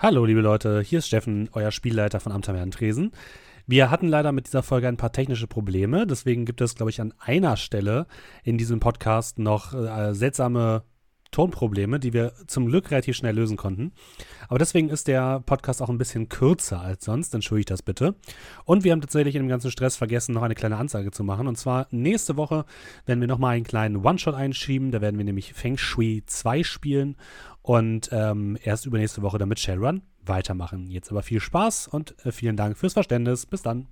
Hallo liebe Leute, hier ist Steffen, euer Spielleiter von Am Tavernentresen. Wir hatten leider mit dieser Folge ein paar technische Probleme, deswegen gibt es, glaube ich, an einer Stelle in diesem Podcast noch seltsame Tonprobleme, die wir zum Glück relativ schnell lösen konnten. Aber deswegen ist der Podcast auch ein bisschen kürzer als sonst, entschuldigt das bitte. Und wir haben tatsächlich in dem ganzen Stress vergessen, noch eine kleine Ansage zu machen. Und zwar nächste Woche werden wir nochmal einen kleinen One-Shot einschieben. Da werden wir nämlich Feng Shui 2 spielen und erst übernächste Woche dann mit Shadowrun weitermachen. Jetzt aber viel Spaß und vielen Dank fürs Verständnis. Bis dann.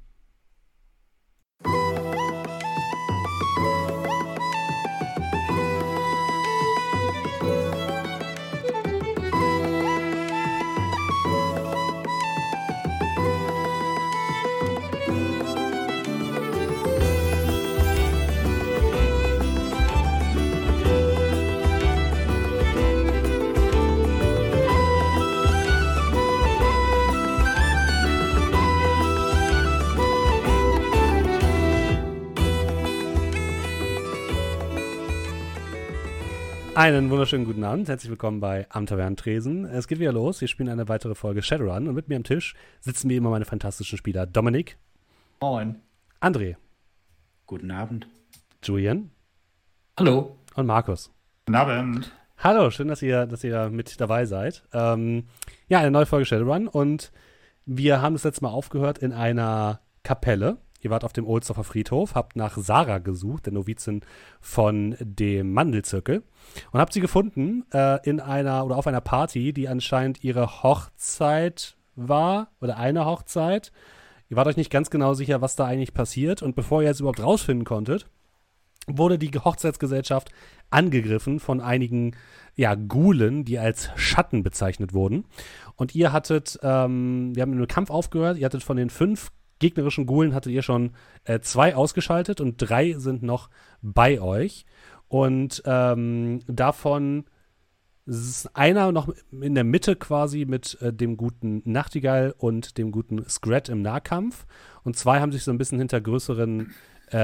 Einen wunderschönen guten Abend, herzlich willkommen bei Am Tavernentresen. Es geht wieder los, wir spielen eine weitere Folge Shadowrun und mit mir am Tisch sitzen wie immer meine fantastischen Spieler Dominik. Moin. André. Guten Abend. Julian. Hallo. Und Markus. Guten Abend. Hallo, schön, dass ihr mit dabei seid. Ja, eine neue Folge Shadowrun und wir haben das letzte Mal aufgehört in einer Kapelle. Ihr wart auf dem Ohlsdorfer Friedhof, habt nach Sarah gesucht, der Novizin von dem Mandelzirkel, und habt sie gefunden auf einer Party, die anscheinend ihre Hochzeit war, oder eine Hochzeit. Ihr wart euch nicht ganz genau sicher, was da eigentlich passiert, und bevor ihr jetzt überhaupt rausfinden konntet, wurde die Hochzeitsgesellschaft angegriffen von einigen, Ghoulen, die als Schatten bezeichnet wurden. Und ihr hattet, wir haben einen Kampf aufgehört, ihr hattet von den 5 gegnerischen Ghoulen hattet ihr schon 2 ausgeschaltet und 3 sind noch bei euch. Und davon ist einer noch in der Mitte quasi mit dem guten Nachtigall und dem guten Scrat im Nahkampf. Und 2 haben sich so ein bisschen hinter größeren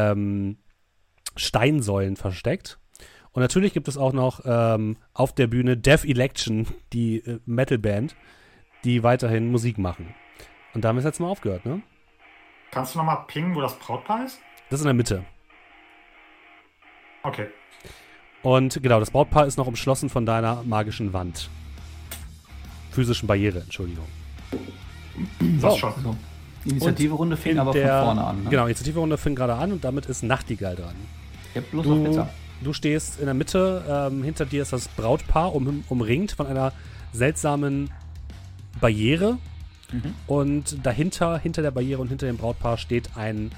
Steinsäulen versteckt. Und natürlich gibt es auch noch auf der Bühne Death Election, die Metalband, die weiterhin Musik machen. Und da haben wir es jetzt mal aufgehört, ne? Kannst du nochmal pingen, wo das Brautpaar ist? Das ist in der Mitte. Okay. Und genau, das Brautpaar ist noch umschlossen von deiner magischen Wand. Physischen Barriere, Entschuldigung. Das schon. So. Die Initiative-Runde fing aber von vorne an, ne? Genau, die Initiative-Runde fing gerade an und damit ist Nachtigall dran. Ich hab bloß noch Pizza. Du stehst in der Mitte, hinter dir ist das Brautpaar umringt von einer seltsamen Barriere. Mhm. Und dahinter, hinter der Barriere und hinter dem Brautpaar steht ein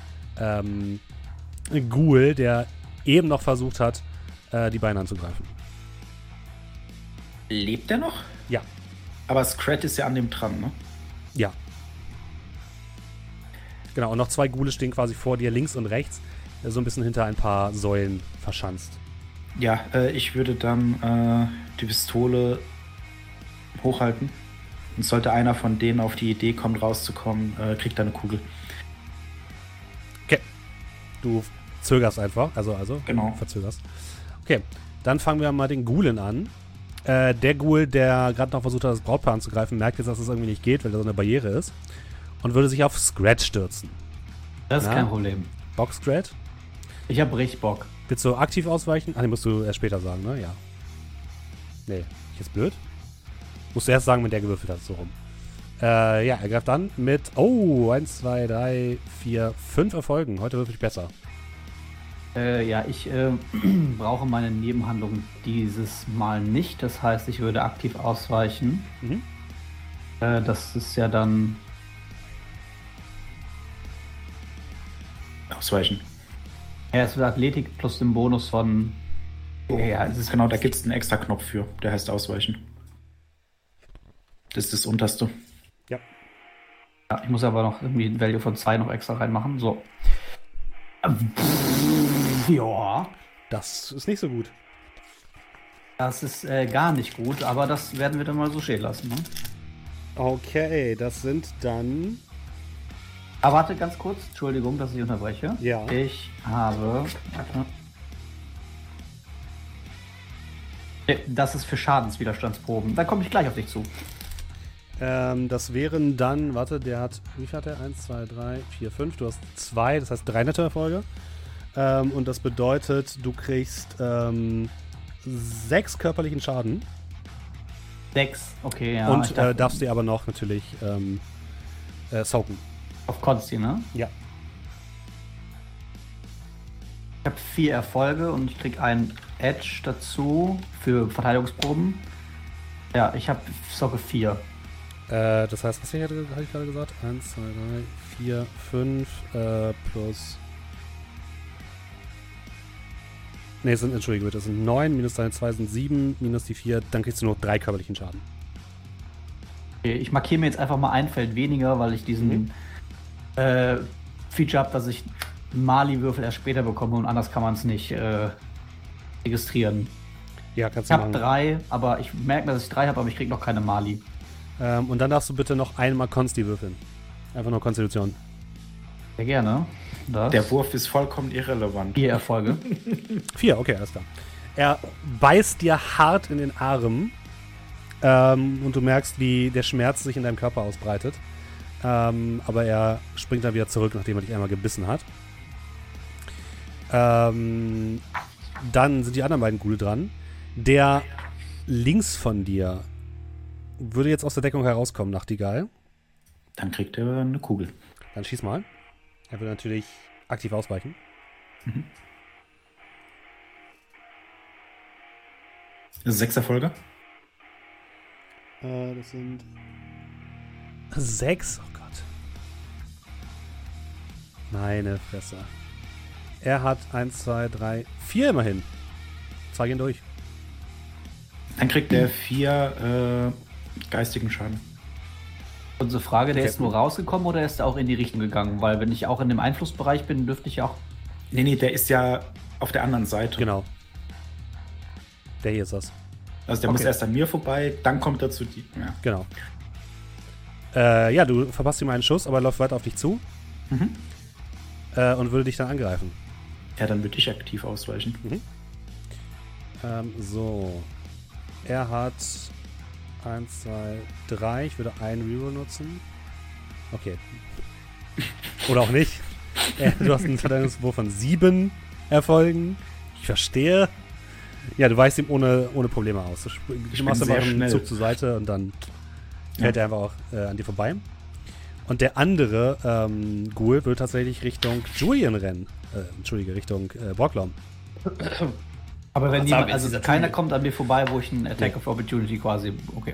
Ghoul, der eben noch versucht hat, die Beine anzugreifen. Lebt er noch? Ja. Aber Scrat ist ja an dem dran, ne? Ja. Genau, und noch 2 Ghouls stehen quasi vor dir, links und rechts, so ein bisschen hinter ein paar Säulen verschanzt. Ja, ich würde dann die Pistole hochhalten. Und sollte einer von denen auf die Idee kommen, rauszukommen, kriegt er eine Kugel. Okay. Du zögerst einfach, also genau. Verzögerst. Okay, dann fangen wir mal den Ghoulen an. Der Ghoul, der gerade noch versucht hat, das Brautpaar anzugreifen, merkt jetzt, dass es irgendwie nicht geht, weil da so eine Barriere ist. Und würde sich auf Scrat stürzen. Das ist kein Problem. Bock, Scrat? Ich hab richtig Bock. Willst du aktiv ausweichen? Den musst du erst später sagen, ne? Ja. Nee, ich jetzt blöd? Musst du erst sagen, wenn der gewürfelt hat, so rum. Er greift an mit, 1, 2, 3, 4, 5 Erfolgen. Heute würfel ich besser. Ich brauche meine Nebenhandlung dieses Mal nicht. Das heißt, ich würde aktiv ausweichen. Mhm. Das ist ja dann... Ausweichen. Ja, es wird Athletik plus den Bonus von... Ja, es ist genau, da gibt es einen extra Knopf für. Der heißt Ausweichen. Das ist das unterste. Ja, ich muss aber noch irgendwie ein Value von 2 noch extra reinmachen. So. Ja. Das ist nicht so gut. Das ist gar nicht gut, aber das werden wir dann mal so stehen lassen. Ne? Okay, das sind dann... Aber warte ganz kurz. Entschuldigung, dass ich unterbreche. Ja. Ich habe... Das ist für Schadenswiderstandsproben. Da komme ich gleich auf dich zu. Das wären dann, warte, der hat, wie viel hat er? 1, 2, 3, 4, 5. Du hast 2, das heißt 3 nette Erfolge. Und das bedeutet, du kriegst 6 körperlichen Schaden. 6, okay, ja. Und darfst dir aber noch natürlich soaken. Auf Konsti, ne? Ja. Ich habe 4 Erfolge und ich krieg einen Edge dazu für Verteidigungsproben. Ja, ich habe Socke 4. Das heißt, was hatte ich gerade gesagt? 1, 2, 3, 4, 5 plus. Ne, entschuldige bitte, das sind 9, minus deine 2 sind 7, minus die 4, dann kriegst du nur 3 körperlichen Schaden. Okay, ich markiere mir jetzt einfach mal ein Feld weniger, weil ich diesen Feature habe, dass ich Mali-Würfel erst später bekomme und anders kann man es nicht registrieren. Ja, kannst Ich du habe machen. 3, aber ich merke, dass ich 3 habe, aber ich kriege noch keine Mali. Und dann darfst du bitte noch einmal Consti würfeln. Einfach nur Konstitution. Sehr gerne. Das. Der Wurf ist vollkommen irrelevant. 4 Erfolge. 4, okay, alles klar. Er beißt dir hart in den Arm und du merkst, wie der Schmerz sich in deinem Körper ausbreitet. Aber er springt dann wieder zurück, nachdem er dich einmal gebissen hat. Dann sind die anderen beiden Ghoul dran. Der links von dir würde jetzt aus der Deckung herauskommen, Nachtigall. Dann kriegt er eine Kugel. Dann schieß mal. Er will natürlich aktiv ausweichen. Das ist 6 Erfolge. Das sind 6. Oh Gott. Meine Fresse. Er hat 1, 2, 3, 4 immerhin. 2 gehen durch. Dann kriegt er 4 geistigen Schaden. Unsere Frage, der Okay. ist nur rausgekommen oder ist er auch in die Richtung gegangen? Weil wenn ich auch in dem Einflussbereich bin, dürfte ich auch... Nee, der ist ja auf der anderen Seite. Genau. Der hier ist das. Also der Okay. muss erst an mir vorbei, dann kommt er zu dir. Ja. Genau. Ja, du verpasst ihm einen Schuss, aber er läuft weiter auf dich zu. Und würde dich dann angreifen. Ja, dann würde ich aktiv ausweichen. So. Er hat 1, 2, 3. Ich würde einen Reroll nutzen. Okay. Oder auch nicht. Du hast einen Verteidigungswurf von 7 Erfolgen. Ich verstehe. Ja, du weichst ihm ohne Probleme aus. Du Ich machst bin einfach sehr einen schnell. Zug zur Seite und dann fällt er einfach auch an dir vorbei. Und der andere Ghoul wird tatsächlich Richtung Julian rennen. Richtung Borglom. Aber wenn Was jemand, haben wir also jetzt dieser keiner Tunnel? kommt an mir vorbei, wo ich einen Attack of Opportunity quasi... Okay.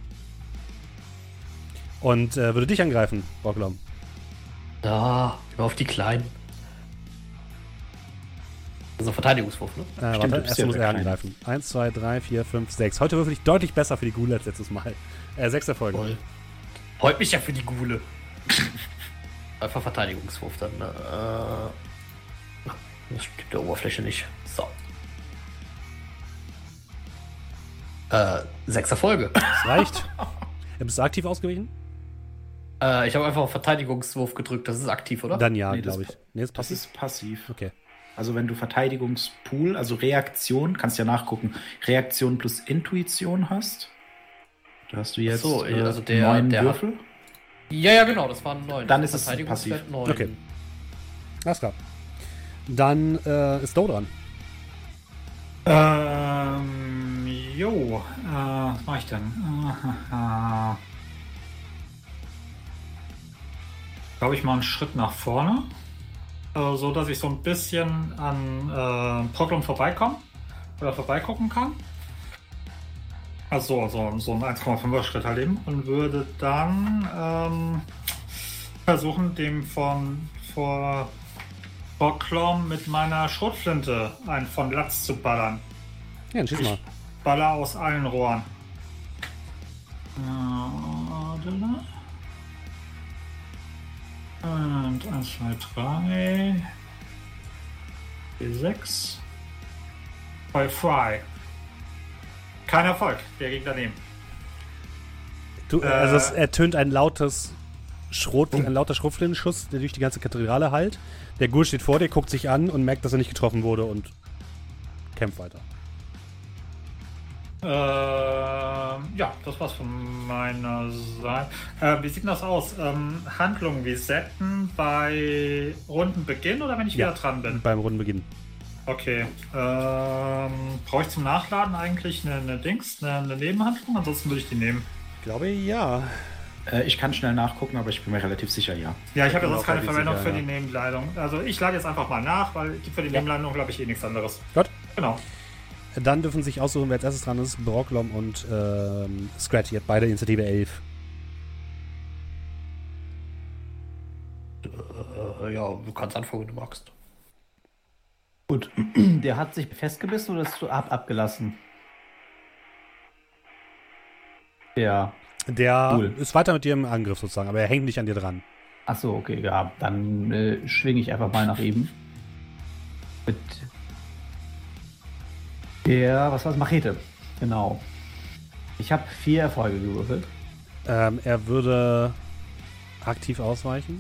Und würde dich angreifen, Borglom. Da, immer auf die Kleinen. Das ist ein Verteidigungswurf, ne? Warte, du bist erst ja muss der er Kleine. angreifen. 1, 2, 3, 4, 5, 6. Heute würfel ich deutlich besser für die Ghoul als letztes Mal. 6 Erfolge. Voll. Freut mich ja für die Gule. Einfach Verteidigungswurf dann. Das steht der Oberfläche nicht. So. 6 Erfolge. Das reicht. Bist du aktiv ausgewichen? Ich habe einfach auf Verteidigungswurf gedrückt. Das ist aktiv, oder? Dann ja, Nee, das glaube ich. Nee, ist Das passiv. ist passiv. Okay. Also wenn du Verteidigungspool, also Reaktion, kannst ja nachgucken, Reaktion plus Intuition hast. Da hast du jetzt so, also der 9 hat- Würfel. Ja, genau, das waren 9. Dann ist es Verteidigungswert passiv. 9. Okay. Alles klar. Dann ist Do dran. Was mache ich denn? Glaube ich mal einen Schritt nach vorne, so dass ich so ein bisschen an Proglom vorbeikomme oder vorbeigucken kann. Also so ein 1,5er Schritt halt eben und würde dann versuchen, dem vor Proglom mit meiner Schrotflinte einen von Latz zu ballern. Ja, dann schieß mal. Baller aus allen Rohren. Und 1, 2, 3. 4, 6. Bei Fry. Kein Erfolg. Der ging daneben. Also es ertönt ein lauter Schrotflintenschuss, der durch die ganze Kathedrale hallt. Der Ghoul steht vor dir, guckt sich an und merkt, dass er nicht getroffen wurde und kämpft weiter. Ja, das war's von meiner Seite. Wie sieht denn das aus? Handlungen wie Setten bei Rundenbeginn oder wenn ich Ja. wieder dran bin? Beim Rundenbeginn. Okay. Brauche ich zum Nachladen eigentlich eine Nebenhandlung? Ansonsten würde ich die nehmen. Ich glaube, ja. Ich kann schnell nachgucken, aber ich bin mir relativ sicher, ja. Ja, ich habe ja bin sonst auch keine relativ Verwendung sicher, für ja. die Nebenladung. Also ich lade jetzt einfach mal nach, weil es gibt für die Nebenladung, glaube ich, nichts anderes. Gut. Genau. Dann dürfen sich aussuchen, wer als erstes dran ist. Brocklom und Scratch. Ihr habt beide Initiative 11. Ja, du kannst anfangen, wenn du magst. Gut. Der hat sich festgebissen oder ist du abgelassen? Ja. Der Cool. ist weiter mit dir im Angriff sozusagen, aber er hängt nicht an dir dran. Achso, okay, ja. Dann schwinge ich einfach mal nach ihm. Mit der, was war's? Machete. Genau. Ich habe 4 Erfolge gewürfelt. Er würde aktiv ausweichen.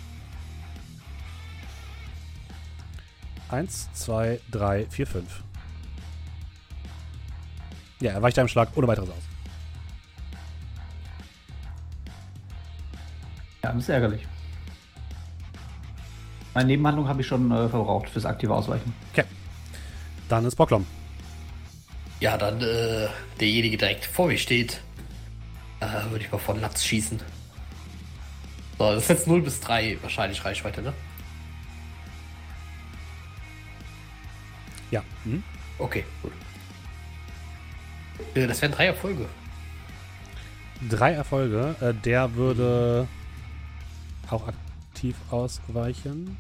1, 2, 3, 4, 5. Ja, er weicht einem Schlag ohne weiteres aus. Ja, das ist ärgerlich. Meine Nebenhandlung habe ich schon verbraucht fürs aktive Ausweichen. Okay. Dann ist Brocklom. Ja, dann derjenige direkt vor mir steht, würde ich mal von Latz schießen. So, das ist jetzt 0 bis 3 wahrscheinlich Reichweite, ne? Ja. Mhm. Okay, gut. Das wären 3 Erfolge. 3 Erfolge. Der würde auch aktiv ausweichen.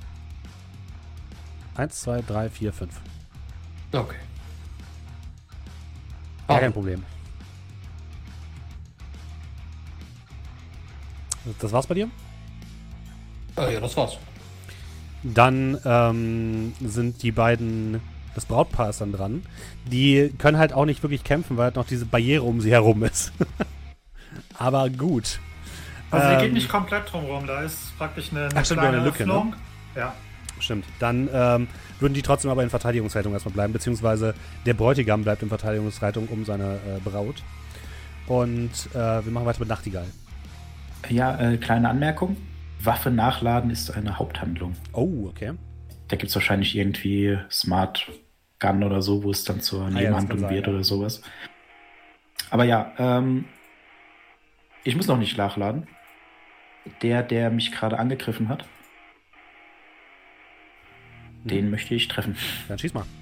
1, 2, 3, 4, 5. Okay. Ja, kein Problem. Das war's bei dir? Ja, das war's. Dann sind die beiden, das Brautpaar ist dann dran. Die können halt auch nicht wirklich kämpfen, weil halt noch diese Barriere um sie herum ist. Aber gut. Also die geht nicht komplett drumherum, da ist praktisch eine Ach, stimmt, kleine eine Lücke, ne? Öffnung. Ja. Stimmt. Dann würden die trotzdem aber in Verteidigungshaltung erstmal bleiben, beziehungsweise der Bräutigam bleibt in Verteidigungshaltung um seine Braut. Und wir machen weiter mit Nachtigall. Ja, kleine Anmerkung. Waffe nachladen ist eine Haupthandlung. Oh, okay. Da gibt es wahrscheinlich irgendwie Smart Gun oder so, wo es dann zur ja, das Nebenhandlung kann sein, wird ja. oder sowas. Aber ja, ich muss noch nicht nachladen. Der mich gerade angegriffen hat, den möchte ich treffen. Dann schieß mal.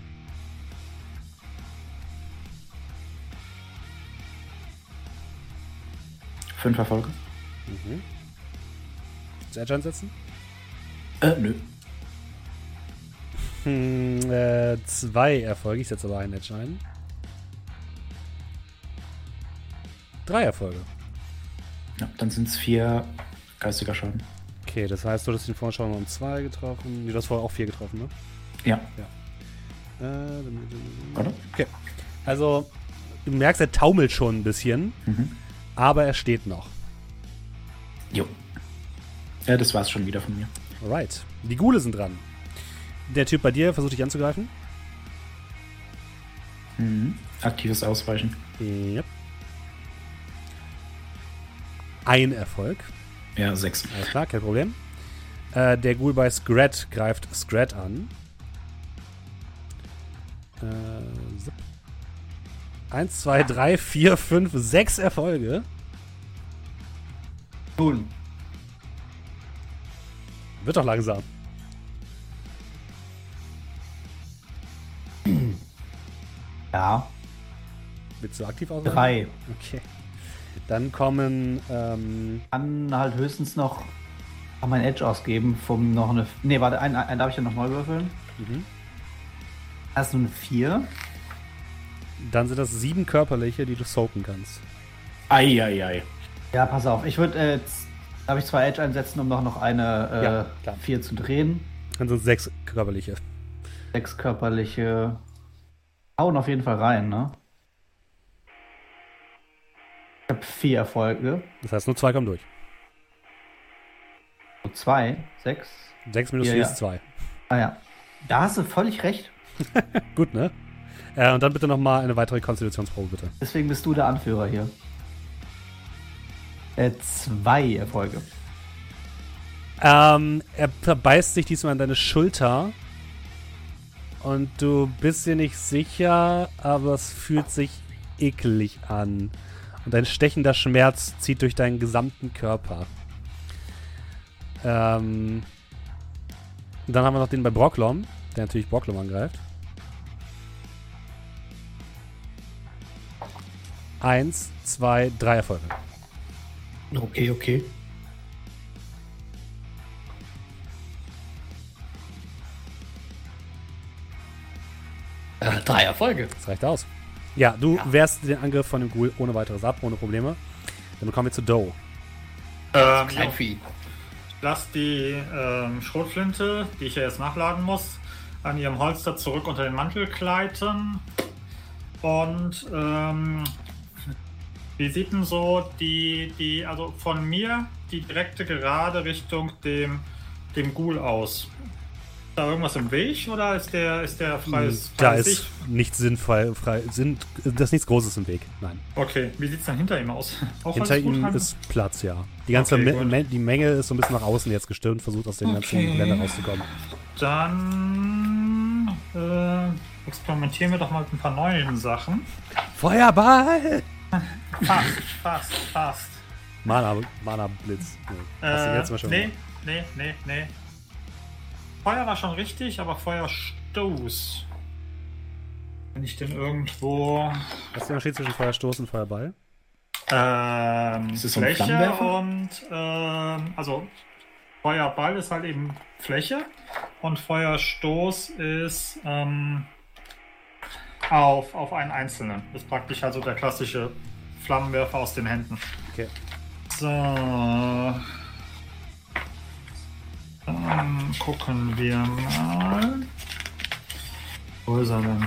Fünf Erfolge? Mhm. Das Edge einsetzen? Nö. 2 Erfolge. Ich setze aber einen Edge ein. 3 Erfolge. Ja, dann sind es 4 geistiger Schaden. Okay, das heißt, du hast ihn vorhin schon um 2 getroffen. Du hast vorher auch 4 getroffen, ne? Ja. Oder? Okay. Also, du merkst, er taumelt schon ein bisschen, aber er steht noch. Jo. Ja, das war's schon wieder von mir. Alright. Die Ghule sind dran. Der Typ bei dir versucht dich anzugreifen. Aktives Ausweichen. Yep. Ein Erfolg. Ja, 6. Alles klar, kein Problem. Der Ghoul bei Scrat greift Scrat an. 1, 2, 3, 4, 5, 6 Erfolge. Nun. Wird doch langsam. Ja, Willst du aktiv ausweichen? 3. Okay. Dann kommen, Kann halt höchstens noch mein Edge ausgeben, vom noch eine. Ne, warte, einen darf ich ja noch neu würfeln. Hast du eine 4? dann sind das 7 körperliche, die du soaken kannst. Eieiei. Ja, pass auf. Ich würde darf ich 2 Edge einsetzen, um noch eine Ja, klar. 4 zu drehen. Dann sind es 6 körperliche. 6 körperliche. Hauen auf jeden Fall rein, ne? Ich habe 4 Erfolge. Das heißt, nur 2 kommen durch. 2, 6. 6 minus Ja, 4 ja. ist 2. Ah ja. Da hast du völlig recht. Gut, ne? Und dann bitte nochmal eine weitere Konstitutionsprobe, bitte. Deswegen bist du der Anführer hier. 2 Erfolge. Er verbeißt sich diesmal an deine Schulter. Und du bist dir nicht sicher, aber es fühlt sich eklig an. Und ein stechender Schmerz zieht durch deinen gesamten Körper. Dann haben wir noch den bei Brocklom, der natürlich Brocklom angreift. 1, 2, 3 Erfolge. Okay. 3 Erfolge. Das reicht aus. Ja, du wehrst den Angriff von dem Ghoul ohne weiteres ab, ohne Probleme. Dann kommen wir zu Doe. Kleinvieh. Ich lasse die Schrotflinte, die ich ja jetzt nachladen muss, an ihrem Holster zurück unter den Mantel gleiten. Und wie sieht denn so also von mir die direkte Gerade Richtung dem Ghoul aus? Ist da irgendwas im Weg oder ist der freies Da freies ist nichts sinnvoll, da ist nichts Großes im Weg. Nein. Okay, wie sieht es dann hinter ihm aus? Auch Hinter alles gut ihm rein? ist Platz, ja. Die ganze Okay, gut. die Menge ist so ein bisschen nach außen jetzt gestürmt, versucht aus den ganzen Ländern rauszukommen. Dann experimentieren wir doch mal mit ein paar neuen Sachen. Feuerball! Fast. Mana-Blitz. Hast du jetzt mal schon Nee. Feuer war schon richtig, aber Feuerstoß. Wenn ich den irgendwo. Was ist der Unterschied zwischen Feuerstoß und Feuerball? Ist das so ein Fläche Flammenwerfer? und also Feuerball ist halt eben Fläche und Feuerstoß ist auf einen einzelnen. Ist praktisch also der klassische Flammenwerfer aus den Händen. Okay. So. Dann gucken wir mal. Wo ist er denn?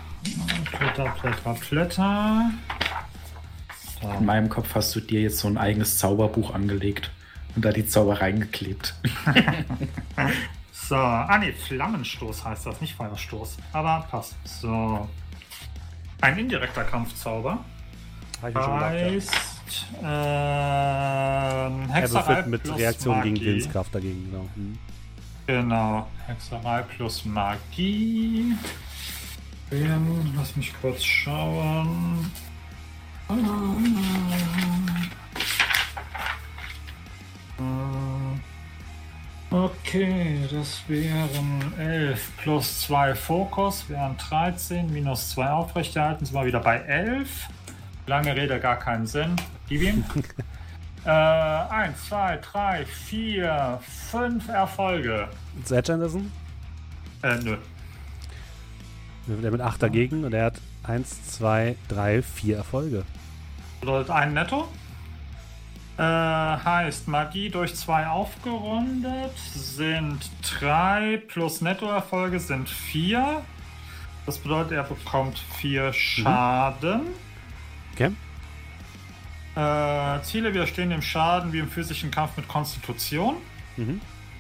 Blätter. Da. In meinem Kopf hast du dir jetzt so ein eigenes Zauberbuch angelegt und da die Zauber reingeklebt. So, nee, Flammenstoß heißt das, nicht Feuerstoß. Aber passt. So. Ein indirekter Kampfzauber Hab ich mir schon gedacht, heißt Er Hexerei würfelt mit plus Reaktion Magie. gegen Willenskraft dagegen, genau. Genau, Hexerei plus Magie. Lass mich kurz schauen. Okay, das wären 11 plus 2 Fokus, wären 13, minus 2 aufrechterhalten, sind wir wieder bei 11. Lange Rede, gar keinen Sinn. Gib ihm. 1, 2, 3, 4, 5 Erfolge. Sedge Anderson? Nö. Der mit 8 dagegen und er hat 1, 2, 3, 4 Erfolge. Bedeutet ein netto. Heißt Magie durch 2 aufgerundet sind 3 plus Nettoerfolge sind 4. Das bedeutet, er bekommt 4 Schaden. Okay. Ziele widerstehen dem Schaden wie im physischen Kampf mit Konstitution. Mhm.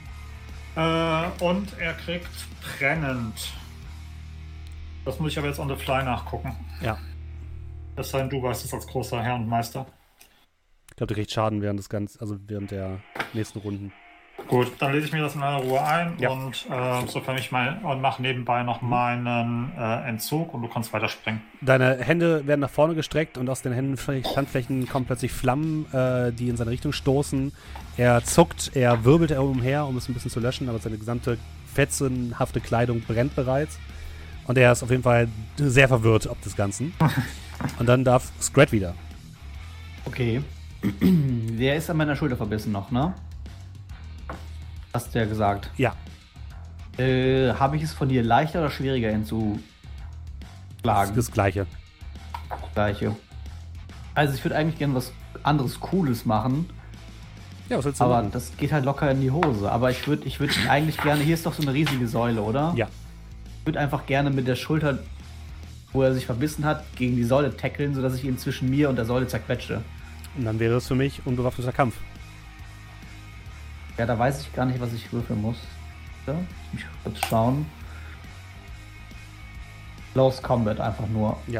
Und er kriegt brennend. Das muss ich aber jetzt on the fly nachgucken. Ja. Das sei denn, du weißt es als großer Herr und Meister. Ich glaube, der kriegt Schaden während des Ganzen, also während der nächsten Runden. Gut, dann lese ich mir das in aller Ruhe ein Ja. und sofern ich und mache nebenbei noch meinen Entzug und du kannst weiterspringen. Deine Hände werden nach vorne gestreckt und aus den Handflächen kommen plötzlich Flammen, die in seine Richtung stoßen. Er zuckt, er wirbelt umher, um es ein bisschen zu löschen, aber seine gesamte fetzenhafte Kleidung brennt bereits. Und er ist auf jeden Fall sehr verwirrt ob des Ganzen. Und dann darf Scrat wieder. Okay. Der ist an meiner Schulter verbissen noch, ne? Hast du ja gesagt. Ja. Habe ich es von dir leichter oder schwieriger Das ist hinzuschlagen? das Gleiche. Gleiche. Also ich würde eigentlich gerne was anderes Cooles machen, Ja, was willst du aber machen? das geht halt locker in die Hose. Aber ich würde eigentlich gerne, hier ist doch so eine riesige Säule, oder? Ja. Ich würde einfach gerne mit der Schulter, wo er sich verbissen hat, gegen die Säule tackeln, sodass ich ihn zwischen mir und der Säule zerquetsche. Und dann wäre es für mich unbewaffneter Kampf. Ja, da weiß ich gar nicht, was ich würfeln muss. Ja, ich muss kurz schauen. Close Combat einfach nur. Ja.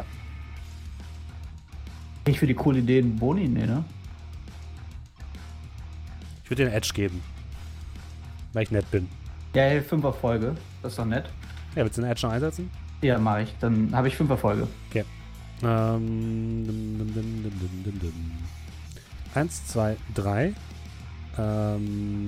Ich für die coole Idee einen Boni, ne? Ich würde dir einen Edge geben. Weil ich nett bin. Ja, 5 Erfolge. Das ist doch nett. Ja, willst du den Edge noch einsetzen? Ja, mache ich. Dann habe ich 5 Erfolge. Okay. 1, 2, 3. Ja,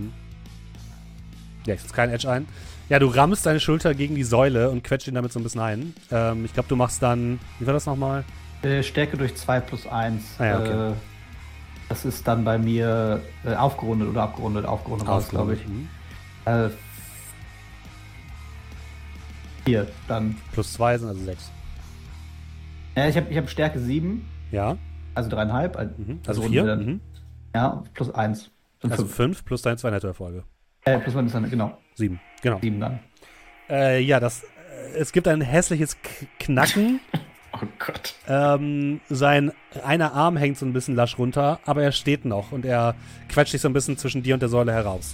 ich setze keinen Edge ein. Ja, du rammst deine Schulter gegen die Säule und quetscht ihn damit so ein bisschen ein. Ich glaube, du machst dann. Wie war das nochmal? Stärke durch 2 plus 1. Ah, ja, okay. Das ist dann bei mir aufgerundet oder abgerundet. Aufgerundet war es, glaube ich. 4 dann. Plus 2 sind also 6. Ja, ich hab Stärke 7. Ja. Also 3,5. Also runden 4. wir dann. Ja, plus 1. Also 5 plus deine 2 Nettoerfolge. Plus 1 ist dann, genau. 7. Genau. 7 dann. Ja, es gibt ein hässliches Knacken. Oh Gott. Sein einer Arm hängt so ein bisschen lasch runter, aber er steht noch und er quetscht sich so ein bisschen zwischen dir und der Säule heraus.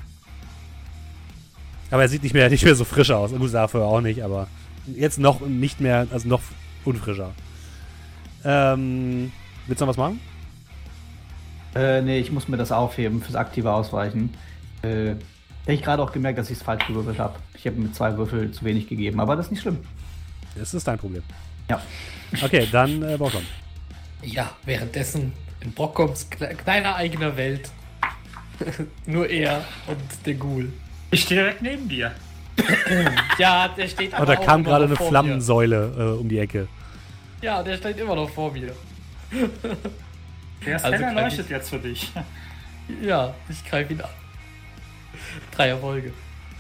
Aber er sieht nicht mehr so frisch aus. Gut, sah er vorher auch nicht, aber jetzt noch nicht mehr, also noch unfrischer. Willst du noch was machen? Nee, ich muss mir das aufheben fürs aktive Ausweichen. Hätte ich gerade auch gemerkt, dass ich es falsch gewürfelt habe. Ich habe mit 2 Würfel zu wenig gegeben, aber das ist nicht schlimm. Das ist dein Problem. Ja. Okay, dann Borkom. Ja, währenddessen in Brockoms kleiner eigener Welt. Nur er und der Ghoul. Ich stehe direkt neben dir. Ja, der steht aber Oh, da auch kam immer gerade noch eine vor Flammensäule um die Ecke. mir. Ja, der steht immer noch vor mir. Der ist Also hell kann erleuchtet ich- jetzt für dich. Ja, ich greife ihn an. 3 Erfolge.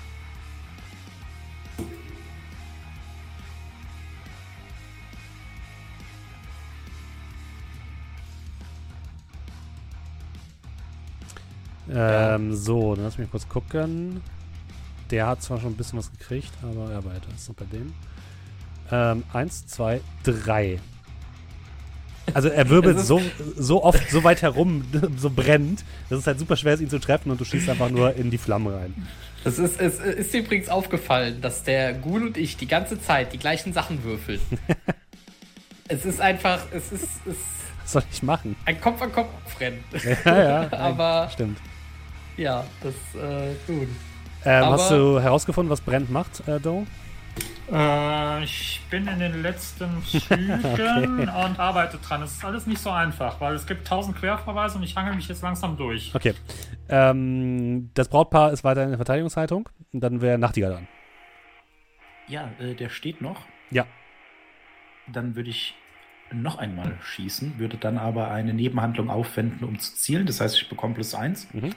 So, dann lass mich kurz gucken. Der hat zwar schon ein bisschen was gekriegt, aber ja, weiter. Ist noch bei dem. 1, 2, 3. Also er wirbelt so oft, so weit herum, so brennend, dass es halt super schwer ist, ihn zu treffen und du schießt einfach nur in die Flammen rein. Es ist übrigens aufgefallen, dass der Ghoul und ich die ganze Zeit die gleichen Sachen würfeln. Es ist einfach, es ist Was soll ich machen? ein Kopf an Kopf rennen. Ja, Aber stimmt. ja, das gut. Hast du herausgefunden, was Brent macht, Doe? Ich bin in den letzten Zügen und arbeite dran. Es ist alles nicht so einfach, weil es gibt 1000 Querverweise und ich hangel mich jetzt langsam durch. Okay. Das Brautpaar ist weiter in der Verteidigungshaltung und dann wäre Nachtigall dran. Ja, der steht noch. Ja. Dann würde ich noch einmal schießen, würde dann aber eine Nebenhandlung aufwenden, um zu zielen. Das heißt, ich bekomme plus 1. Mhm.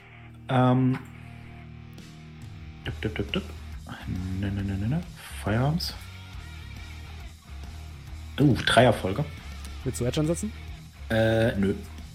Ne. Firearms. 3 Erfolge. Willst du Edge ansetzen? Nö.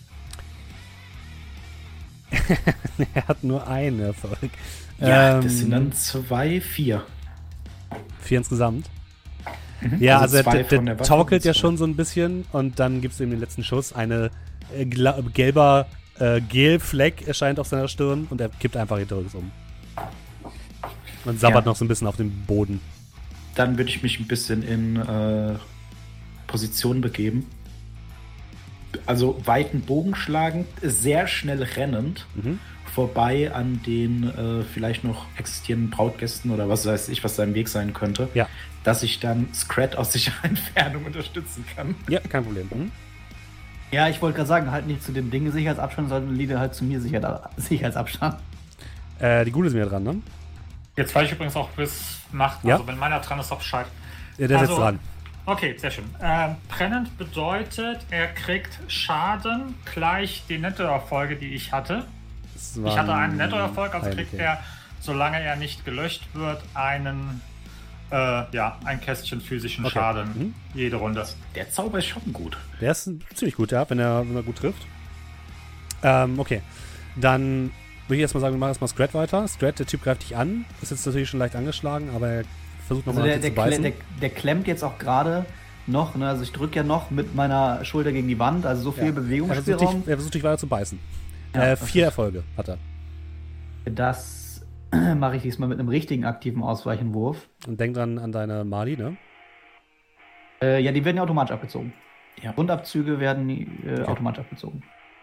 Er hat nur einen Erfolg. Ja, das sind dann 2, 4. 4 insgesamt. Mhm. Ja, also zwei der von der Waffe torkelt und ja zwei. schon so ein bisschen und dann gibt es ihm den letzten Schuss. Eine gelber Gelfleck erscheint auf seiner Stirn und er kippt einfach hinterrücks um. Und sabbert Ja. noch so ein bisschen auf dem Boden. Dann würde ich mich ein bisschen in Position begeben. Also weiten Bogen schlagend, sehr schnell rennend, vorbei an den vielleicht noch existierenden Brautgästen oder was weiß ich, was sein Weg sein könnte, Ja. dass ich dann Scrat aus sicherer Entfernung unterstützen kann. Ja, kein Problem. Ja, ich wollte gerade sagen, halt nicht zu dem Ding Sicherheitsabstand, sondern Lieder halt zu mir Sicherheitsabstand. Die Gule sind ja dran, ne? Jetzt weiß ich übrigens auch, bis Nacht, Ja. also wenn meiner dran ist, auch Bescheid. Der ist Also, jetzt dran. Okay, sehr schön. Brennend bedeutet, er kriegt Schaden gleich die Nettoerfolge, die ich hatte. Das Ich hatte einen waren Nettoerfolg, also einige. kriegt er, solange er nicht gelöscht wird, ein Kästchen physischen Okay. Schaden. Jede Runde. Der Zauber ist schon gut. Der ist ziemlich gut, ja, wenn er gut trifft. Okay. Dann würde ich erstmal sagen, wir machen erstmal Scrat weiter. Scrat, der Typ greift dich an. Ist jetzt natürlich schon leicht angeschlagen, aber er versucht Also nochmal der, zu beißen. der klemmt jetzt auch gerade noch, ne? Also ich drücke ja noch mit meiner Schulter gegen die Wand, also so viel Ja. Bewegungsspielraum. Er versucht dich weiter zu beißen. Ja, 4 Erfolge hat er. Das mache ich diesmal mit einem richtigen aktiven Ausweichenwurf. Und denk dran an deine Mali, ne? Ja, die werden ja automatisch abgezogen. Ja. Grundabzüge werden automatisch abgezogen.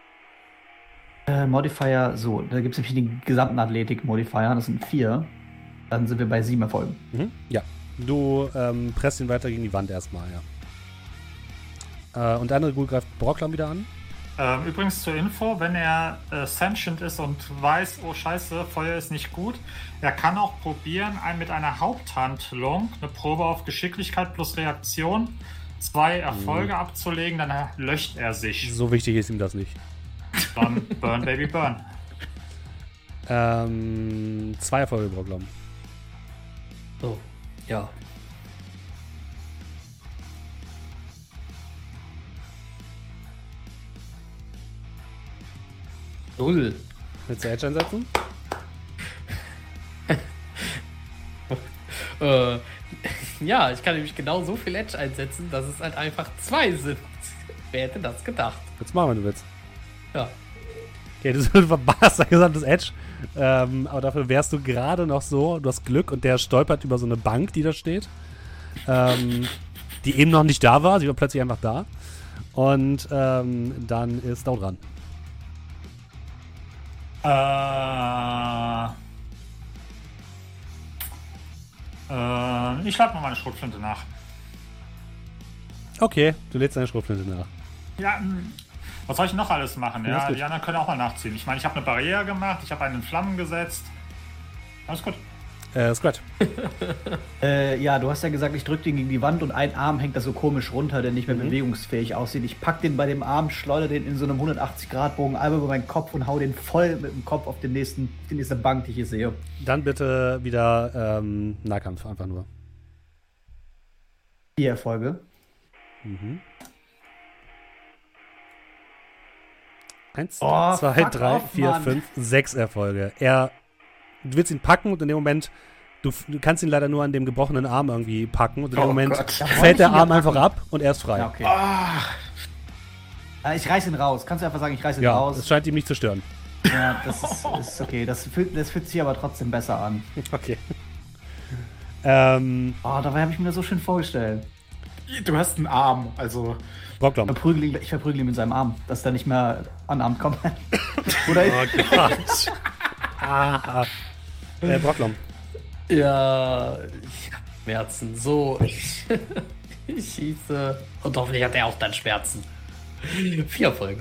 Modifier, so, da gibt es nämlich den gesamten Athletik-Modifier, das sind 4. Dann sind wir bei 7 Erfolgen. Ja. Du presst ihn weiter gegen die Wand erstmal, ja. Und der andere Ghoul greift Brocklam wieder an. Übrigens zur Info, wenn er sentient ist und weiß, oh scheiße, Feuer ist nicht gut, er kann auch probieren, mit einer Haupthandlung eine Probe auf Geschicklichkeit plus Reaktion 2 Erfolge abzulegen, dann löscht er sich. So wichtig ist ihm das nicht. Dann burn, baby, burn. 2 Erfolge, Brocklam. So, ja. Null. Willst du Edge einsetzen? Ja, ich kann nämlich genau so viel Edge einsetzen, dass es halt einfach 2 sind. Wer hätte das gedacht? Willst du machen, wenn du willst. Ja. Okay, du verbarst dein gesamtes Edge. Aber dafür wärst du gerade noch so, du hast Glück und der stolpert über so eine Bank, die da steht. Die eben noch nicht da war, sie war plötzlich einfach da. Und dann ist Dau dran. Ich lade mal meine Schrotflinte nach. Okay, du lädst deine Schrotflinte nach. Ja, was soll ich noch alles machen? Ja, Ja, ist gut. die anderen können auch mal nachziehen. Ich meine, ich habe eine Barriere gemacht, ich habe einen in Flammen gesetzt. Alles gut. Scratch. Ja, du hast ja gesagt, ich drück den gegen die Wand und ein Arm hängt da so komisch runter, der nicht mehr bewegungsfähig aussieht. Ich pack den bei dem Arm, schleudere den in so einem 180-Grad-Bogen einmal über meinen Kopf und hau den voll mit dem Kopf auf die nächste Bank, die ich hier sehe. Dann bitte wieder Nahkampf, einfach nur. 4 Erfolge. 1, Oh, 2, fuck 3, off, 4, Mann. 5, 6 Erfolge. Du willst ihn packen und in dem Moment, du kannst ihn leider nur an dem gebrochenen Arm irgendwie packen und in dem Moment Gott. fällt der Arm einfach ab und er ist frei. Ja, okay. Ich reiß ihn raus. Kannst du einfach sagen, ich reiß ihn Ja, raus? es scheint ihm nicht zu stören. Ja, das ist okay. Das fühlt sich aber trotzdem besser an. Okay. Oh, dabei habe ich mir das so schön vorgestellt. Du hast einen Arm, also. Brocklam. Ich verprügel ihn mit seinem Arm, dass der nicht mehr an den Arm kommt. Oder Oh Gott. Brocklam. Ja, ich hab Schmerzen. So, ich schieße. Und hoffentlich hat er auch dann Schmerzen. 4 Erfolge.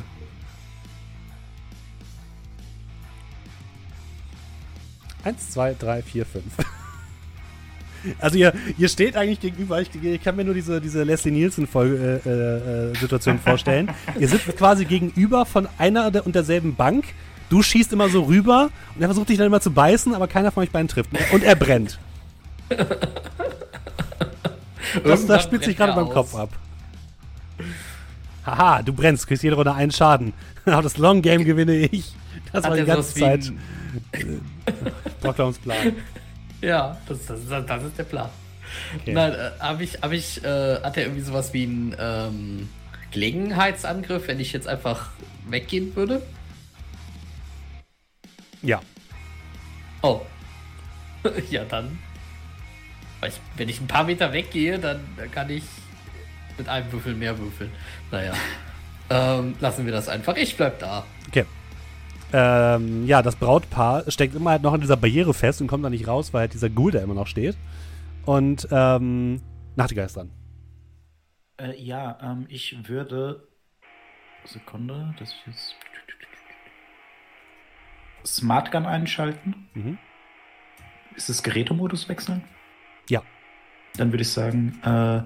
Eins, 2, 3, 4, 5. Also ihr steht eigentlich gegenüber, ich kann mir nur diese Leslie Nielsen-Situation vorstellen. Ihr sitzt quasi gegenüber von einer und derselben Bank. Du schießt immer so rüber und er versucht dich dann immer zu beißen, aber keiner von euch beiden trifft. Und er brennt. Das spielt sich gerade beim Kopf ab. Haha, du brennst, kriegst jede Runde einen Schaden. Aber das Long Game gewinne ich. Das war die ganze Zeit Brocklams Plan. Ja, das ist der Plan. Okay. Nein, hat er irgendwie sowas wie einen Gelegenheitsangriff, wenn ich jetzt einfach weggehen würde? Ja. Oh. Ja, dann. Wenn ich ein paar Meter weggehe, dann kann ich mit einem Würfel mehr würfeln. Naja. Lassen wir das einfach. Ich bleib da. Okay. Ja, das Brautpaar steckt immer halt noch an dieser Barriere fest und kommt da nicht raus, weil halt dieser Ghoul da immer noch steht. Und Nachtigall ist dran. Ich würde. Sekunde, das ist. Smart Gun einschalten. Mhm. Ist es Gerätemodus wechseln? Ja. Dann würde ich sagen,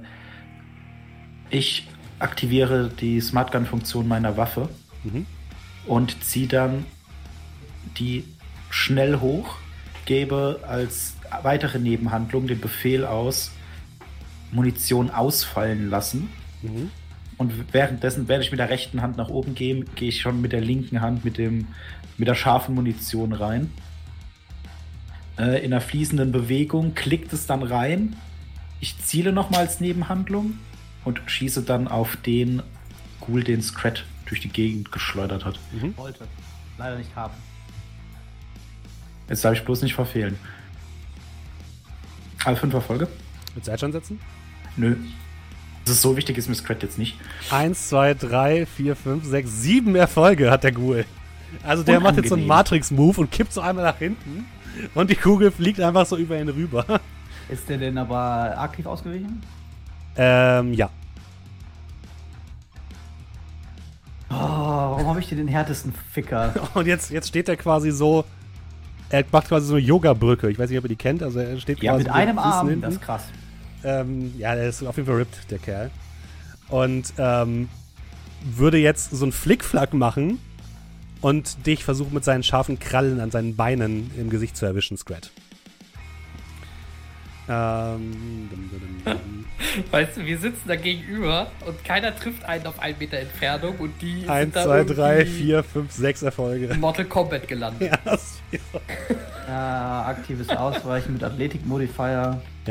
ich aktiviere die Smart Gun-Funktion meiner Waffe und ziehe dann die schnell hoch, gebe als weitere Nebenhandlung den Befehl aus, Munition ausfallen lassen. Und währenddessen, während ich mit der rechten Hand nach oben gehe, gehe ich schon mit der linken Hand mit der scharfen Munition rein. In einer fließenden Bewegung klickt es dann rein. Ich ziele nochmal als Nebenhandlung und schieße dann auf den Ghoul, den Scrat durch die Gegend geschleudert hat. Wollte. Leider nicht haben. Jetzt darf ich bloß nicht verfehlen. Aber 5 Erfolge? Willst du Edge ansetzen? Nö. Das ist so wichtig, ist mir Scrat jetzt nicht. 1, 2, 3, 4, 5, 6, 7 Erfolge hat der Ghoul. Also der macht jetzt so einen Matrix-Move und kippt so einmal nach hinten und die Kugel fliegt einfach so über ihn rüber. Ist der denn aber aktiv ausgewichen? Ja. Oh, warum habe ich dir den härtesten Ficker? Und jetzt steht er quasi so, er macht quasi so eine Yoga-Brücke. Ich weiß nicht, ob ihr die kennt, also er steht Ja, quasi mit einem Füßen Arm, hinten. das ist krass. Ja, der ist auf jeden Fall ripped, der Kerl. Und würde jetzt so einen Flickflack machen und dich versuchen mit seinen scharfen Krallen an seinen Beinen im Gesicht zu erwischen, Scrat. Weißt du, wir sitzen da gegenüber und keiner trifft einen auf 1 Meter Entfernung und die 1, sind da 2, 3, irgendwie 4, 5, 6 Erfolge. in Mortal Kombat gelandet. Ja, das ist so. Aktives Ausweichen mit Athletik-Modifier. Ja.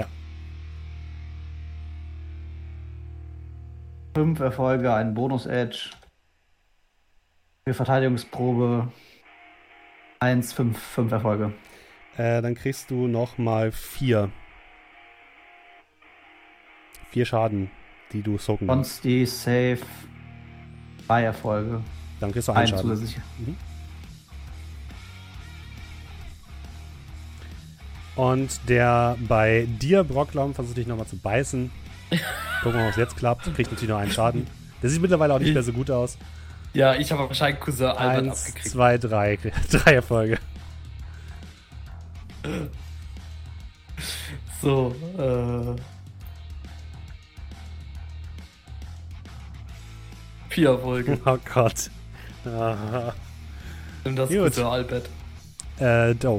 5 Erfolge, ein Bonus-Edge. Für Verteidigungsprobe 1, 5 Erfolge. Dann kriegst du nochmal 4 Schaden, die du socken kannst. Consti, Save, 3 Erfolge. Dann kriegst du einen Schaden. Zusätzlich. Und der bei dir, Brocklaum, versucht dich nochmal zu beißen. Gucken wir mal, ob es jetzt klappt. Kriegt natürlich noch einen Schaden. Der sieht mittlerweile auch nicht mehr so gut aus. Ja, ich habe wahrscheinlich Cousin Albert 1, abgekriegt. 2, 3. 3 Erfolge. So, vier Erfolge. Oh Gott. Aha. Nimm das Gut. Cousin Albert. Doe.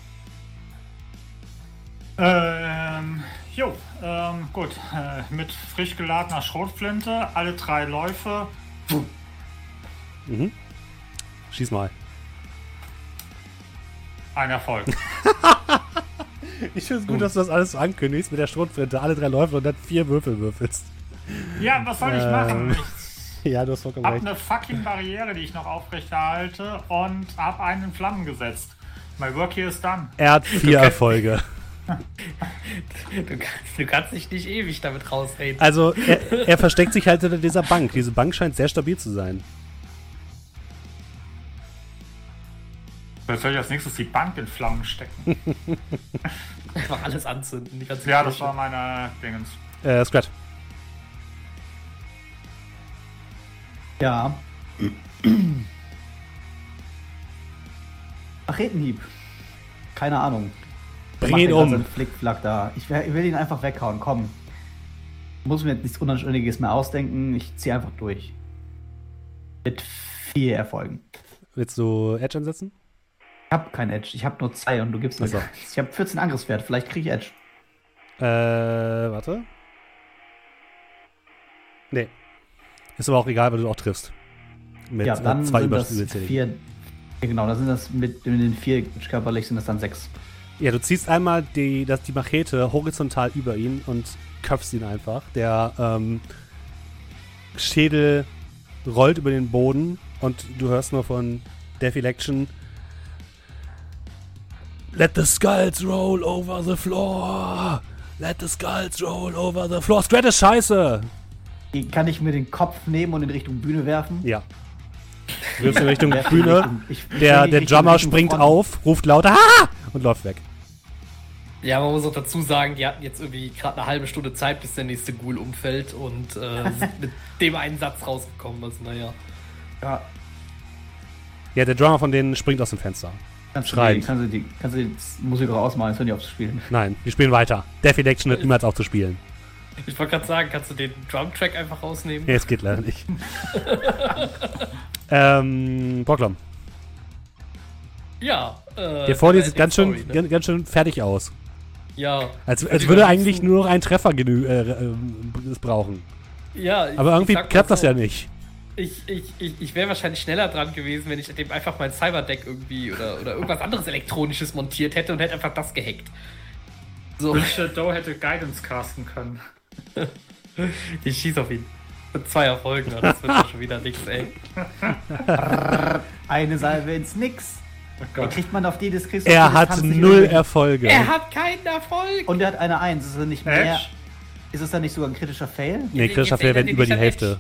Gut. Mit frisch geladener Schrotflinte, alle 3 Läufe. Mhm. Schieß mal. Ein Erfolg. Ich finde es gut, dass du das alles so ankündigst mit der Schrotflinte, alle 3 Läufe und dann 4 Würfel würfelst. Ja, was soll ich machen? Ich Ja, du hast vollkommen hab recht. eine fucking Barriere, die ich noch aufrechterhalte und hab einen in Flammen gesetzt. My work here is done. Er hat 4 Erfolge. Du kannst dich nicht ewig damit rausreden. Also, er versteckt sich halt hinter dieser Bank. Diese Bank scheint sehr stabil zu sein. Jetzt soll ich als nächstes die Bank in Flammen stecken. Einfach alles anzünden. Die ganze Ja, das Kirche. war meine Dingens. Scrat. Ja. Machetenhieb. Keine Ahnung. Der Bring ihn macht den um. ganzen Flickflack da. Ich will ihn einfach weghauen, komm. Muss mir jetzt nichts Unanständiges mehr ausdenken. Ich ziehe einfach durch. Mit 4 Erfolgen. Willst du Edge ansetzen? Ich habe kein Edge. Ich habe nur 2 und du gibst mir. Ach so. Ich habe 14 Angriffswert. Vielleicht kriege ich Edge. Warte. Nee. Ist aber auch egal, weil du auch triffst. Mit Ja, dann 2 sind das Überspielzähligen. 4. Ja, genau, dann sind das mit den 4 körperlich sind das dann 6. Ja, du ziehst einmal die Machete horizontal über ihn und köpfst ihn einfach. Der Schädel rollt über den Boden und du hörst nur von Death Election: Let the skulls roll over the floor. Let the skulls roll over the floor. Scrat ist scheiße. Kann ich mir den Kopf nehmen und in Richtung Bühne werfen? Ja. Du wirfst in Richtung Werf in Bühne. Richtung- ich Der will nicht Drummer Richtung springt Front. auf, ruft lauter "Ah!" und läuft weg. Ja, man muss auch dazu sagen, die hatten jetzt irgendwie gerade eine halbe Stunde Zeit, bis der nächste Ghoul umfällt und sind mit dem einen Satz rausgekommen. Also, naja. Ja, Ja, der Drummer von denen springt aus dem Fenster. Schreiend. Kannst du die Musik auch ausmalen, jetzt hören die auf zu spielen. Nein, wir spielen weiter. Death Election hört niemals auf zu spielen. Ich wollte gerade sagen, kannst du den Drumtrack einfach rausnehmen? Nee, es geht leider nicht. Brocklom. Ja. Der vor dir sieht ganz schön, Story, ne? ganz schön fertig aus. Ja. Als Also würde am eigentlich liebsten- nur noch ein Treffer es brauchen. Ja, Aber irgendwie sag mal klappt das so, ja nicht. Ich wäre wahrscheinlich schneller dran gewesen, wenn ich dem einfach mein Cyberdeck irgendwie oder irgendwas anderes Elektronisches montiert hätte und hätte einfach das gehackt. So, Ich wünschte, Doe hätte Guidance casten können. ich schieß auf ihn. Mit 2 Erfolgen, aber das wird doch schon wieder nix, ey. Eine Salve ins Nix. Wie kriegt man auf die Diskretion? Er hat 0 Erfolge. Er hat keinen Erfolg! Und er hat eine 1. Ist er nicht mehr? Edge? Ist es dann nicht sogar ein kritischer Fail? Nee, kritischer Fail werden über die Hälfte.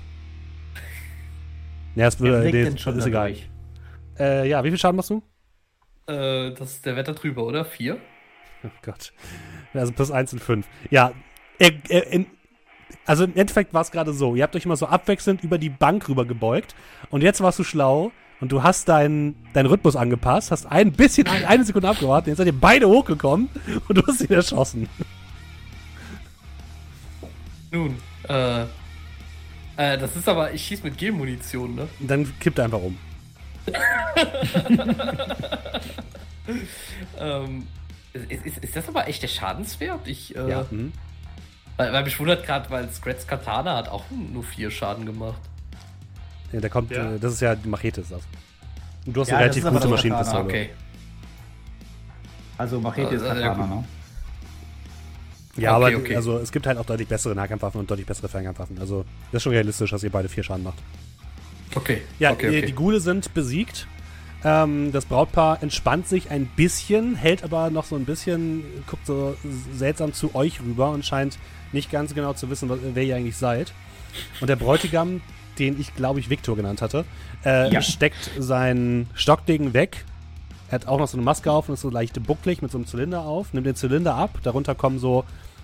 Ja, ist egal. Ja, wie viel Schaden machst du? Das ist der Wetter drüber, oder? 4? Oh Gott. Also plus 1 und 5. Ja, also im Endeffekt war es gerade so, ihr habt euch immer so abwechselnd über die Bank rüber gebeugt und jetzt warst du schlau und du hast deinen Rhythmus angepasst, hast eine Sekunde abgewartet, jetzt seid ihr beide hochgekommen und du hast ihn erschossen. Nun, das ist aber, ich schieß mit Gelmunition, ne? Dann kippt er einfach um. Ist das aber echt der Schadenswert? Ja. Weil mich wundert gerade, weil Scratch Katana hat auch nur 4 Schaden gemacht. Ja, der kommt, Ja. Das ist ja die Machete, ist das. Und du hast Ja, eine das relativ ist aber gute das Maschinenpistole. Okay. Also Machete ist Ja, Katana, gut. ne? Ja, Okay, aber okay. Also, es gibt halt auch deutlich bessere Nahkampfwaffen und deutlich bessere Fernkampfwaffen. Also das ist schon realistisch, dass ihr beide 4 Schaden macht. Okay. Ja, okay. die Ghule sind besiegt. Das Brautpaar entspannt sich ein bisschen, hält aber noch so ein bisschen, guckt so seltsam zu euch rüber und scheint nicht ganz genau zu wissen, wer ihr eigentlich seid. Und der Bräutigam, den ich glaube ich Viktor genannt hatte, steckt seinen Stockdegen weg. Er hat auch noch so eine Maske auf und ist so leicht bucklig mit so einem Zylinder auf. Nimmt den Zylinder ab. Darunter kommen so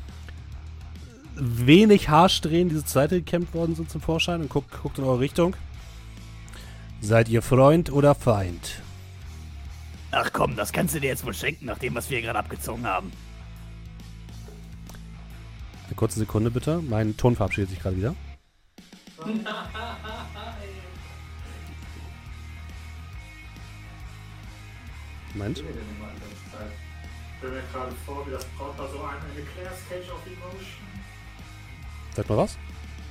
wenig Haarsträhnen, die zur Seite gekämmt worden sind, zum Vorschein und guckt in eure Richtung. Seid ihr Freund oder Feind? Ach komm, das kannst du dir jetzt wohl schenken, nach dem, was wir gerade abgezogen haben. Eine kurze Sekunde bitte. Mein Ton verabschiedet sich gerade wieder. Moment. Ich stelle mir gerade vor, wie das Brautpaar so eine Claire Stage of Emotion. Sagt mal was?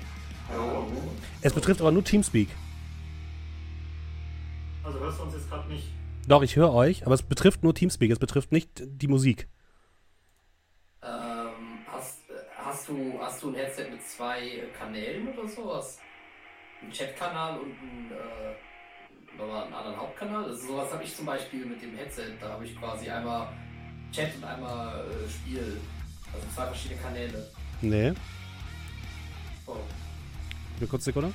Es betrifft aber nur Teamspeak. Also hörst du uns jetzt gerade nicht? Doch, ich höre euch, aber es betrifft nur Teamspeak. Es betrifft nicht die Musik. Hast du ein Headset mit 2 Kanälen oder sowas? Ein Chatkanal und einen anderen Hauptkanal? Also sowas habe ich zum Beispiel mit dem Headset. Da habe ich quasi einmal Chat und einmal Spiel. Also 2 verschiedene Kanäle. Nee. Oh. Eine kurze Sekunde.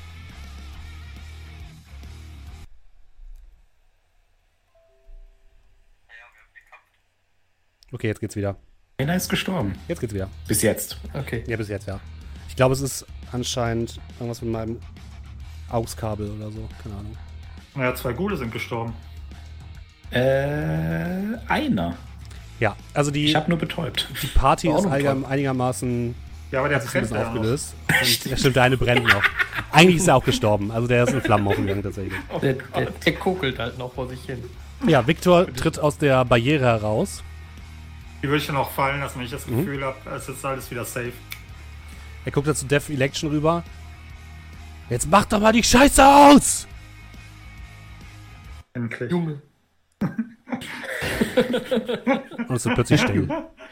Okay, jetzt geht's wieder. Einer ist gestorben. Jetzt geht's wieder. Bis jetzt. Okay. Ja, bis jetzt, ja. Ich glaube, es ist anscheinend irgendwas mit meinem AUX-Kabel oder so. Keine Ahnung. Naja, 2 Ghule sind gestorben. Einer. Ja, also Ich die habe nur betäubt. Party War auch ist noch einigermaßen Ja, aber der hat sich ein brennt bisschen ja noch. aufgelöst. Und, ja, stimmt, der eine brennt noch. Eigentlich ist er auch gestorben. Also der ist in Flammen aufgegangen tatsächlich. Der kokelt halt noch vor sich hin. Ja, Viktor tritt aus der Barriere heraus. Die würde ich dann auch fallen lassen, wenn ich das Gefühl habe, es ist alles wieder safe. Er guckt jetzt zu Death Election rüber. Jetzt mach doch mal die Scheiße aus! Endlich. Junge. Und es wird plötzlich still.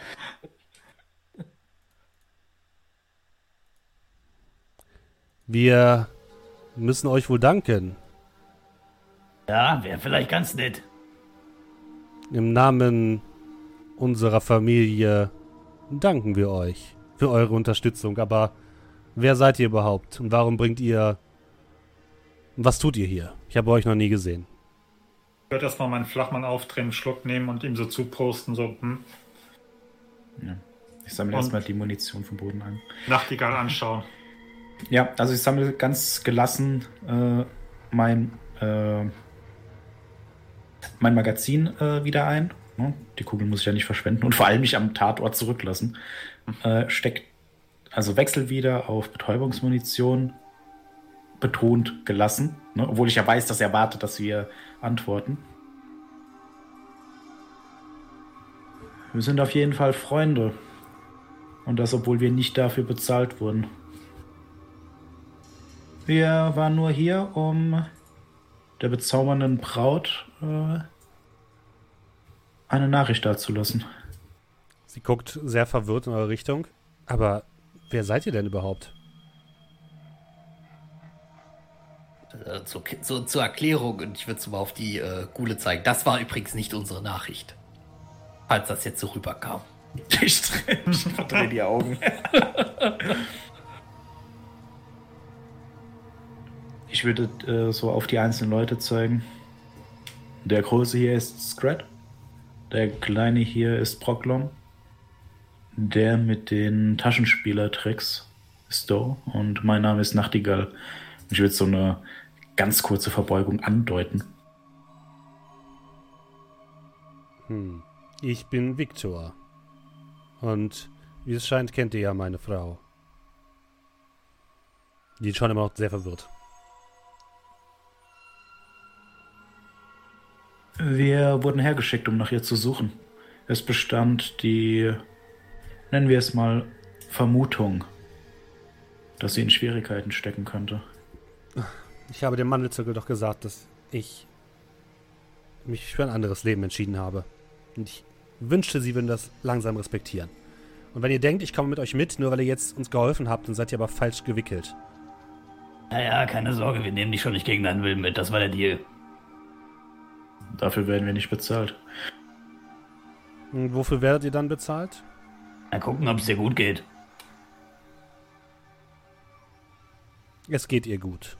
Wir müssen euch wohl danken. Ja, wäre vielleicht ganz nett. Im Namen unserer Familie danken wir euch für eure Unterstützung. Aber wer seid ihr überhaupt? Und warum was tut ihr hier? Ich habe euch noch nie gesehen. Ich würde erstmal meinen Flachmann aufdrehen, einen Schluck nehmen und ihm so zuprosten, so, Ja. Ich sammle erstmal die Munition vom Boden ein. Nachtigall anschauen. Ja, also ich sammle ganz gelassen mein Magazin wieder ein. Ne? Die Kugel muss ich ja nicht verschwenden und vor allem nicht am Tatort zurücklassen. Wechsel wieder auf Betäubungsmunition, betont gelassen, ne? Obwohl ich ja weiß, dass er wartet, dass wir antworten. Wir sind auf jeden Fall Freunde. Und das, obwohl wir nicht dafür bezahlt wurden. Wir waren nur hier, um der bezaubernden Braut eine Nachricht dazulassen. Sie guckt sehr verwirrt in eure Richtung. Aber wer seid ihr denn überhaupt? Zur Erklärung, und ich würde es mal auf die Ghule zeigen. Das war übrigens nicht unsere Nachricht. Falls das jetzt so rüberkam. Ich verdrehe die Augen. Ich würde so auf die einzelnen Leute zeigen. Der Große hier ist Scrat. Der Kleine hier ist Proklom. Der mit den Taschenspielertricks ist Do. Und mein Name ist Nachtigall. Ich würde so eine ganz kurze Verbeugung andeuten. Ich bin Viktor. Und wie es scheint, kennt ihr ja meine Frau. Die ist schon immer noch sehr verwirrt. Wir wurden hergeschickt, um nach ihr zu suchen. Es bestand die, nennen wir es mal, Vermutung, dass sie in Schwierigkeiten stecken könnte. Ich habe dem Mandelzirkel doch gesagt, dass ich mich für ein anderes Leben entschieden habe. Und ich wünschte, sie würden das langsam respektieren. Und wenn ihr denkt, ich komme mit euch mit, nur weil ihr jetzt uns geholfen habt, dann seid ihr aber falsch gewickelt. Naja, keine Sorge, wir nehmen dich schon nicht gegen deinen Willen mit. Das war der Deal. Dafür werden wir nicht bezahlt. Und wofür werdet ihr dann bezahlt? Mal gucken, ob es dir gut geht. Es geht ihr gut.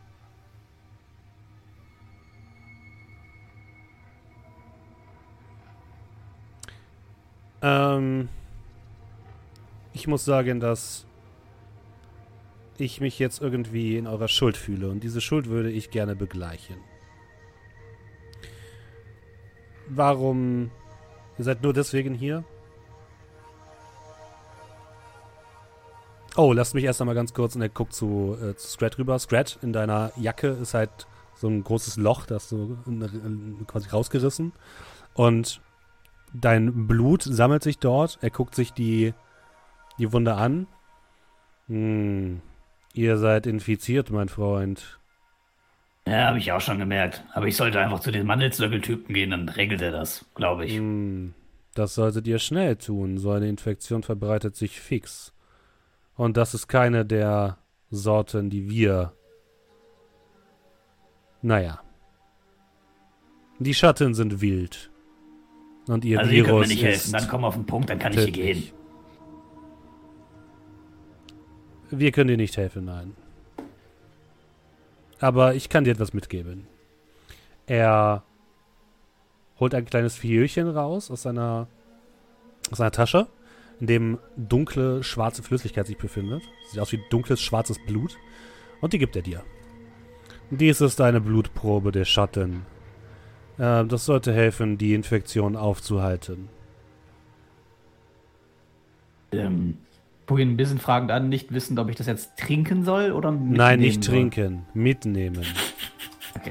Ich muss sagen, dass ich mich jetzt irgendwie in eurer Schuld fühle und diese Schuld würde ich gerne begleichen. Warum? Ihr seid nur deswegen hier? Oh, lasst mich erst einmal ganz kurz, und er guckt zu Scrat rüber. Scrat, in deiner Jacke ist halt so ein großes Loch, das so quasi rausgerissen. Und dein Blut sammelt sich dort. Er guckt sich die Wunde an. Ihr seid infiziert, mein Freund. Ja, habe ich auch schon gemerkt. Aber ich sollte einfach zu den Mandelzirkel-Typen gehen, dann regelt er das, glaube ich. Das solltet ihr schnell tun. So eine Infektion verbreitet sich fix. Und das ist keine der Sorten, die wir... Naja. Die Schatten sind wild. Und ihr Also ihr könnt mir Virus nicht helfen, ist dann komm auf den Punkt, dann kann ich hier gehen. tödlich. Wir können dir nicht helfen, nein. Aber ich kann dir etwas mitgeben. Er holt ein kleines Fiölchen raus aus seiner Tasche, in dem dunkle, schwarze Flüssigkeit sich befindet. Sieht aus wie dunkles, schwarzes Blut. Und die gibt er dir. Dies ist eine Blutprobe der Schatten. Das sollte helfen, die Infektion aufzuhalten. Guck ihn ein bisschen fragend an, nicht wissend, ob ich das jetzt trinken soll oder mitnehmen Nein, nicht soll. trinken. Mitnehmen. Okay.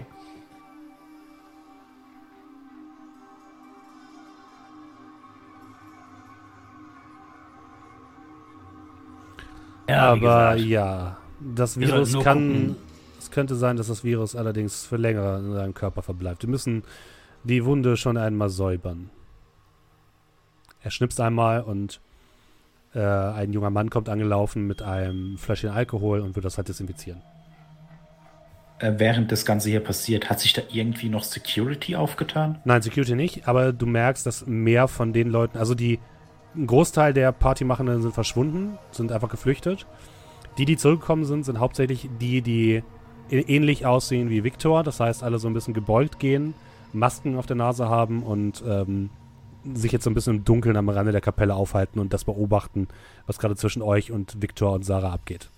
Ja, wie Aber gesagt. ja, das Wir Virus sollten nur kann... gucken. Es könnte sein, dass das Virus allerdings für länger in deinem Körper verbleibt. Wir müssen die Wunde schon einmal säubern. Er schnipst einmal und ein junger Mann kommt angelaufen mit einem Fläschchen Alkohol und wird das halt desinfizieren. Während das Ganze hier passiert, hat sich da irgendwie noch Security aufgetan? Nein, Security nicht, aber du merkst, dass mehr von den Leuten, also ein Großteil der Partymachenden sind verschwunden, sind einfach geflüchtet. Die zurückgekommen sind hauptsächlich die ähnlich aussehen wie Viktor, das heißt, alle so ein bisschen gebeugt gehen, Masken auf der Nase haben und sich jetzt so ein bisschen im Dunkeln am Rande der Kapelle aufhalten und das beobachten, was gerade zwischen euch und Viktor und Sarah abgeht.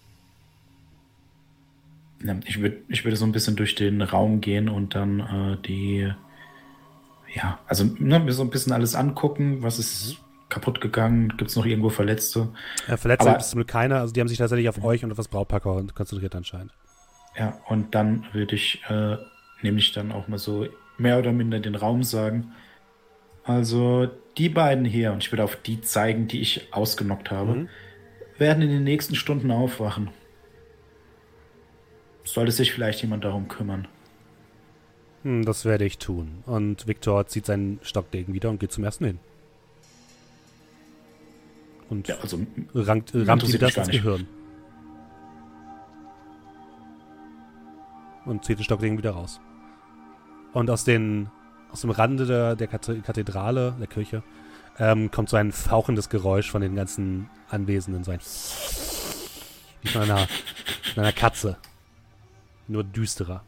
Ja, ich würde so ein bisschen durch den Raum gehen und dann mir so ein bisschen alles angucken, was ist kaputt gegangen, gibt es noch irgendwo Verletzte? Verletzte gibt es zum Glück keiner, also die haben sich tatsächlich auf euch und auf das Brautpaar konzentriert anscheinend. Ja, und dann würde ich nämlich dann auch mal so mehr oder minder den Raum sagen. Also die beiden hier, und ich würde auf die zeigen, die ich ausgenockt habe, werden in den nächsten Stunden aufwachen. Sollte sich vielleicht jemand darum kümmern. Das werde ich tun. Und Viktor zieht seinen Stockdegen wieder und geht zum ersten hin. Und Ja, also rammt ihm interessiert das mich gar ins nicht. Gehirn. Und zieht den Stockdegen wieder raus. Und aus dem Rande der Kathedrale, der Kirche, kommt so ein fauchendes Geräusch von den ganzen Anwesenden, so ein wie von einer Katze. Nur düsterer.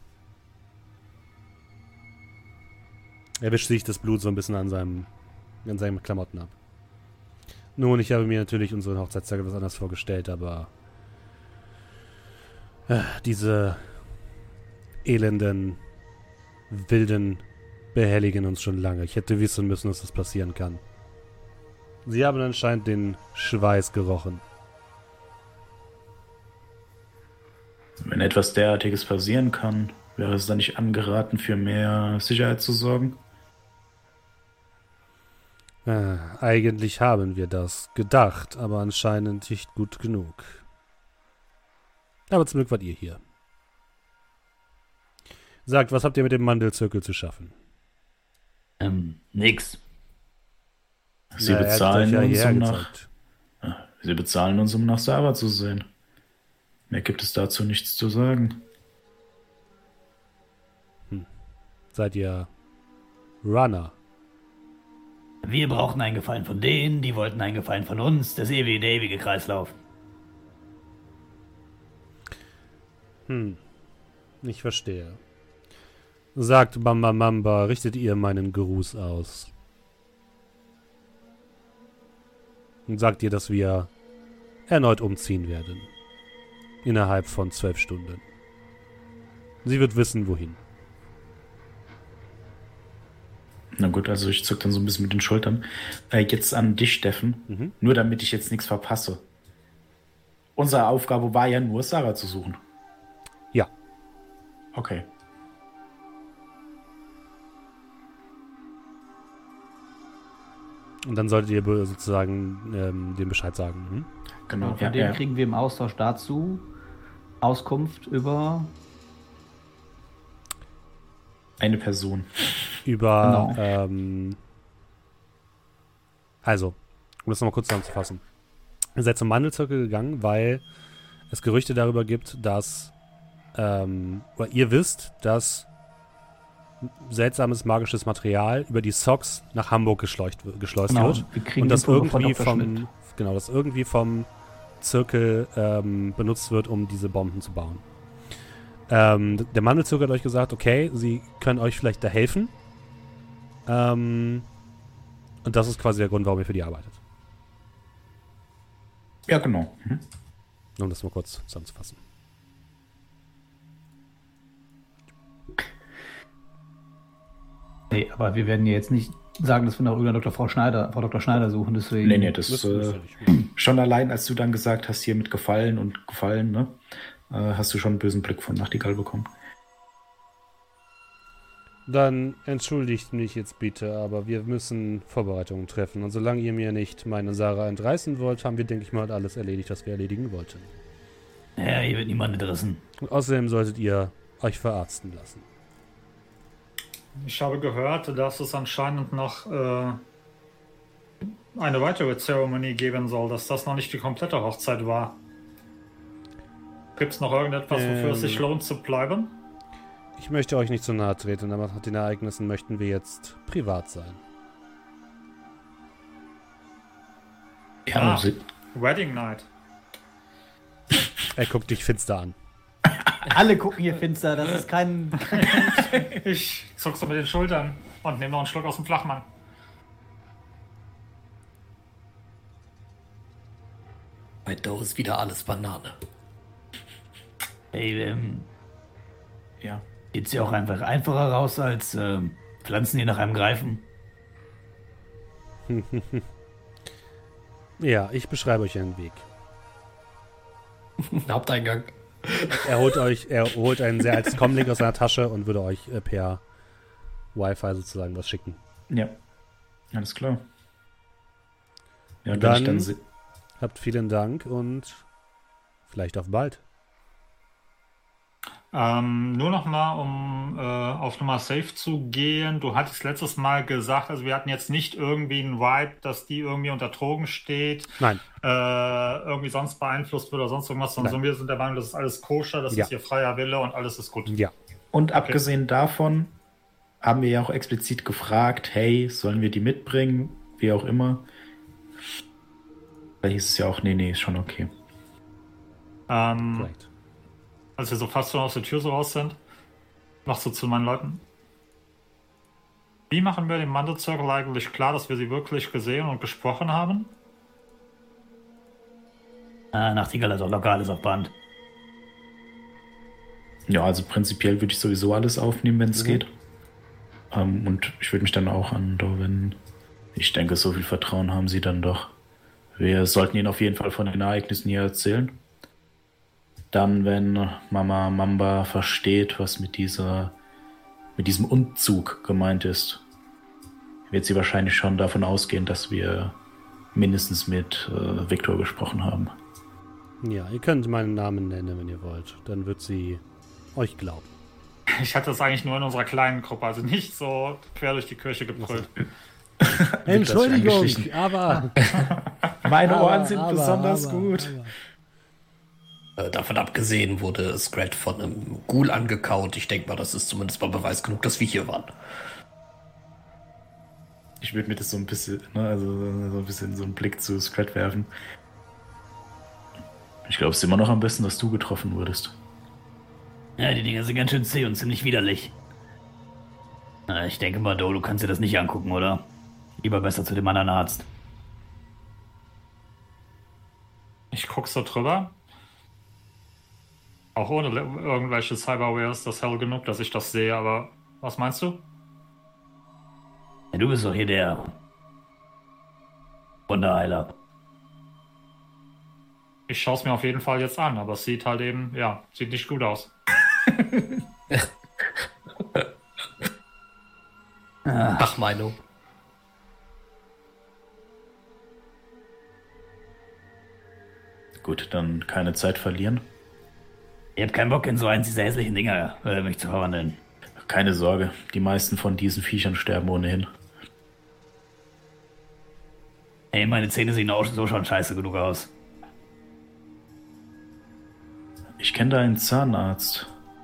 Er wischt sich das Blut so ein bisschen an seinen Klamotten ab. Nun, ich habe mir natürlich unseren Hochzeitstag etwas anders vorgestellt, aber diese elenden, wilden behelligen uns schon lange. Ich hätte wissen müssen, dass das passieren kann. Sie haben anscheinend den Schweiß gerochen. Wenn etwas derartiges passieren kann, wäre es dann nicht angeraten, für mehr Sicherheit zu sorgen? Eigentlich haben wir das gedacht, aber anscheinend nicht gut genug. Aber zum Glück wart ihr hier. Sagt, was habt ihr mit dem Mandelzirkel zu schaffen? Nix. Sie bezahlen uns, um nach Sarah zu sehen. Mehr gibt es dazu nichts zu sagen. Seid ihr Runner? Wir brauchten einen Gefallen von denen, die wollten einen Gefallen von uns. Der ewige Kreislauf. Ich verstehe. Sagt Bamba Mamba, richtet ihr meinen Gruß aus. Und sagt ihr, dass wir erneut umziehen werden. Innerhalb von 12 Stunden. Sie wird wissen, wohin. Na gut, also ich zuck dann so ein bisschen mit den Schultern. Jetzt an dich, Steffen. Nur damit ich jetzt nichts verpasse. Unsere Aufgabe war ja nur, Sarah zu suchen. Ja. Okay. Und dann solltet ihr sozusagen dem Bescheid sagen. Genau, von dem kriegen wir im Austausch dazu Auskunft über eine Person. Über, also, um das nochmal kurz zusammenzufassen. Ihr seid zum Mandelzirkel gegangen, weil es Gerüchte darüber gibt, dass, oder ihr wisst, dass seltsames magisches Material über die Sox nach Hamburg geschleust wird. Und das irgendwie vom Zirkel benutzt wird, um diese Bomben zu bauen. Der Mandelzirkel hat euch gesagt, okay, sie können euch vielleicht da helfen. Und das ist quasi der Grund, warum ihr für die arbeitet. Ja, genau. Um das mal kurz zusammenzufassen. Nee, aber wir werden ja jetzt nicht sagen, dass wir nach irgendeiner Frau Dr. Schneider suchen, deswegen. Nee, das ist schon allein, als du dann gesagt hast, hier mit Gefallen, ne? Hast du schon einen bösen Blick von Nachtigall bekommen. Dann entschuldigt mich jetzt bitte, aber wir müssen Vorbereitungen treffen. Und solange ihr mir nicht meine Sarah entreißen wollt, haben wir, denke ich mal, alles erledigt, was wir erledigen wollten. Ja, hier wird niemand entrissen. Und außerdem solltet ihr euch verarzten lassen. Ich habe gehört, dass es anscheinend noch eine weitere Zeremonie geben soll, dass das noch nicht die komplette Hochzeit war. Gibt es noch irgendetwas, wofür es sich lohnt zu bleiben? Ich möchte euch nicht zu nahe treten, aber nach den Ereignissen möchten wir jetzt privat sein. Ja, Wedding Night. Er guckt dich finster an. Alle gucken hier finster, das ist kein... Ich zuck so mit den Schultern und nehme noch einen Schluck aus dem Flachmann. Bei Doe ist wieder alles Banane. Hey, ja. geht's ja auch einfach einfacher raus als Pflanzen, die nach einem greifen. Ja, ich beschreibe euch einen Weg. Haupteingang. Er holt einen sehr altes Comlink aus seiner Tasche und würde euch per Wi-Fi sozusagen was schicken. Ja, alles klar. Ja, und dann habt vielen Dank und vielleicht auf bald. Nur nochmal, um auf Nummer safe zu gehen. Du hattest letztes Mal gesagt, also wir hatten jetzt nicht irgendwie einen Vibe, dass die irgendwie unter Drogen steht. Nein. Irgendwie sonst beeinflusst wird oder sonst irgendwas, sondern wir sind der Meinung, das ist alles koscher, das ist ihr freier Wille und alles ist gut. Ja. Und abgesehen davon haben wir ja auch explizit gefragt, hey, sollen wir die mitbringen? wie auch immer. Da hieß es ja auch, nee, ist schon okay. Korrekt. Als wir so fast schon aus der Tür so raus sind, machst du zu meinen Leuten. Wie machen wir dem Mandelzirkel eigentlich klar, dass wir sie wirklich gesehen und gesprochen haben? Nachtigall hat doch locker alles auf Band. Ja, also prinzipiell würde ich sowieso alles aufnehmen, wenn es geht. Und ich würde mich dann auch an Dorwin. Ich denke, so viel Vertrauen haben sie dann doch. Wir sollten ihnen auf jeden Fall von den Ereignissen hier erzählen. Dann, wenn Mama Mamba versteht, was mit diesem Umzug gemeint ist, wird sie wahrscheinlich schon davon ausgehen, dass wir mindestens mit Viktor gesprochen haben. Ja, ihr könnt meinen Namen nennen, wenn ihr wollt. Dann wird sie euch glauben. Ich hatte das eigentlich nur in unserer kleinen Gruppe, also nicht so quer durch die Kirche gebrüllt. Entschuldigung, aber... Meine Ohren sind besonders gut. Davon abgesehen wurde Scrat von einem Ghoul angekaut. Ich denke mal, das ist zumindest mal Beweis genug, dass wir hier waren. Ich würde mir das so ein bisschen, so einen Blick zu Scrat werfen. Ich glaube, es ist immer noch am besten, dass du getroffen wurdest. Ja, die Dinger sind ganz schön zäh und ziemlich widerlich. Ich denke mal, du kannst dir das nicht angucken, oder? Lieber besser zu dem anderen Arzt. Ich guck so drüber. Auch ohne irgendwelche Cyberware ist das hell genug, dass ich das sehe, aber was meinst du? Ja, du bist doch hier der Wunderheiler. Ich schaue es mir auf jeden Fall jetzt an, aber es sieht halt eben, ja, sieht nicht gut aus. Ach, Meinung. Gut, dann keine Zeit verlieren. Ich hab keinen Bock, in so eins dieser hässlichen Dinger mich zu verwandeln. Keine Sorge, die meisten von diesen Viechern sterben ohnehin. Ey, meine Zähne sehen auch so schon scheiße genug aus. Ich kenne da einen Zahnarzt.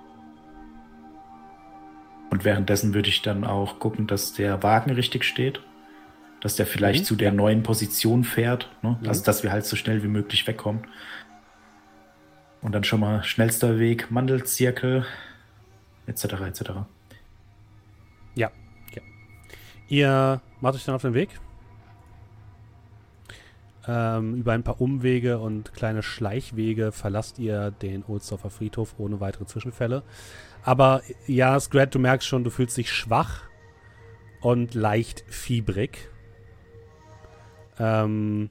Und währenddessen würde ich dann auch gucken, dass der Wagen richtig steht. Dass der vielleicht zu der neuen Position fährt. Ne? Also, dass wir halt so schnell wie möglich wegkommen. Und dann schon mal schnellster Weg, Mandelzirkel, etc. etc. Ja. Ihr macht euch dann auf den Weg. Über ein paar Umwege und kleine Schleichwege verlasst ihr den Ohlsdorfer Friedhof ohne weitere Zwischenfälle. Aber ja, Scrat, du merkst schon, du fühlst dich schwach und leicht fiebrig. Dir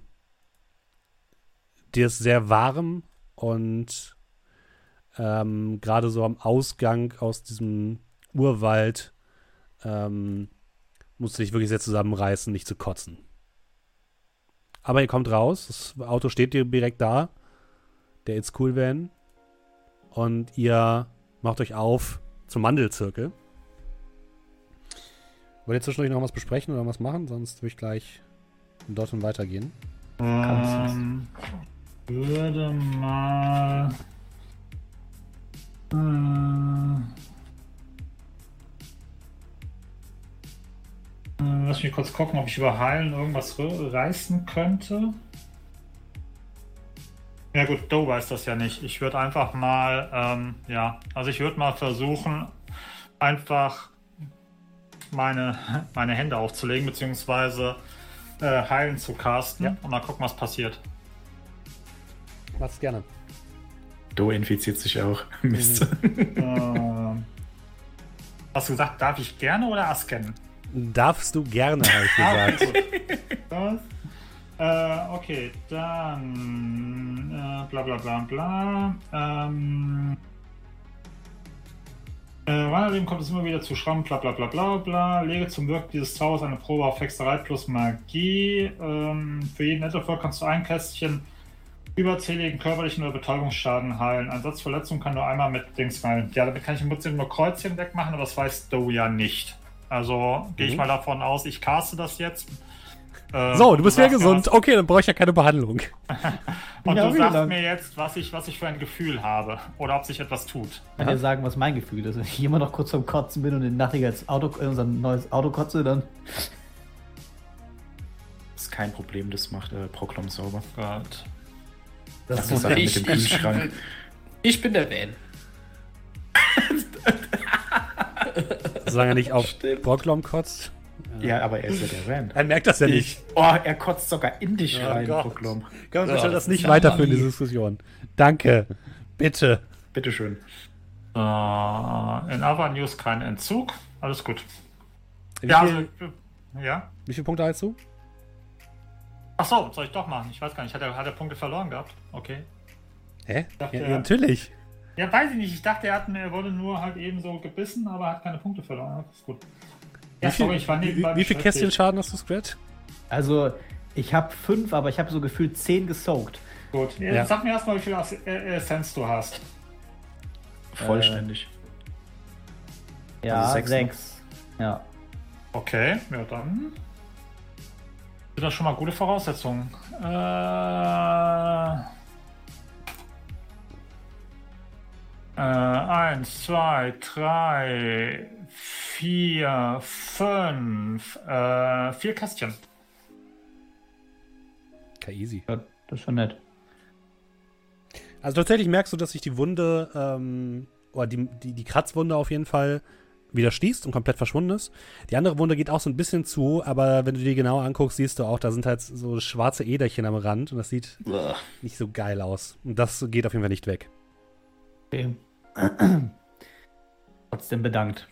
ist sehr warm und gerade so am Ausgang aus diesem Urwald musst du dich wirklich sehr zusammenreißen, nicht zu kotzen. Aber ihr kommt raus, das Auto steht dir direkt da, der It's Cool Van, und ihr macht euch auf zum Mandelzirkel. Wollt ihr zwischendurch noch was besprechen oder was machen? Sonst würde ich gleich dorthin weitergehen. Würde mal... lass mich kurz gucken, ob ich über Heilen irgendwas reißen könnte. Ja gut, Du weiß das ja nicht. Ich würde einfach mal, ich würde mal versuchen, einfach meine Hände aufzulegen, beziehungsweise Heilen zu casten und mal gucken, was passiert. Mach's gerne. Do infiziert sich auch. Mist. Hast du gesagt, darf ich gerne oder askennen? Darfst du gerne, habe ich gesagt. Okay, dann bla bla bla bla. Wanderleben kommt es immer wieder zu Schrammen, bla bla bla bla bla. Lege zum Wirken dieses Zaubers eine Probe auf Hexerei plus Magie. Für jeden Nettofolg kannst du ein Kästchen überzähligen körperlichen oder Betäubungsschaden heilen. Ein Satz Verletzung kann nur einmal mit Dings heilen. Ja, damit kann ich im Prinzip nur Kreuzchen wegmachen, aber das weiß Do ja nicht. Also gehe ich mal davon aus, ich caste das jetzt. So, du bist wieder gesund. Okay, dann brauche ich ja keine Behandlung. Und du sagst mir jetzt, was ich für ein Gefühl habe. Oder ob sich etwas tut. Ich kann dir sagen, was mein Gefühl ist. Wenn ich immer noch kurz vorm Kotzen bin und in Nachtigall unser neues Auto kotze, dann... kein Problem, das macht Proklom sauber. Gut. Das ist halt mit dem Kühlschrank. Ich bin der Van. Solange er nicht auf Brocklom kotzt. Ja, aber er ist ja der Van. Er merkt das ja nicht. Oh, er kotzt sogar in dich rein, Gott. Proklom. Können wir das nicht Ja, weiterführen, Mann. diese Diskussion? Danke. Bitte. Bitteschön. In Other News kein Entzug. Alles gut. Wie, Ja, viel, ja. wie viele Punkte hast du? Achso, soll ich doch machen? Ich weiß gar nicht. Hat er Punkte verloren gehabt? Okay. Hä? dachte, Ja, ja. natürlich. Ja, weiß ich nicht. Ich dachte, er wurde nur halt eben so gebissen, aber hat keine Punkte verloren. Das ist gut. Ja, sorry, ich war nebenbei Wie viel Kästchen Schaden hast du, Scratch? Also, ich habe 5, aber ich habe so gefühlt 10 gesaugt. Gut. Ja. Sag mir erstmal, wie viel Essenz du hast. Vollständig. Ja, Also 6, 6. Ja. Okay, ja dann. Sind das schon mal gute Voraussetzungen. 1, 2, 3, 4, 5, 4 Kästchen. Okay, easy. Ja, das ist schon nett. Also tatsächlich merkst du, dass sich die Wunde, oder die Kratzwunde auf jeden Fall wieder schließt und komplett verschwunden ist. Die andere Wunde geht auch so ein bisschen zu, aber wenn du die genau anguckst, siehst du auch, da sind halt so schwarze Äderchen am Rand und das sieht nicht so geil aus. Und das geht auf jeden Fall nicht weg. Okay. Trotzdem bedankt.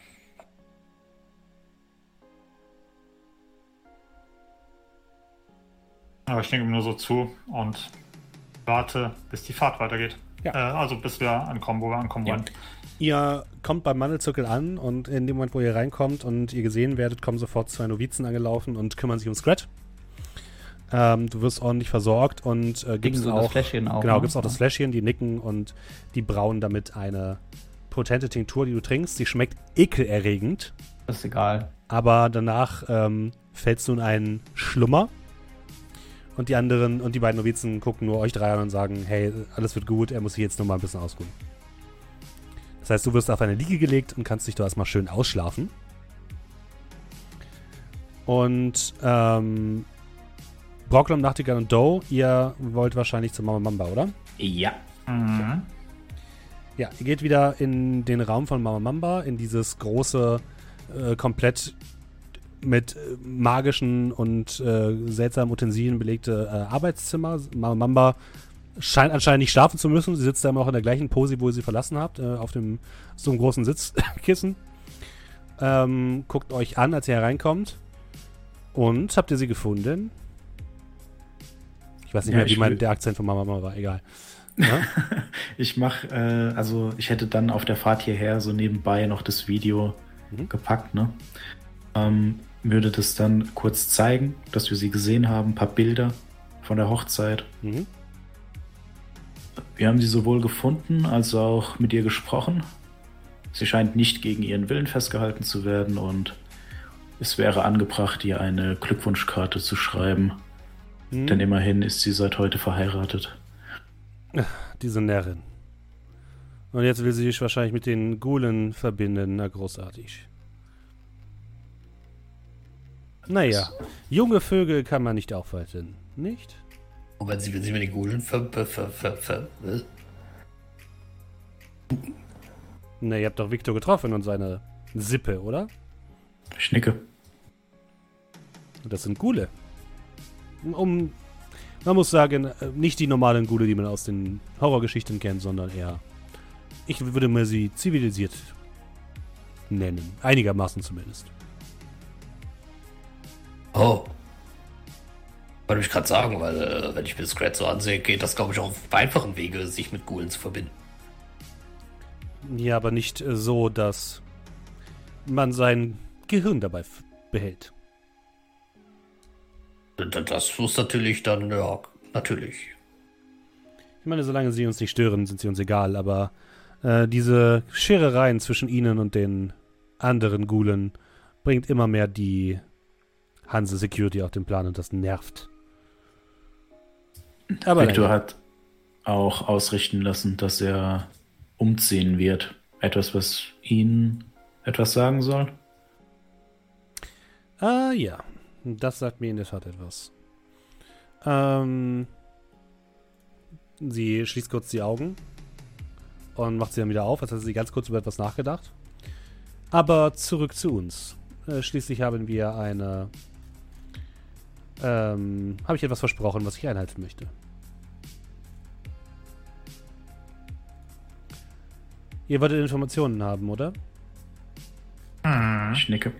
Aber ich denke mir nur so zu und warte, bis die Fahrt weitergeht. Ja. Also bis wir ankommen, wo wir ankommen wollen. Ihr kommt beim Mandelzirkel an und in dem Moment, wo ihr reinkommt und ihr gesehen werdet, kommen sofort 2 Novizen angelaufen und kümmern sich um Scrat. Du wirst ordentlich versorgt und gibst du auch, das Fläschchen auch, genau, ne? gibst auch das Fläschchen, die nicken und die brauen damit eine potente Tinktur, die du trinkst. Die schmeckt ekelerregend, Das ist egal. aber danach fällst du in einen Schlummer und die anderen und die beiden Novizen gucken nur euch drei an und sagen, hey, alles wird gut, er muss sich jetzt noch mal ein bisschen ausruhen. Das heißt, du wirst auf eine Liege gelegt und kannst dich da erstmal schön ausschlafen. Und Brocklom, Nachtigall und Doe, ihr wollt wahrscheinlich zu Mama Mamba, oder? Ja. Mhm. Ja, ihr geht wieder in den Raum von Mama Mamba, in dieses große, komplett mit magischen und seltsamen Utensilien belegte Arbeitszimmer. Mama Mamba scheint anscheinend nicht schlafen zu müssen. Sie sitzt da immer noch in der gleichen Pose, wo ihr sie verlassen habt, auf so einem großen Sitzkissen. Guckt euch an, als ihr hereinkommt. Und habt ihr sie gefunden? Ich weiß nicht Ja, mehr, wie der Akzent von Mama Mamba war. Egal. Ja? Ich mache, also ich hätte dann auf der Fahrt hierher so nebenbei noch das Video gepackt, ne? Würde das dann kurz zeigen, dass wir sie gesehen haben, ein paar Bilder von der Hochzeit. Mhm. Wir haben sie sowohl gefunden als auch mit ihr gesprochen. Sie scheint nicht gegen ihren Willen festgehalten zu werden und es wäre angebracht, ihr eine Glückwunschkarte zu schreiben. Mhm. Denn immerhin ist sie seit heute verheiratet. Diese Närrin. Und jetzt will sie sich wahrscheinlich mit den Gulen verbinden. Na, großartig. Naja, junge Vögel kann man nicht aufhalten, nicht? Und wenn sie mit den Gulen Na, ihr habt doch Victor getroffen und seine Sippe, oder? Ich nicke. Das sind Gule. Man muss sagen, nicht die normalen Gule, die man aus den Horrorgeschichten kennt, sondern eher, ich würde mal sie zivilisiert nennen. Einigermaßen zumindest. Oh. Wollte ich gerade sagen, weil wenn ich mir Scrat so ansehe, geht das, glaube ich, auch auf einfachen Wege, sich mit Gulen zu verbinden. Ja, aber nicht so, dass man sein Gehirn dabei behält. Das muss natürlich dann, ja, natürlich. Ich meine, solange sie uns nicht stören, sind sie uns egal, aber diese Scherereien zwischen ihnen und den anderen Gulen bringt immer mehr die Hanse Security auf den Plan und das nervt. Aber Victor naja. hat auch ausrichten lassen, dass er umziehen wird. Etwas, was ihn etwas sagen soll? Ja, das sagt mir in der Tat etwas. Sie schließt kurz die Augen und macht sie dann wieder auf, als hätte sie ganz kurz über etwas nachgedacht. Aber zurück zu uns. Schließlich haben wir habe ich etwas versprochen, was ich einhalten möchte. Ihr wolltet Informationen haben, oder? Ich nicke.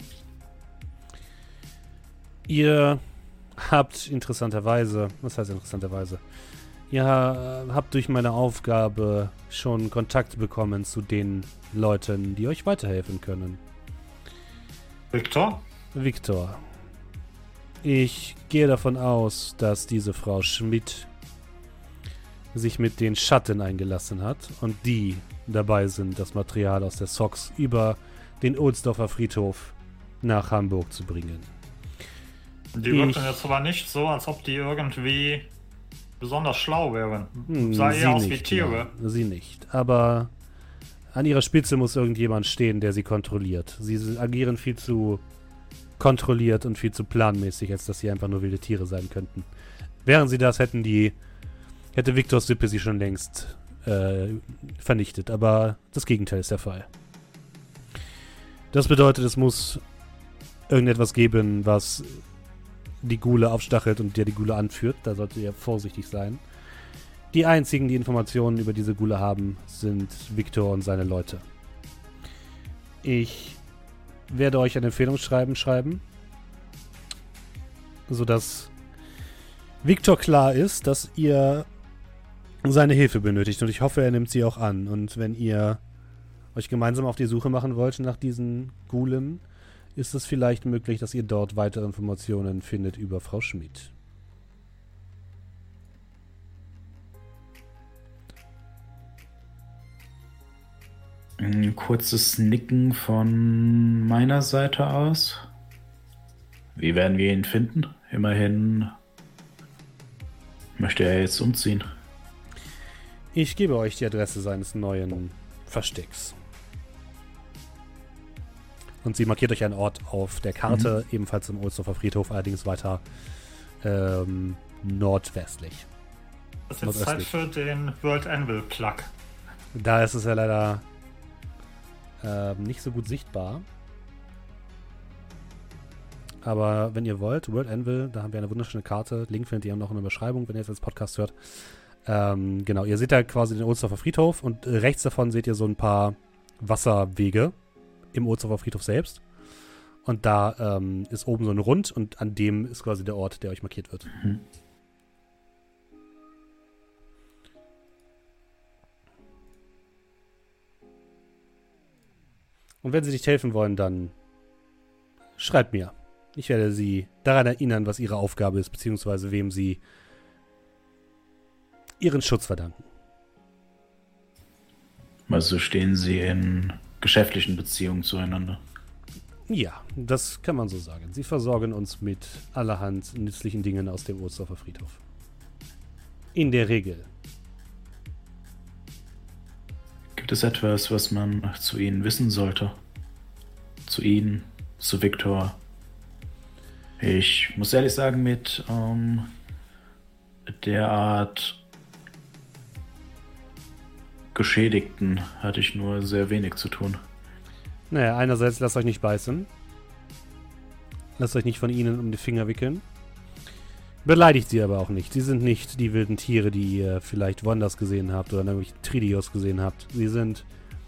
Ihr habt interessanterweise, ihr habt durch meine Aufgabe schon Kontakt bekommen zu den Leuten, die euch weiterhelfen können. Victor. Ich gehe davon aus, dass diese Frau Schmidt sich mit den Schatten eingelassen hat und die dabei sind, das Material aus der Sox über den Ohlsdorfer Friedhof nach Hamburg zu bringen. Die wirken jetzt aber nicht so, als ob die irgendwie besonders schlau wären. Sah eher aus wie Tiere. Nein, sie nicht. Aber an ihrer Spitze muss irgendjemand stehen, der sie kontrolliert. Sie agieren viel zu kontrolliert und viel zu planmäßig, als dass sie einfach nur wilde Tiere sein könnten. Wären sie das, hätte Victors Sippe sie schon längst vernichtet. Aber das Gegenteil ist der Fall. Das bedeutet, es muss irgendetwas geben, was die Ghule aufstachelt und der die Ghule anführt. Da solltet ihr vorsichtig sein. Die einzigen, die Informationen über diese Ghule haben, sind Victor und seine Leute. Ich werde euch ein Empfehlungsschreiben schreiben, sodass Victor klar ist, dass ihr seine Hilfe benötigt. Und ich hoffe, er nimmt sie auch an. Und wenn ihr euch gemeinsam auf die Suche machen wollt nach diesen Ghulen, ist es vielleicht möglich, dass ihr dort weitere Informationen findet über Frau Schmidt. Ein kurzes Nicken von meiner Seite aus. Wie werden wir ihn finden? Immerhin möchte er jetzt umziehen. Ich gebe euch die Adresse seines neuen Verstecks. Und sie markiert euch einen Ort auf der Karte, ebenfalls im Ohlsdorfer Friedhof, allerdings weiter nordwestlich. Das ist jetzt Zeit für den World Anvil Plug. Da ist es ja leider nicht so gut sichtbar. Aber wenn ihr wollt, World Anvil, da haben wir eine wunderschöne Karte. Link findet ihr noch in der Beschreibung, wenn ihr jetzt das Podcast hört. Genau, ihr seht da quasi den Ohlsdorfer Friedhof und rechts davon seht ihr so ein paar Wasserwege im Ohlsdorfer Friedhof selbst. Und da ist oben so ein Rund und an dem ist quasi der Ort, der euch markiert wird. Mhm. Und wenn sie nicht helfen wollen, dann schreibt mir. Ich werde sie daran erinnern, was ihre Aufgabe ist, beziehungsweise wem sie ihren Schutz verdanken. Also stehen sie in geschäftlichen Beziehungen zueinander. Ja, das kann man so sagen. Sie versorgen uns mit allerhand nützlichen Dingen aus dem Ohlsdorfer Friedhof. In der Regel. Gibt es etwas, was man zu ihnen wissen sollte? Zu ihnen, zu Victor? Ich muss ehrlich sagen, mit der Art Geschädigten hatte ich nur sehr wenig zu tun. Naja, einerseits lasst euch nicht beißen. Lasst euch nicht von ihnen um die Finger wickeln. Beleidigt sie aber auch nicht. Sie sind nicht die wilden Tiere, die ihr vielleicht woanders gesehen habt oder nämlich Tridios gesehen habt. Sie sind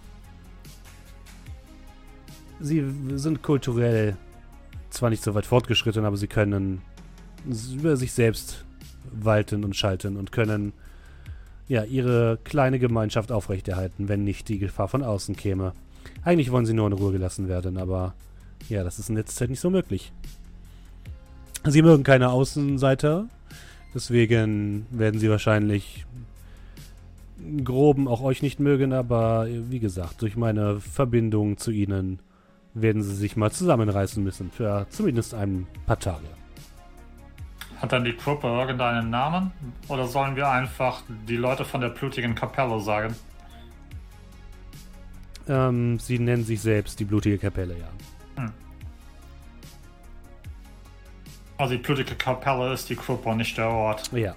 kulturell zwar nicht so weit fortgeschritten, aber sie können über sich selbst walten und schalten und können ja ihre kleine Gemeinschaft aufrechterhalten, wenn nicht die Gefahr von außen käme. Eigentlich wollen sie nur in Ruhe gelassen werden, aber ja, das ist in letzter Zeit nicht so möglich. Sie mögen keine Außenseiter, deswegen werden sie wahrscheinlich groben auch euch nicht mögen, aber wie gesagt, durch meine Verbindung zu ihnen werden sie sich mal zusammenreißen müssen, für zumindest ein paar Tage. Hat dann die Gruppe irgendeinen Namen? Oder sollen wir einfach die Leute von der blutigen Kapelle sagen? Sie nennen sich selbst die blutige Kapelle, ja. Also die blutige Kapelle ist die Gruppe, nicht der Ort. Ja.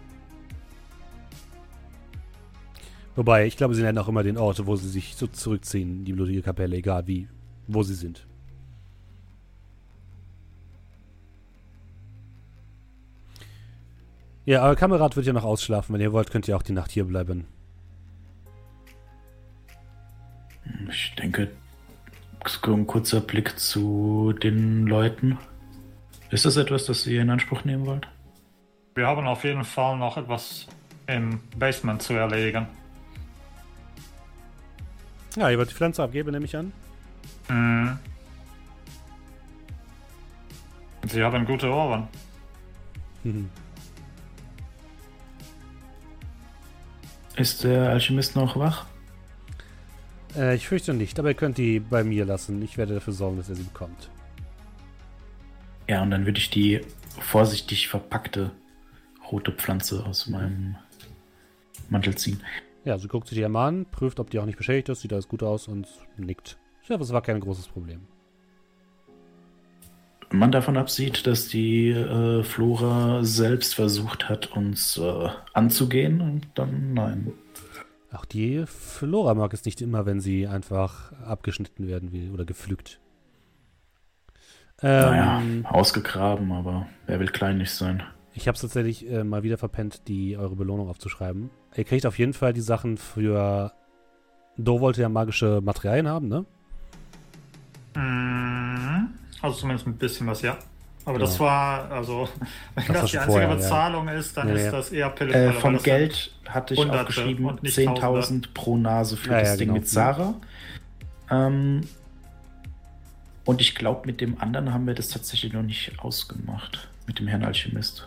Wobei, ich glaube, sie nennen auch immer den Ort, wo sie sich so zurückziehen, die blutige Kapelle, egal wie, wo sie sind. Ja, euer Kamerad wird ja noch ausschlafen. Wenn ihr wollt, könnt ihr auch die Nacht hier bleiben. Ich denke, ein kurzer Blick zu den Leuten. Ist das etwas, das ihr in Anspruch nehmen wollt? Wir haben auf jeden Fall noch etwas im Basement zu erledigen. Ja, ihr wollt die Pflanze abgeben, nehme ich an. Sie haben gute Ohren. Ist der Alchemist noch wach? Ich fürchte nicht, aber ihr könnt die bei mir lassen. Ich werde dafür sorgen, dass er sie bekommt. Ja, und dann würde ich die vorsichtig verpackte rote Pflanze aus meinem Mantel ziehen. Ja, sie guckt sich die einmal an, prüft, ob die auch nicht beschädigt ist, sieht alles gut aus und nickt. Ich glaube, es war kein großes Problem. Wenn man davon absieht, dass die Flora selbst versucht hat, uns anzugehen, dann nein. Auch die Flora mag es nicht immer, wenn sie einfach abgeschnitten werden will oder gepflückt. Naja, ausgegraben, aber wer will kleinlich sein? Ich habe es tatsächlich mal wieder verpennt, eure Belohnung aufzuschreiben. Ihr kriegt auf jeden Fall die Sachen für... Do wollte ja magische Materialien haben, ne? Also zumindest ein bisschen was, ja. Aber Genau. das war, also, wenn Das war das die schon einzige vorher, Bezahlung ist, dann Ja, ist ja. das eher Pillepalle. Vom weil das Geld hatte ich Hunderte aufgeschrieben, und nicht 10.000 pro Nase für Ja, das ja, Ding genau. mit Sarah. Und ich glaube, mit dem anderen haben wir das tatsächlich noch nicht ausgemacht. Mit dem Herrn Alchemist.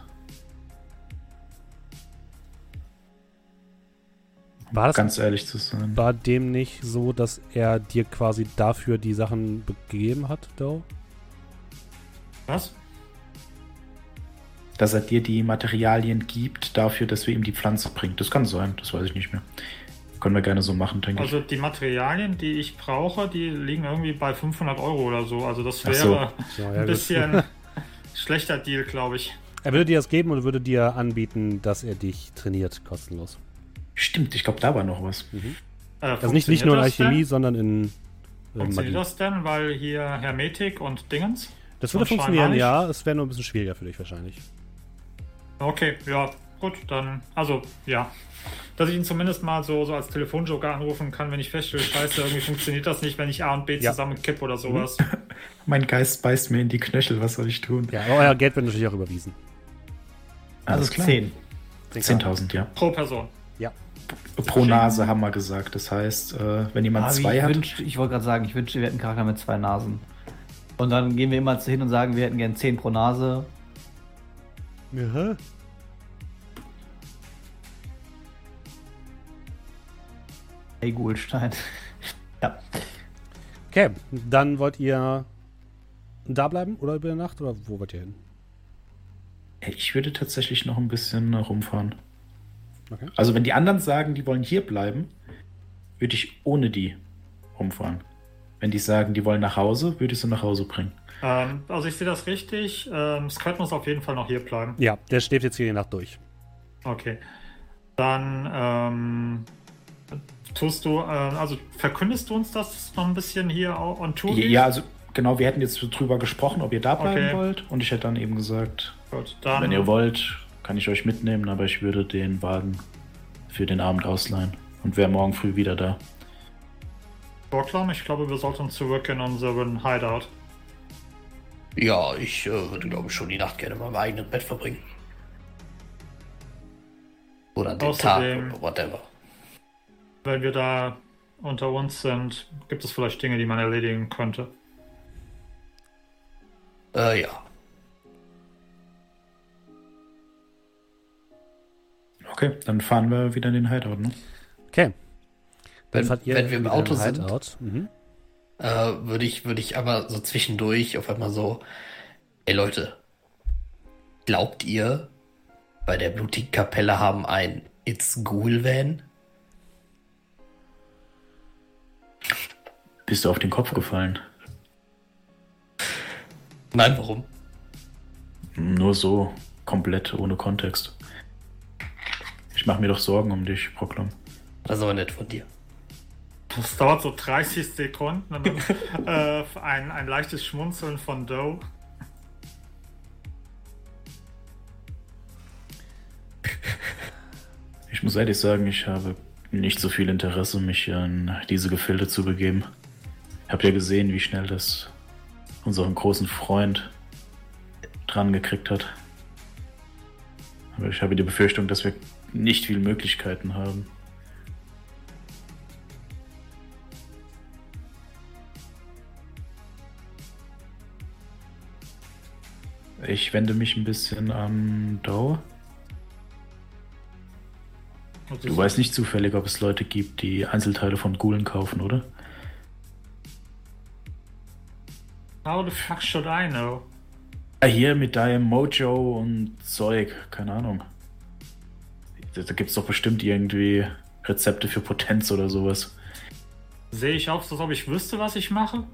War das Ganz ehrlich zu sein. War dem nicht so, dass er dir quasi dafür die Sachen gegeben hat, Do? Was? Dass er dir die Materialien gibt, dafür, dass wir ihm die Pflanze bringen. Das kann sein, das weiß ich nicht mehr. Können wir gerne so machen, denke Also die Materialien, die ich brauche, die liegen irgendwie bei 500 Euro oder so. Also das Ach so. wäre Ja, ein gut. bisschen schlechter Deal, glaube ich. Er würde dir das geben und würde dir anbieten, dass er dich trainiert, kostenlos. ich. Stimmt, ich glaube, da war noch was. Also nicht nur in Alchemie, sondern in Funktioniert Magie. das denn? Weil hier Hermetik und Dingens? Das würde und funktionieren, Scheinheilig? ja. Es wäre nur ein bisschen schwieriger für dich wahrscheinlich. Okay, ja, gut, dann, also, ja. Dass ich ihn zumindest mal so als Telefonjoker anrufen kann, wenn ich feststelle, scheiße, irgendwie funktioniert das nicht, wenn ich A und B Ja. zusammen kipp oder sowas. Mein Geist beißt mir in die Knöchel, was soll ich tun? Ja, aber euer Geld wird natürlich auch überwiesen. Alles klar. 10. 10.000, ja. Pro Person. Pro Nase haben wir gesagt. Das heißt, wenn jemand zwei hat. Ich wollte gerade sagen, ich wünschte, wir hätten einen Charakter mit 2 Nasen. Und dann gehen wir immer hin und sagen, wir hätten gern 10 pro Nase. Ja. Hey, Gulstein. Ja. Okay, dann wollt ihr da bleiben oder über die Nacht oder wo wollt ihr hin? Ich würde tatsächlich noch ein bisschen rumfahren. Okay. Also wenn die anderen sagen, die wollen hier bleiben, würde ich ohne die rumfahren. Wenn die sagen, die wollen nach Hause, würde ich sie nach Hause bringen. Also ich sehe das richtig. Scott muss auf jeden Fall noch hier bleiben. Ja, der schläft jetzt hier die Nacht durch. Okay. Dann tust du, also verkündest du uns das noch ein bisschen hier on Tour? Ja, also genau, wir hätten jetzt drüber gesprochen, ob ihr da bleiben Okay. wollt. Und ich hätte dann eben gesagt, Gut, dann, wenn ihr wollt, kann ich euch mitnehmen, aber ich würde den Wagen für den Abend ausleihen. Und wäre morgen früh wieder da. Borglum, ich glaube, wir sollten zurück in unseren Hideout. Ja, ich würde, glaube ich, schon die Nacht gerne mal im eigenen Bett verbringen. Oder den Außerdem- Tag oder whatever. Wenn wir da unter uns sind, gibt es vielleicht Dinge, die man erledigen könnte. Ja. Okay, dann fahren wir wieder in den Hideout, ne? Okay. Dann Wenn, fahrt ihr wenn wir im wieder Auto in den sind, Hideout. Mhm. würde ich aber so zwischendurch auf einmal so, ey Leute, glaubt ihr, bei der blutigen Kapelle haben ein It's Ghoul Van? Bist du auf den Kopf gefallen? Nein, warum? Nur so, komplett ohne Kontext. Ich mache mir doch Sorgen um dich, Proklam. Das ist aber nett von dir. Das dauert so 30 Sekunden und dann ein leichtes Schmunzeln von Doe. Ich muss ehrlich sagen, ich habe nicht so viel Interesse, mich in diese Gefilde zu begeben. Ich habe ja gesehen, wie schnell das unseren großen Freund dran gekriegt hat. Aber ich habe die Befürchtung, dass wir nicht viele Möglichkeiten haben. Ich wende mich ein bisschen an Doe. Du weißt nicht zufällig, ob es Leute gibt, die Einzelteile von Ghoulen kaufen, oder? How the fuck should I know? Ja, hier mit deinem Mojo und Zeug, keine Ahnung. Da gibt's doch bestimmt irgendwie Rezepte für Potenz oder sowas. Sehe ich aus, als ob ich wüsste, was ich mache?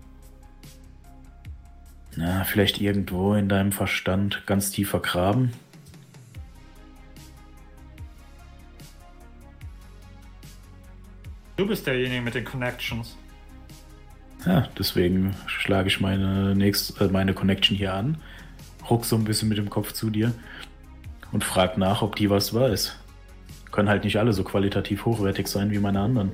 Na, vielleicht irgendwo in deinem Verstand ganz tief vergraben. Du bist derjenige mit den Connections. Ja, deswegen schlage ich meine Connection hier an, ruck so ein bisschen mit dem Kopf zu dir und frag nach, ob die was weiß. Können halt nicht alle so qualitativ hochwertig sein wie meine anderen.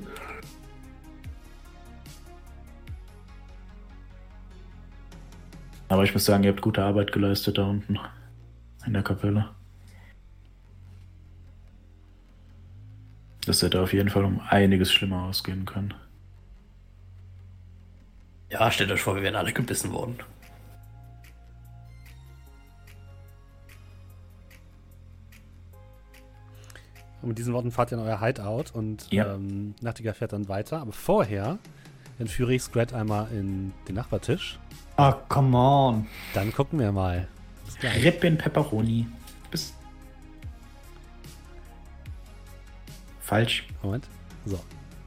Aber ich muss sagen, ihr habt gute Arbeit geleistet da unten in der Kapelle. Das hätte auf jeden Fall um einiges schlimmer ausgehen können. Ja, stellt euch vor, wir wären alle gebissen worden. Und mit diesen Worten fahrt ihr in euer Hideout und Ja. Nachtigall fährt dann weiter. Aber vorher entführe ich Scrat einmal in den Nachbartisch. Ah, come on. Dann gucken wir mal. Bis gleich. Rippin Pepperoni. Bis. Falsch. Moment. So.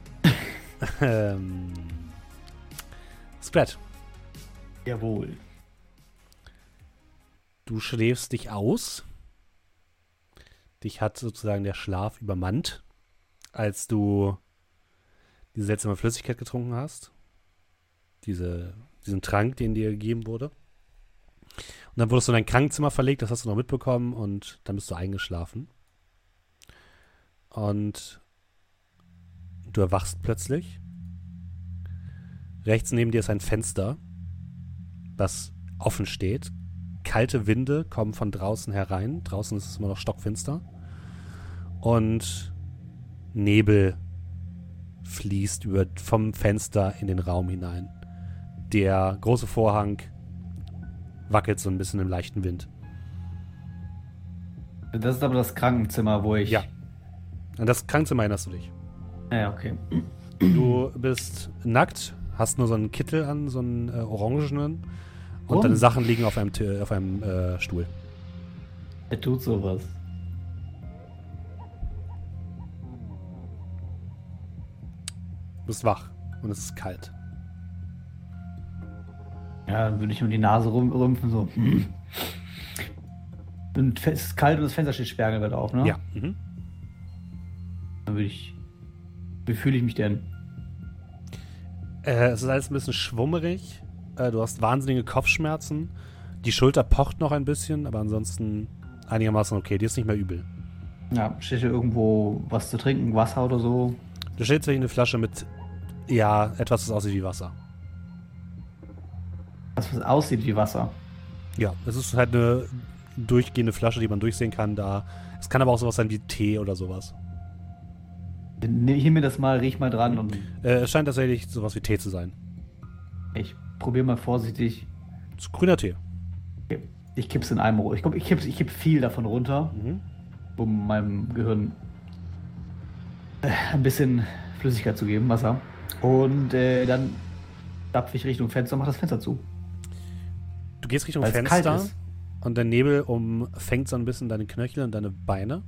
Scrat, Jawohl. du schläfst dich aus. Dich hat sozusagen der Schlaf übermannt, als du diese seltsame Flüssigkeit getrunken hast. Diesen Trank, den dir gegeben wurde. Und dann wurdest du in dein Krankenzimmer verlegt, das hast du noch mitbekommen, und dann bist du eingeschlafen. Und du erwachst plötzlich. Rechts neben dir ist ein Fenster, das offen steht. Kalte Winde kommen von draußen herein. Draußen ist es immer noch stockfinster. Und Nebel fließt vom Fenster in den Raum hinein. Der große Vorhang wackelt so ein bisschen im leichten Wind. Das ist aber das Krankenzimmer, wo ich... Ja. An das Krankenzimmer erinnerst du dich. Ja, okay. Du bist nackt, hast nur so einen Kittel an, so einen orangenen. Und Oh. deine Sachen liegen auf einem Stuhl. Er tut sowas. Du bist wach und es ist kalt. Ja, dann würde ich um die Nase rümpfen, so. Und es ist kalt und das Fenster steht sperrangelweit auf, ne? Ja. Mhm. Dann würde ich... Wie fühle ich mich denn? Es ist alles ein bisschen schwummerig. Du hast wahnsinnige Kopfschmerzen. Die Schulter pocht noch ein bisschen, aber ansonsten einigermaßen okay. Dir ist nicht mehr übel. Ja, steht hier irgendwo was zu trinken, Wasser oder so? Da steht tatsächlich eine Flasche mit, ja, etwas, das aussieht wie Wasser. Was aussieht wie Wasser. Ja, es ist halt eine durchgehende Flasche, die man durchsehen kann. Es kann aber auch sowas sein wie Tee oder sowas. Dann nehme ich mir das mal, riech mal dran und Es scheint tatsächlich sowas wie Tee zu sein. ich probiere mal vorsichtig. Das ist grüner Tee. Ich kipp's in einem Rohr. Ich glaube, ich kipp viel davon runter, Mhm. um meinem Gehirn ein bisschen Flüssigkeit zu geben, Wasser. Und dann stapfe ich Richtung Fenster und mach das Fenster zu. Du gehst Richtung Weil's Fenster kalt ist. und der Nebel umfängt so ein bisschen deine Knöchel und deine Beine.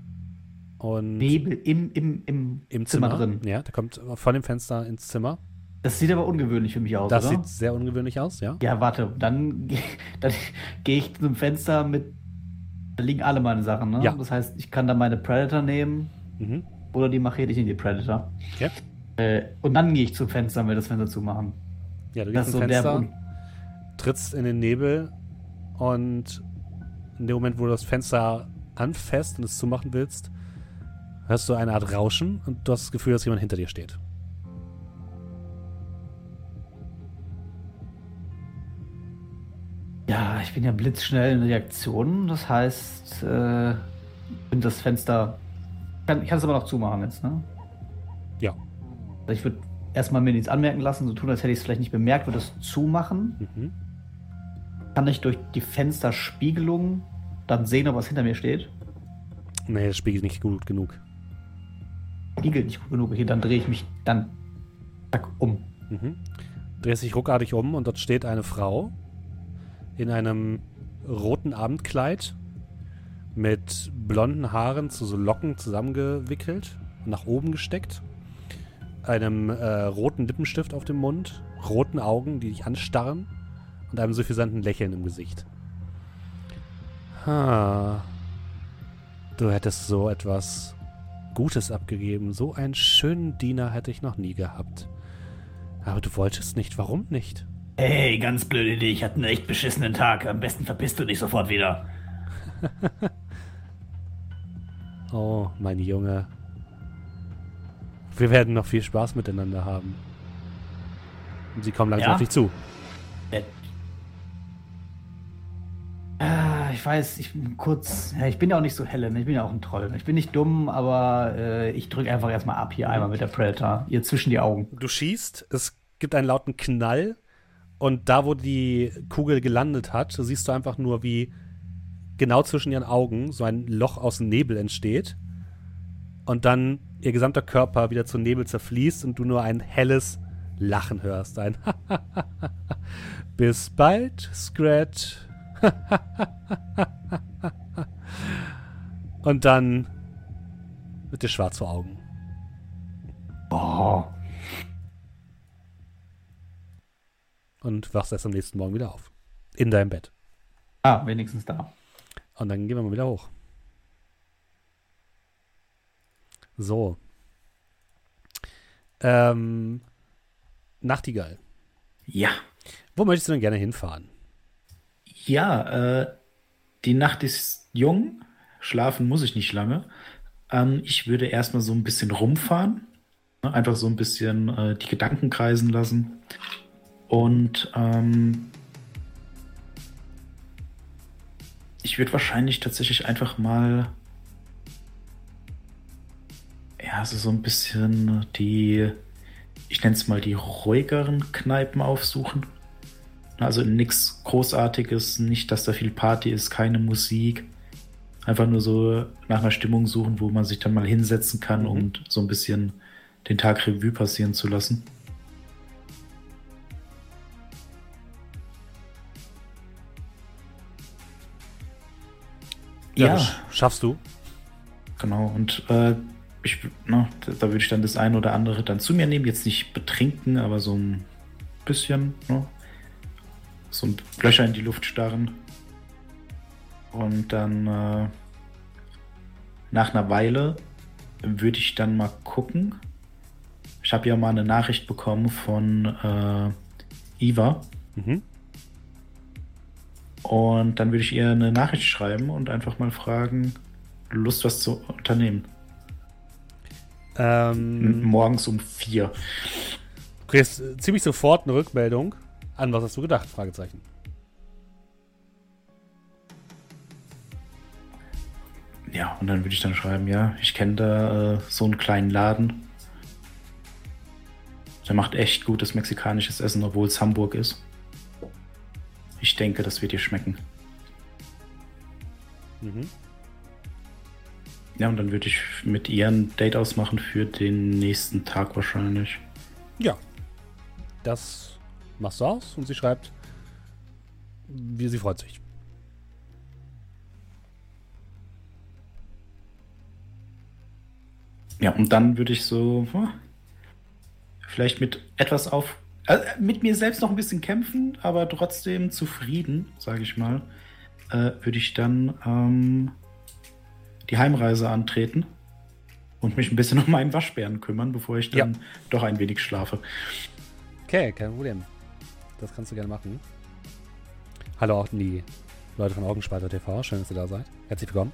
Und Nebel im im Zimmer drin. Ja, der kommt von dem Fenster ins Zimmer. Das sieht aber ungewöhnlich für mich aus, Das oder? sieht sehr ungewöhnlich aus, ja. Ja, warte, dann gehe ich zum Fenster mit. Da liegen alle meine Sachen, ne? Ja. Das heißt, ich kann da meine Predator nehmen Mhm. oder die Machete, ich nehme die Predator. Okay. Und dann gehe ich zum Fenster und will das Fenster zumachen. Ja, du Das gehst ist zum so Fenster, trittst in den Nebel und in dem Moment, wo du das Fenster anfasst und es zumachen willst, hörst du eine Art Rauschen und du hast das Gefühl, dass jemand hinter dir steht. Ja, ich bin ja blitzschnell in Reaktionen. Das heißt, bin das Fenster. Ich kann es aber noch zumachen jetzt, ne? Ja. Also ich würde erstmal mir nichts anmerken lassen, so tun, als hätte ich es vielleicht nicht bemerkt, würde es zumachen. Mhm. Kann ich durch die Fensterspiegelung dann sehen, ob was hinter mir steht? Nee, das spiegelt nicht gut genug. Spiegelt nicht gut genug. Okay, dann drehe ich mich dann zack, um. Mhm. Drehst dich ruckartig um und dort steht eine Frau in einem roten Abendkleid mit blonden Haaren zu so Locken zusammengewickelt und nach oben gesteckt, einem roten Lippenstift auf dem Mund, roten Augen, die dich anstarren und einem suffisanten Lächeln im Gesicht. Du hättest so etwas Gutes abgegeben. So einen schönen Diener hätte ich noch nie gehabt. Aber du wolltest nicht. Warum nicht? Hey, ganz blöde Idee. Ich hatte einen echt beschissenen Tag. Am besten verpisst du dich sofort wieder. Oh, mein Junge. Wir werden noch viel Spaß miteinander haben. Und sie kommen langsam Ja? auf dich zu. Ich weiß, ich bin kurz. Ja, ich bin ja auch nicht so helle, ne? Ich bin ja auch ein Troll. Ich bin nicht dumm, aber ich drücke einfach erstmal ab hier einmal mit der Predator. Ihr zwischen die Augen. Du schießt, es gibt einen lauten Knall und da, wo die Kugel gelandet hat, siehst du einfach nur, wie genau zwischen ihren Augen so ein Loch aus dem Nebel entsteht und dann ihr gesamter Körper wieder zu Nebel zerfließt und du nur ein helles Lachen hörst. Ein Bis bald, Scrat. Und dann wird dir schwarz vor Augen. Oh. Und wachst erst am nächsten Morgen wieder auf. In deinem Bett. Ah, wenigstens da. Und dann gehen wir mal wieder hoch. So. Nachtigall. Ja. Wo möchtest du denn gerne hinfahren? Ja, die Nacht ist jung. Schlafen muss ich nicht lange. Ich würde erstmal so ein bisschen rumfahren. Ne, einfach so ein bisschen die Gedanken kreisen lassen. Und ich würde wahrscheinlich tatsächlich einfach mal ja, so ein bisschen ich nenne es mal die ruhigeren Kneipen aufsuchen. Also nichts Großartiges, nicht, dass da viel Party ist, keine Musik. Einfach nur so nach einer Stimmung suchen, wo man sich dann mal hinsetzen kann und so ein bisschen den Tag Revue passieren zu lassen. Ja, das schaffst du. genau. Und da würde ich dann das eine oder andere dann zu mir nehmen. Jetzt nicht betrinken, aber so ein bisschen, ne? So ein Löcher in die Luft starren. Und dann nach einer Weile würde ich dann mal gucken. Ich habe ja mal eine Nachricht bekommen von Iva. Mhm. Und dann würde ich ihr eine Nachricht schreiben und einfach mal fragen, Lust was zu unternehmen. Morgens um 4. Du kriegst ziemlich sofort eine Rückmeldung. An was hast du gedacht? Fragezeichen. Ja, und dann würde ich dann schreiben, ja, ich kenne da so einen kleinen Laden. Der macht echt gutes mexikanisches Essen, obwohl es Hamburg ist. Ich denke, das wird dir schmecken. Mhm. Ja, und dann würde ich mit ihr ein Date ausmachen für den nächsten Tag wahrscheinlich. Ja. Das machst du aus und sie schreibt, wie sie freut sich. Ja, und dann würde ich so vielleicht mit mit mir selbst noch ein bisschen kämpfen, aber trotzdem zufrieden, sage ich mal, würde ich dann die Heimreise antreten und mich ein bisschen um meinen Waschbären kümmern, bevor ich dann doch ein wenig schlafe. Okay, kein Problem. Das kannst du gerne machen. Hallo auch die Leute von Augenspalter TV. Schön, dass ihr da seid. Herzlich willkommen.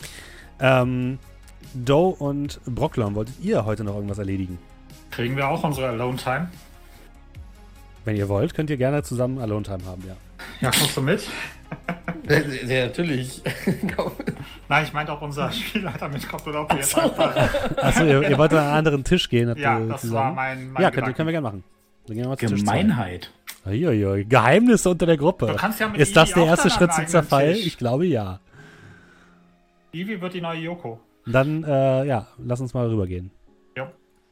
Doe und Brocklom, wolltet ihr heute noch irgendwas erledigen? Kriegen wir auch unsere Alone-Time? Wenn ihr wollt, könnt ihr gerne zusammen Alone-Time haben, ja. Ja, kommst du mit? Ja, natürlich. Nein, ich meinte, ob unser Spielleiter mitkommt oder ob wir jetzt einfach... Achso, ihr wollt an einen anderen Tisch gehen? Ja, das zusammen? war mein Ja, Gedanke. können wir gerne machen. Dann gehen wir mal zu Tisch Gemeinheit. zwei. Uiuiui, Geheimnisse unter der Gruppe. Du kannst ja mit Ist das Ivi der auch erste dann Schritt an zum einen Zerfall? Tisch. Ich glaube, ja. Ivi wird die neue Yoko. Dann, lass uns mal rübergehen. Ja.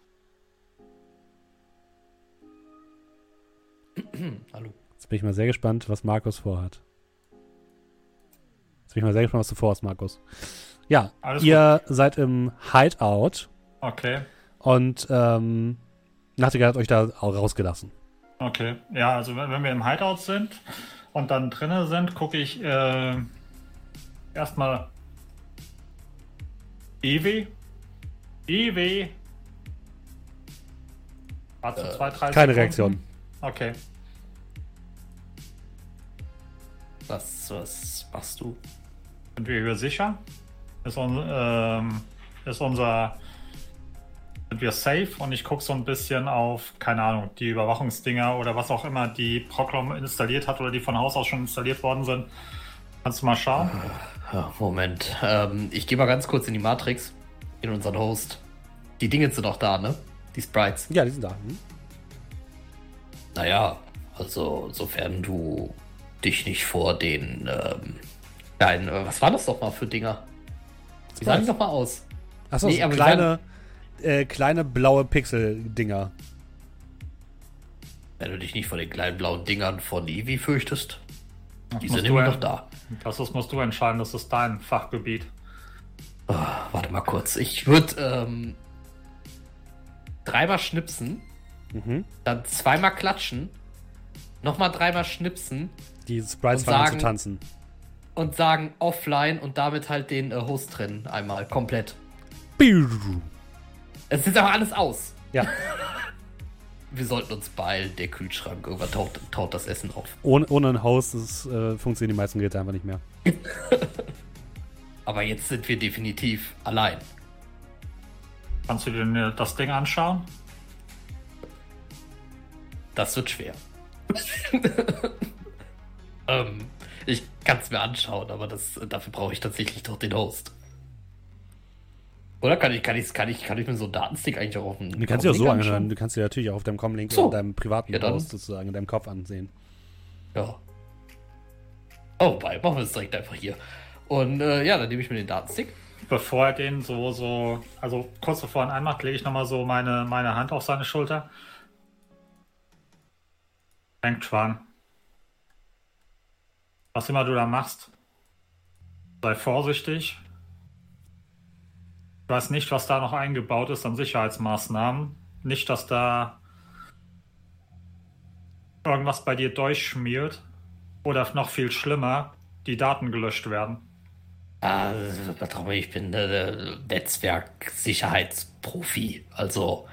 Hallo. Jetzt bin ich mal sehr gespannt, was Markus vorhat. Jetzt bin ich mal sehr gespannt, was du vorhast, Markus. Ja, Alles ihr seid im Hideout Okay. und Nachtigall hat euch da auch rausgelassen. Okay. Ja, also wenn wir im Hideout sind und dann drinnen sind, gucke ich erstmal Ewi. Warte 2, 3 Sekunden. Keine Reaktion. Okay. Was machst du? Sind wir hier sicher? Sind wir safe? Und ich gucke so ein bisschen auf, keine Ahnung, die Überwachungsdinger oder was auch immer die Proclom installiert hat oder die von Haus aus schon installiert worden sind. Kannst du mal schauen? Ja, Moment. Ich gehe mal ganz kurz in die Matrix, in unseren Host. Die Dinge sind auch da, ne? Die Sprites. Ja, die sind da. Hm? Naja, also sofern du dich nicht vor den kleinen, was waren das doch mal für Dinger? Wie sahen die doch mal aus? Achso, Nee, so aber kleine blaue Pixel-Dinger. Wenn du dich nicht vor den kleinen blauen Dingern von Eevee fürchtest, die musst sind du immer ja- noch da. Musst du entscheiden, das ist dein Fachgebiet. Warte mal kurz. Ich würde dreimal schnipsen, Mhm. dann zweimal klatschen, nochmal dreimal schnipsen Die Sprites Und fangen an zu sagen- tanzen. und sagen offline und damit halt den Host trennen. Einmal komplett. Es ist aber alles aus. Ja, Wir sollten uns beeilen. Der Kühlschrank, irgendwann taut das Essen auf. ohne ein Host funktionieren die meisten Geräte einfach nicht mehr. Aber jetzt sind wir definitiv allein. Kannst du dir das Ding anschauen? Das wird schwer. Ich kann es mir anschauen, aber dafür brauche ich tatsächlich doch den Host. Oder kann ich mir so einen Datenstick eigentlich auch auf dem Du kannst dir auch so Comlink anschauen. Du kannst dir natürlich auch auf deinem Comlink So. oder deinem privaten Ja, dann. Host sozusagen in deinem Kopf ansehen. Ja. Oh, machen wir es direkt einfach hier. Und dann nehme ich mir den Datenstick. Bevor er den also kurz bevor er ihn einmacht, lege ich nochmal so meine Hand auf seine Schulter. Denk dran. Was immer du da machst, sei vorsichtig. Ich weiß nicht, was da noch eingebaut ist an Sicherheitsmaßnahmen. Nicht, dass da irgendwas bei dir durchschmiert oder noch viel schlimmer, die Daten gelöscht werden. Ich bin Netzwerksicherheitsprofi. Also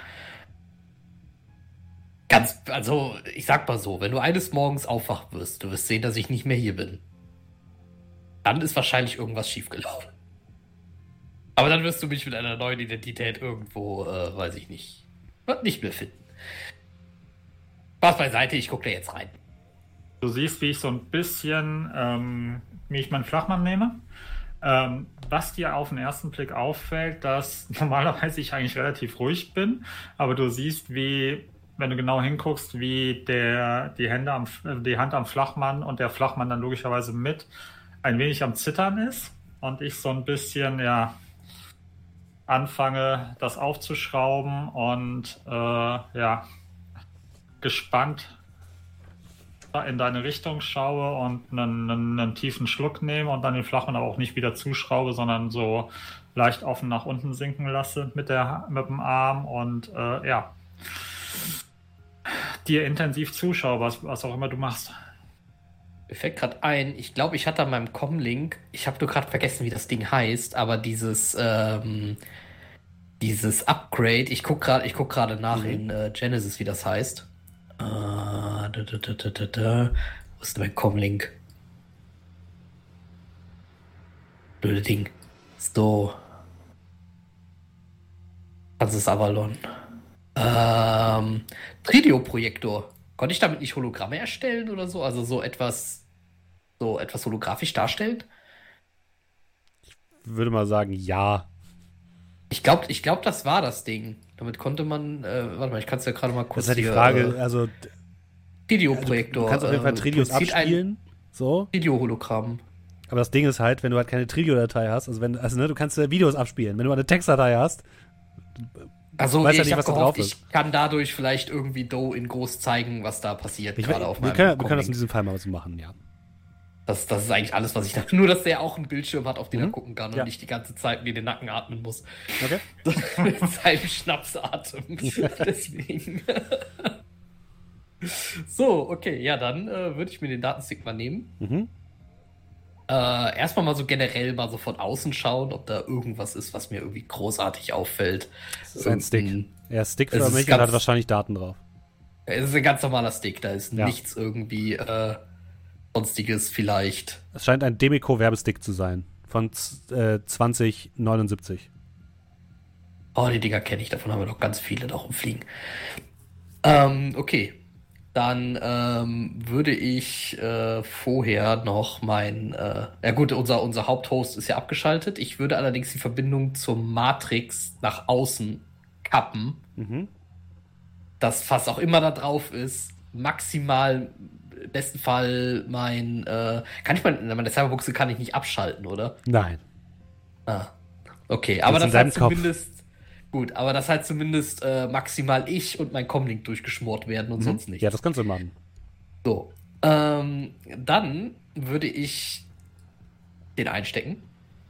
ich sag mal so, wenn du eines Morgens aufwachen wirst, du wirst sehen, dass ich nicht mehr hier bin. Dann ist wahrscheinlich irgendwas schiefgelaufen. Aber dann wirst du mich mit einer neuen Identität irgendwo, weiß ich nicht, nicht mehr finden. Spaß beiseite, ich gucke da jetzt rein. Du siehst, wie ich so ein bisschen, wie ich meinen Flachmann nehme. Was dir auf den ersten Blick auffällt, dass normalerweise ich eigentlich relativ ruhig bin, aber du siehst, wie, wenn du genau hinguckst, wie die Hand am Flachmann und der Flachmann dann logischerweise mit ein wenig am Zittern ist und ich so ein bisschen, anfange, das aufzuschrauben und gespannt in deine Richtung schaue und einen tiefen Schluck nehme und dann den Flachmann aber auch nicht wieder zuschraube, sondern so leicht offen nach unten sinken lasse mit dem Arm und dir intensiv zuschaue, was auch immer du machst. Mir fällt gerade ein, ich glaube, ich hatte an meinem Comlink, ich habe nur gerade vergessen, wie das Ding heißt, aber dieses Upgrade, ich guck gerade nach in Genesis, wie das heißt. Wo ist denn mein Comlink? Blöde Ding. So. Francis Avalon. Tridio-Projektor. Konnte ich damit nicht Hologramme erstellen oder so? Also so etwas holographisch darstellen? Ich würde mal sagen, ja. Ich glaub, das war das Ding. Damit konnte man, warte mal, ich kann es ja gerade mal kurz Das ist halt die Frage, also Tridio-Projektor. du kannst auf jeden Fall Tridios abspielen, so. Tridio-Hologramm. Aber das Ding ist halt, wenn du halt keine Tridio-Datei hast, du kannst Videos abspielen. Wenn du eine Textdatei hast, Also weißt ja ich nicht, habe was da gehofft, drauf ist. ich kann dadurch vielleicht irgendwie Do in groß zeigen, was da passiert, gerade auf meinem wir können das Comlink. in diesem Fall mal so machen, ja. Das ist eigentlich alles, was ich dachte. Nur, dass der auch einen Bildschirm hat, auf den er gucken kann und Ja. nicht die ganze Zeit mir den Nacken atmen muss. Okay. Mit seinem Schnapsatem. Deswegen. So, okay, ja, dann würde ich mir den Datenstick mal nehmen. Mhm. Erstmal mal so generell mal so von außen schauen, ob da irgendwas ist, was mir irgendwie großartig auffällt. Das ist ein Stick. Er ist Es stickförmig ist und ganz- hat wahrscheinlich Daten drauf. Es ist ein ganz normaler Stick, da ist Ja. nichts irgendwie sonstiges vielleicht. Es scheint ein Demeco-Werbestick zu sein. Von 2079. Oh, die Dinger kenne ich, davon haben wir noch ganz viele da rumfliegen. Okay. Dann würde ich vorher noch ja gut, unser Haupthost ist ja abgeschaltet. Ich würde allerdings die Verbindung zur Matrix nach außen kappen. Mhm. Das, was auch immer da drauf ist, maximal, im besten Fall meine Cyberbuchse kann ich nicht abschalten, oder? Nein. Ah, okay, aber Das ist das in hat deinem Kopf. zumindest gut, aber das hat zumindest maximal ich und mein Comlink durchgeschmort werden und sonst nicht. Ja, das kannst du machen. So, dann würde ich den einstecken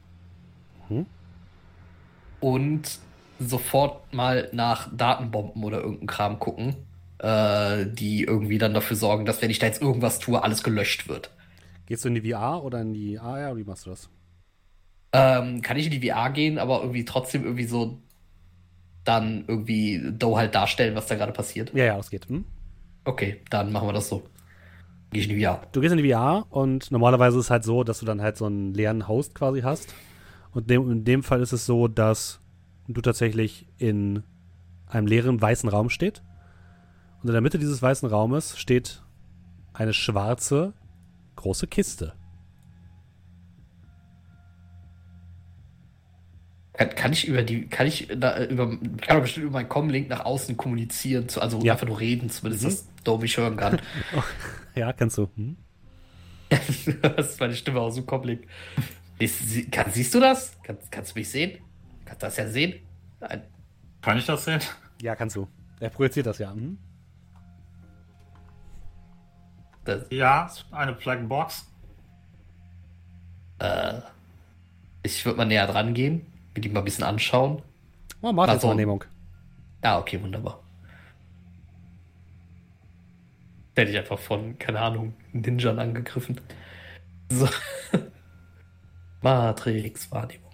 und sofort mal nach Datenbomben oder irgendeinem Kram gucken, die irgendwie dann dafür sorgen, dass wenn ich da jetzt irgendwas tue, alles gelöscht wird. Gehst du in die VR oder in die AR oder wie machst du das? Kann ich in die VR gehen, aber irgendwie trotzdem irgendwie so dann irgendwie Do halt darstellen, was da gerade passiert. Ja, das geht. Hm? Okay, dann machen wir das so. Gehe ich in die VR. Du gehst in die VR und normalerweise ist es halt so, dass du dann halt so einen leeren Host quasi hast. Und in dem Fall ist es so, dass du tatsächlich in einem leeren weißen Raum steht. Und in der Mitte dieses weißen Raumes steht eine schwarze, große Kiste. Kann ich doch bestimmt über meinen Com-Link nach außen kommunizieren, also Ja. einfach nur reden, zumindest, dass Do mich hören kann. Ja, kannst du. Hm? Das ist meine Stimme aus dem Com-Link. Siehst du das? Kannst du mich sehen? Kannst du das ja sehen? Nein. Kann ich das sehen? Ja, kannst du. Er projiziert das ja. Hm? Ja, eine Black Box. Ich würde mal näher dran gehen, mir die mal ein bisschen anschauen. Oh, Martinswahrnehmung. Ja, okay, wunderbar. Hätte ich einfach von, keine Ahnung, Ninjan angegriffen. So. Matrix-Wahrnehmung.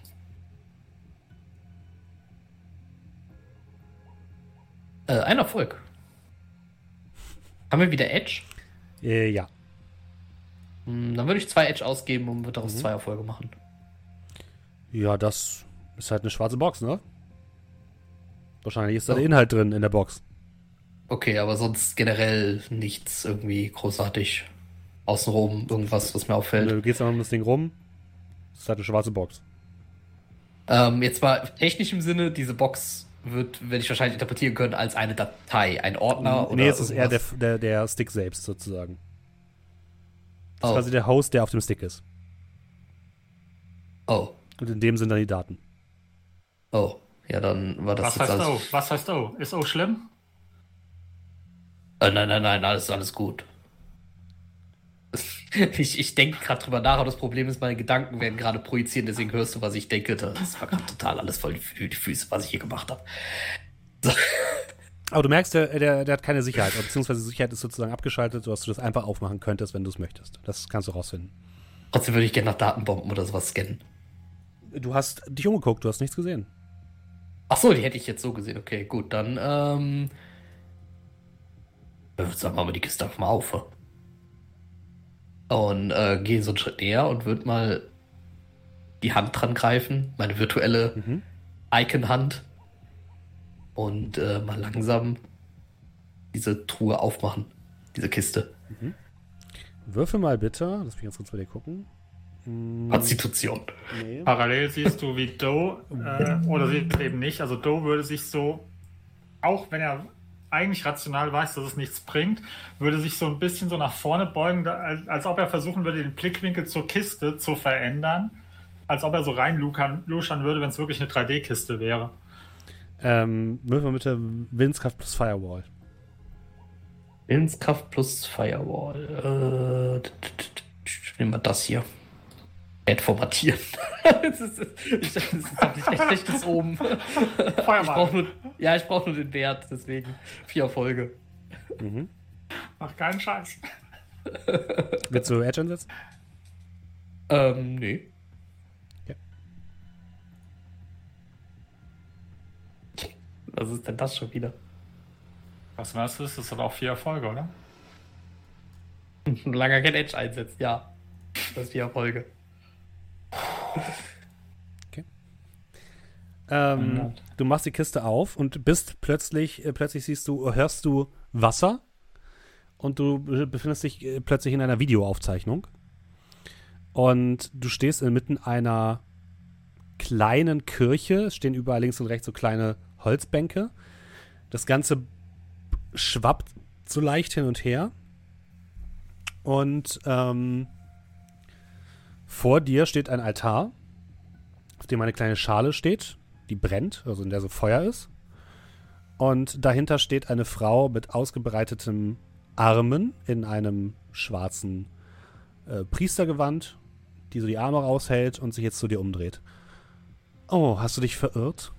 Ein Erfolg. Haben wir wieder Edge? Ja. Dann würde ich 2 Edge ausgeben und würde daraus 2 Erfolge machen. Ja, das ist halt eine schwarze Box, ne? Wahrscheinlich ist da der Inhalt drin in der Box. Okay, aber sonst generell nichts irgendwie großartig außenrum, irgendwas, was mir auffällt. Du gehst dann um das Ding rum, das ist halt eine schwarze Box. Jetzt mal technisch im Sinne, diese Box werde ich wahrscheinlich interpretieren können als eine Datei, ein Ordner oder Nee, es ist eher irgendwas. der Stick selbst sozusagen. Das ist Oh. quasi der Host, der auf dem Stick ist. Oh, Und in dem sind dann die Daten. oh. Ja, dann war das Was jetzt heißt alles... O? Was heißt O? Ist O schlimm? Nein, alles gut. Ich denke gerade drüber nach, aber das Problem ist, meine Gedanken werden gerade projizieren, deswegen hörst du, was ich denke. Das war gerade total alles voll die Füße, was ich hier gemacht habe. So. Aber du merkst, der hat keine Sicherheit, beziehungsweise die Sicherheit ist sozusagen abgeschaltet, sodass du das einfach aufmachen könntest, wenn du es möchtest. Das kannst du rausfinden. Trotzdem würde ich gerne nach Datenbomben oder sowas scannen. Du hast dich umgeguckt, du hast nichts gesehen. Ach so, die hätte ich jetzt so gesehen. Okay, gut, dann, sagen wir mal die Kiste einfach mal auf. Und gehe so einen Schritt näher und würde mal die Hand dran greifen, meine virtuelle Icon-Hand. Und mal langsam diese Truhe aufmachen, diese Kiste. Würfel mal bitte, lass mich ganz kurz bei dir gucken. Konstitution. Nee. Parallel siehst du, wie Doe, oder siehst du eben nicht, also Doe würde sich so, auch wenn er eigentlich rational weiß, dass es nichts bringt, würde sich so ein bisschen so nach vorne beugen, als ob er versuchen würde, den Blickwinkel zur Kiste zu verändern, als ob er so reinluschern würde, wenn es wirklich eine 3D-Kiste wäre. Würfel mal bitte Willenskraft plus Firewall. Willenskraft plus Firewall. Nehmen wir das hier. Ad formatieren. Das ist echt schlechtes oben. Feuermann. Ich brauche nur den Wert, deswegen 4 Erfolge. Mach keinen Scheiß. Willst du Edge einsetzen? Nee. Ja. Was ist denn das schon wieder? Was meinst du, das hat auch 4 Erfolge, oder? Solange er kein Edge einsetzt, ja. Das ist 4 Erfolge. Okay. Du machst die Kiste auf und bist plötzlich hörst du Wasser und du befindest dich plötzlich in einer Videoaufzeichnung und du stehst inmitten einer kleinen Kirche. Es stehen überall links und rechts so kleine Holzbänke. Das Ganze schwappt so leicht hin und her und vor dir steht ein Altar, auf dem eine kleine Schale steht, die brennt, also in der so Feuer ist. Und dahinter steht eine Frau mit ausgebreiteten Armen in einem schwarzen Priestergewand, die so die Arme raushält und sich jetzt zu dir umdreht. Oh, hast du dich verirrt?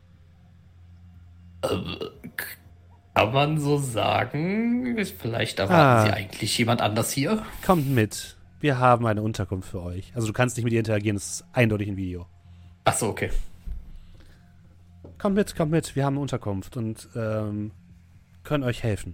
Kann man so sagen? Vielleicht erwarten Sie eigentlich jemand anders hier? Kommt mit. Wir haben eine Unterkunft für euch. Also du kannst nicht mit ihr interagieren, das ist eindeutig ein Video. Ach so, okay. Kommt mit. Wir haben eine Unterkunft und können euch helfen.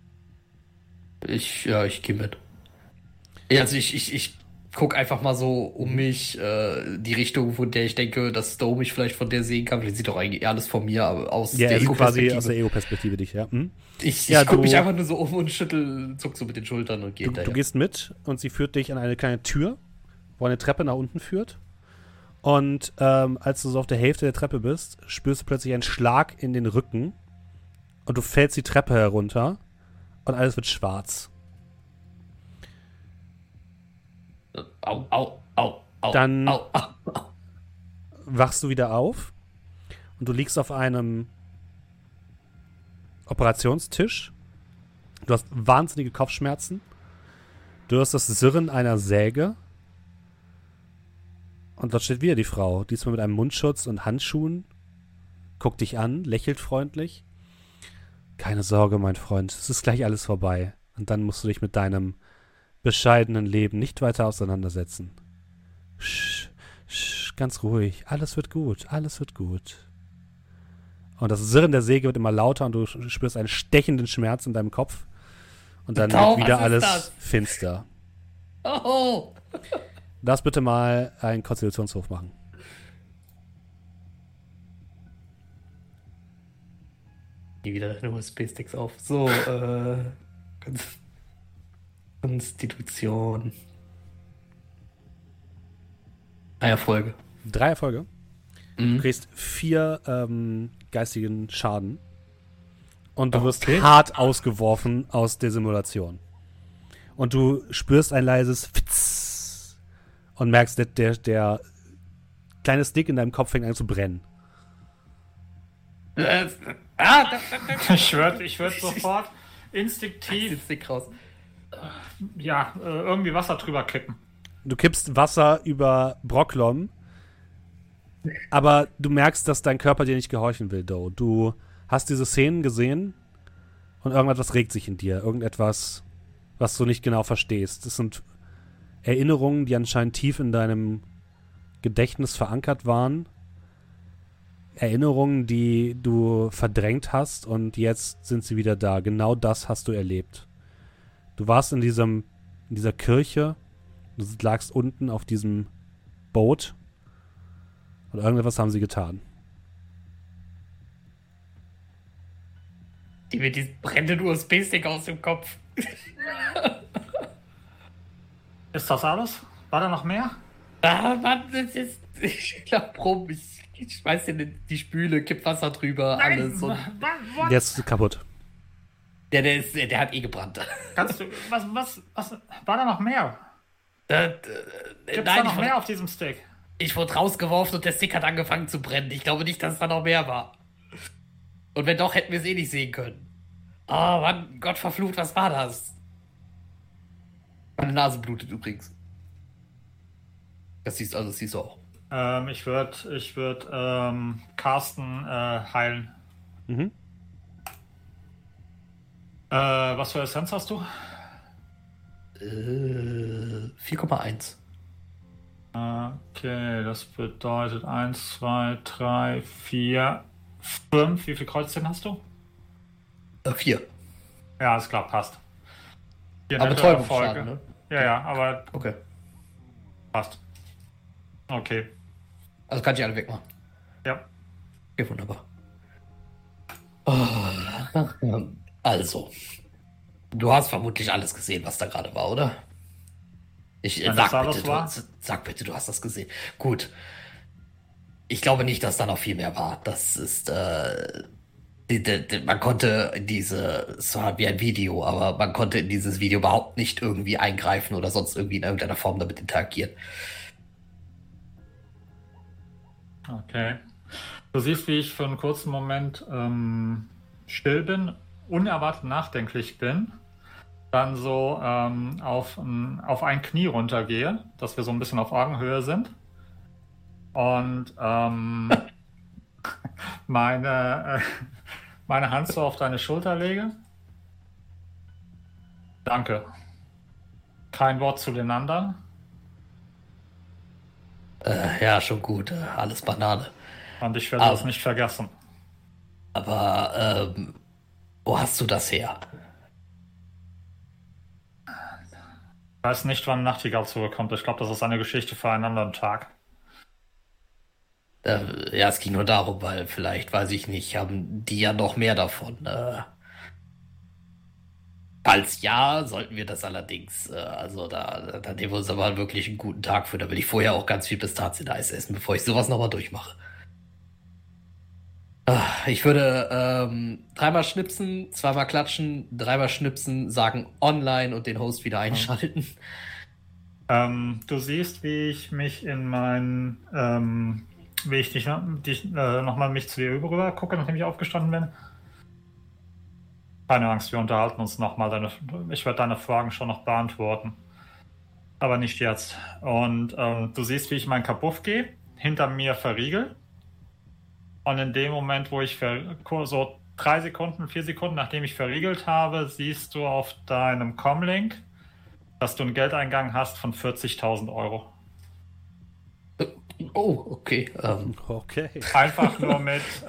Ich gehe mit. Ja, also ich guck einfach mal so um mich, die Richtung, von der ich denke, dass Stowe mich vielleicht von der sehen kann. Die sieht doch eigentlich alles von mir aus der Ego-Perspektive. Quasi aus der Ego-Perspektive dich, ja. Ich guck mich einfach nur so um und zuck so mit den Schultern und gehe hinterher. Du gehst mit und sie führt dich an eine kleine Tür, wo eine Treppe nach unten führt. Und als du so auf der Hälfte der Treppe bist, spürst du plötzlich einen Schlag in den Rücken und du fällst die Treppe herunter und alles wird schwarz. Au. Dann au. wachst du wieder auf und du liegst auf einem Operationstisch. Du hast wahnsinnige Kopfschmerzen. Du hörst das Sirren einer Säge. Und dort steht wieder die Frau, diesmal mit einem Mundschutz und Handschuhen. Guckt dich an, lächelt freundlich. Keine Sorge, mein Freund, es ist gleich alles vorbei. Und dann musst du dich mit deinem bescheidenen Leben nicht weiter auseinandersetzen. Ganz ruhig. Alles wird gut. Und das Sirren der Säge wird immer lauter und du spürst einen stechenden Schmerz in deinem Kopf. Und dann wird wieder alles finster. Oh! Lass bitte mal einen Konstitutionswurf machen. Geh wieder deine USB-Sticks auf. So, Konstitution. 3 Erfolge. 3 Erfolge. Du kriegst 4 geistigen Schaden. Und du wirst hart ausgeworfen aus der Simulation. Und du spürst ein leises Fitz und merkst, der kleine Stick in deinem Kopf fängt an zu brennen. Ich würde sofort instinktiv Stick raus. Irgendwie Wasser drüber kippen. Du kippst Wasser über Brocklom, aber du merkst, dass dein Körper dir nicht gehorchen will, Doe. Du hast diese Szenen gesehen und irgendetwas regt sich in dir. Irgendetwas, was du nicht genau verstehst. Das sind Erinnerungen, die anscheinend tief in deinem Gedächtnis verankert waren. Erinnerungen, die du verdrängt hast und jetzt sind sie wieder da. Genau das hast du erlebt. Du warst in dieser Kirche, du lagst unten auf diesem Boot und irgendetwas haben sie getan. Die mit diesem brennenden USB-Stick aus dem Kopf. Ist das alles? War da noch mehr? Ah, Mann, das ist. Ich glaub rum. Ich schmeiß dir die Spüle, kipp Wasser drüber, alles. Und Der ist kaputt. der hat eh gebrannt. Kannst du. Was? War da noch mehr? Gibt's da noch mehr auf diesem Stick? Ich wurde rausgeworfen und der Stick hat angefangen zu brennen. Ich glaube nicht, dass da noch mehr war. Und wenn doch, hätten wir es eh nicht sehen können. Oh Mann, Gott verflucht, was war das? Meine Nase blutet übrigens. Das siehst du auch. Ich würde Carsten heilen. Mhm. Was für Essenz hast du? 4,1. Okay, das bedeutet 1, 2, 3, 4, 5. Wie viel Kreuzzehen hast du? 4. Ja, ist klar, passt. Aber Betäubungsschaden, ne? Ja, aber Okay. passt. Okay, Also kann ich alle wegmachen. ja. Okay, wunderbar. Also. Du hast vermutlich alles gesehen, was da gerade war, oder? Wenn das alles war? Sag bitte, du hast das gesehen. Gut. Ich glaube nicht, dass da noch viel mehr war. Das ist, man konnte es war wie ein Video, aber man konnte in dieses Video überhaupt nicht irgendwie eingreifen oder sonst irgendwie in irgendeiner Form damit interagieren. Okay. Du siehst, wie ich für einen kurzen Moment still bin, unerwartet nachdenklich bin, dann so auf ein Knie runtergehe, dass wir so ein bisschen auf Augenhöhe sind und meine Hand so auf deine Schulter lege. Danke. Kein Wort zu den anderen. Ja, schon gut. Alles Banane. Und ich werde das nicht vergessen. Aber, wo hast du das her? Ich weiß nicht, wann Nachtigall zurückkommt. Ich glaube, das ist eine Geschichte für einen anderen Tag. Ja, es ging nur darum, weil vielleicht, weiß ich nicht, haben die ja noch mehr davon. Falls ja, sollten wir das allerdings, also da nehmen wir uns aber wirklich einen guten Tag für. Da will ich vorher auch ganz viel Pistazien-Eis essen, bevor ich sowas nochmal durchmache. Ich würde 3-mal schnipsen, 2-mal klatschen, 3-mal schnipsen, sagen online und den Host wieder einschalten. Du siehst, wie ich mich wie ich dich nochmal mich zu dir rüber gucke, nachdem ich aufgestanden bin. Keine Angst, wir unterhalten uns nochmal. Ich werde deine Fragen schon noch beantworten. Aber nicht jetzt. Und du siehst, wie ich meinen Kabuff gehe, hinter mir verriegel. Und in dem Moment, wo ich so 3 Sekunden, 4 Sekunden, nachdem ich verriegelt habe, siehst du auf deinem Comlink, dass du einen Geldeingang hast von 40.000 Euro. Oh, okay. Okay. Einfach nur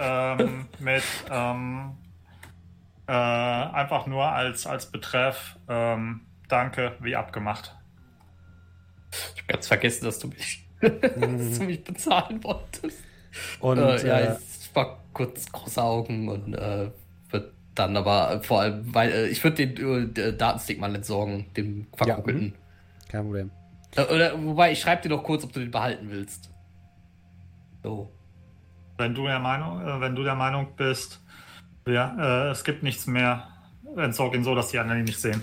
einfach nur als Betreff, danke, wie abgemacht. Ich habe ganz vergessen, dass du mich bezahlen wolltest. Und ja, ich war kurz große Augen und wird dann aber vor allem, weil ich würde den Datenstick mal entsorgen, dem verkugelten. Ja, kein Problem. Oder wobei, ich schreibe dir doch kurz, ob du den behalten willst. So. Wenn du der Meinung bist, es gibt nichts mehr, entsorg ihn so, dass die anderen ihn nicht sehen.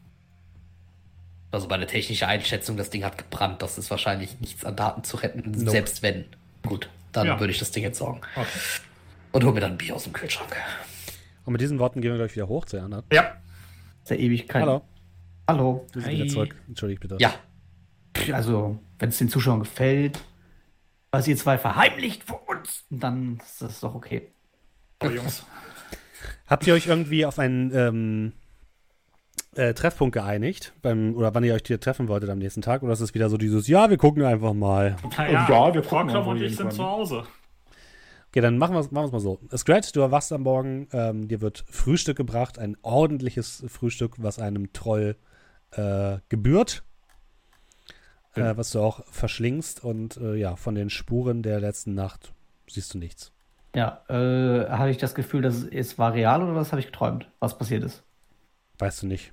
Also meine technische Einschätzung, das Ding hat gebrannt. Das ist wahrscheinlich nichts an Daten zu retten, Nope. selbst wenn. Gut, dann würde ich das Ding entsorgen. Okay. Und hol mir dann ein Bier aus dem Kühlschrank. Und mit diesen Worten gehen wir gleich wieder hoch zu Ernst. Ja. Der Ewigkeit. Hallo. Hallo. Du bist wieder zurück. Entschuldigt bitte. Ja. Also, wenn es den Zuschauern gefällt, was ihr 2 verheimlicht vor uns, dann ist das doch okay. Oh, Jungs. Habt ihr euch irgendwie auf einen Treffpunkt geeinigt? Oder wann ihr euch hier treffen wolltet am nächsten Tag? Oder ist es wieder so dieses, ja, wir gucken einfach mal? Naja, wir gucken Proclam einfach und ich sind irgendwann. zu Hause. Okay, dann machen wir es mal so. Scratch, du erwachst am Morgen, dir wird Frühstück gebracht, ein ordentliches Frühstück, was einem Troll gebührt, was du auch verschlingst und von den Spuren der letzten Nacht siehst du nichts. Ja, hatte ich das Gefühl, dass es war real oder was habe ich geträumt, was passiert ist? Weißt du nicht.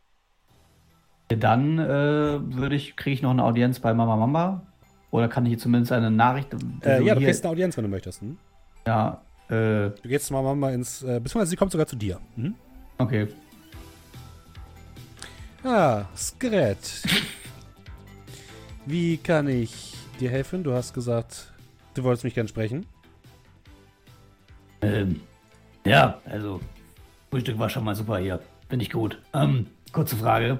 Dann kriege ich noch eine Audienz bei Mama Mama. Oder kann ich zumindest eine Nachricht? Du hier- kriegst eine Audienz, wenn du möchtest. Hm? Ja, Du gehst mal beziehungsweise sie kommt sogar zu dir. Mhm. okay. Skret. Wie kann ich dir helfen? Du hast gesagt, du wolltest mich gern sprechen. Ja, also, Frühstück war schon mal super hier. Finde ich gut. Kurze Frage.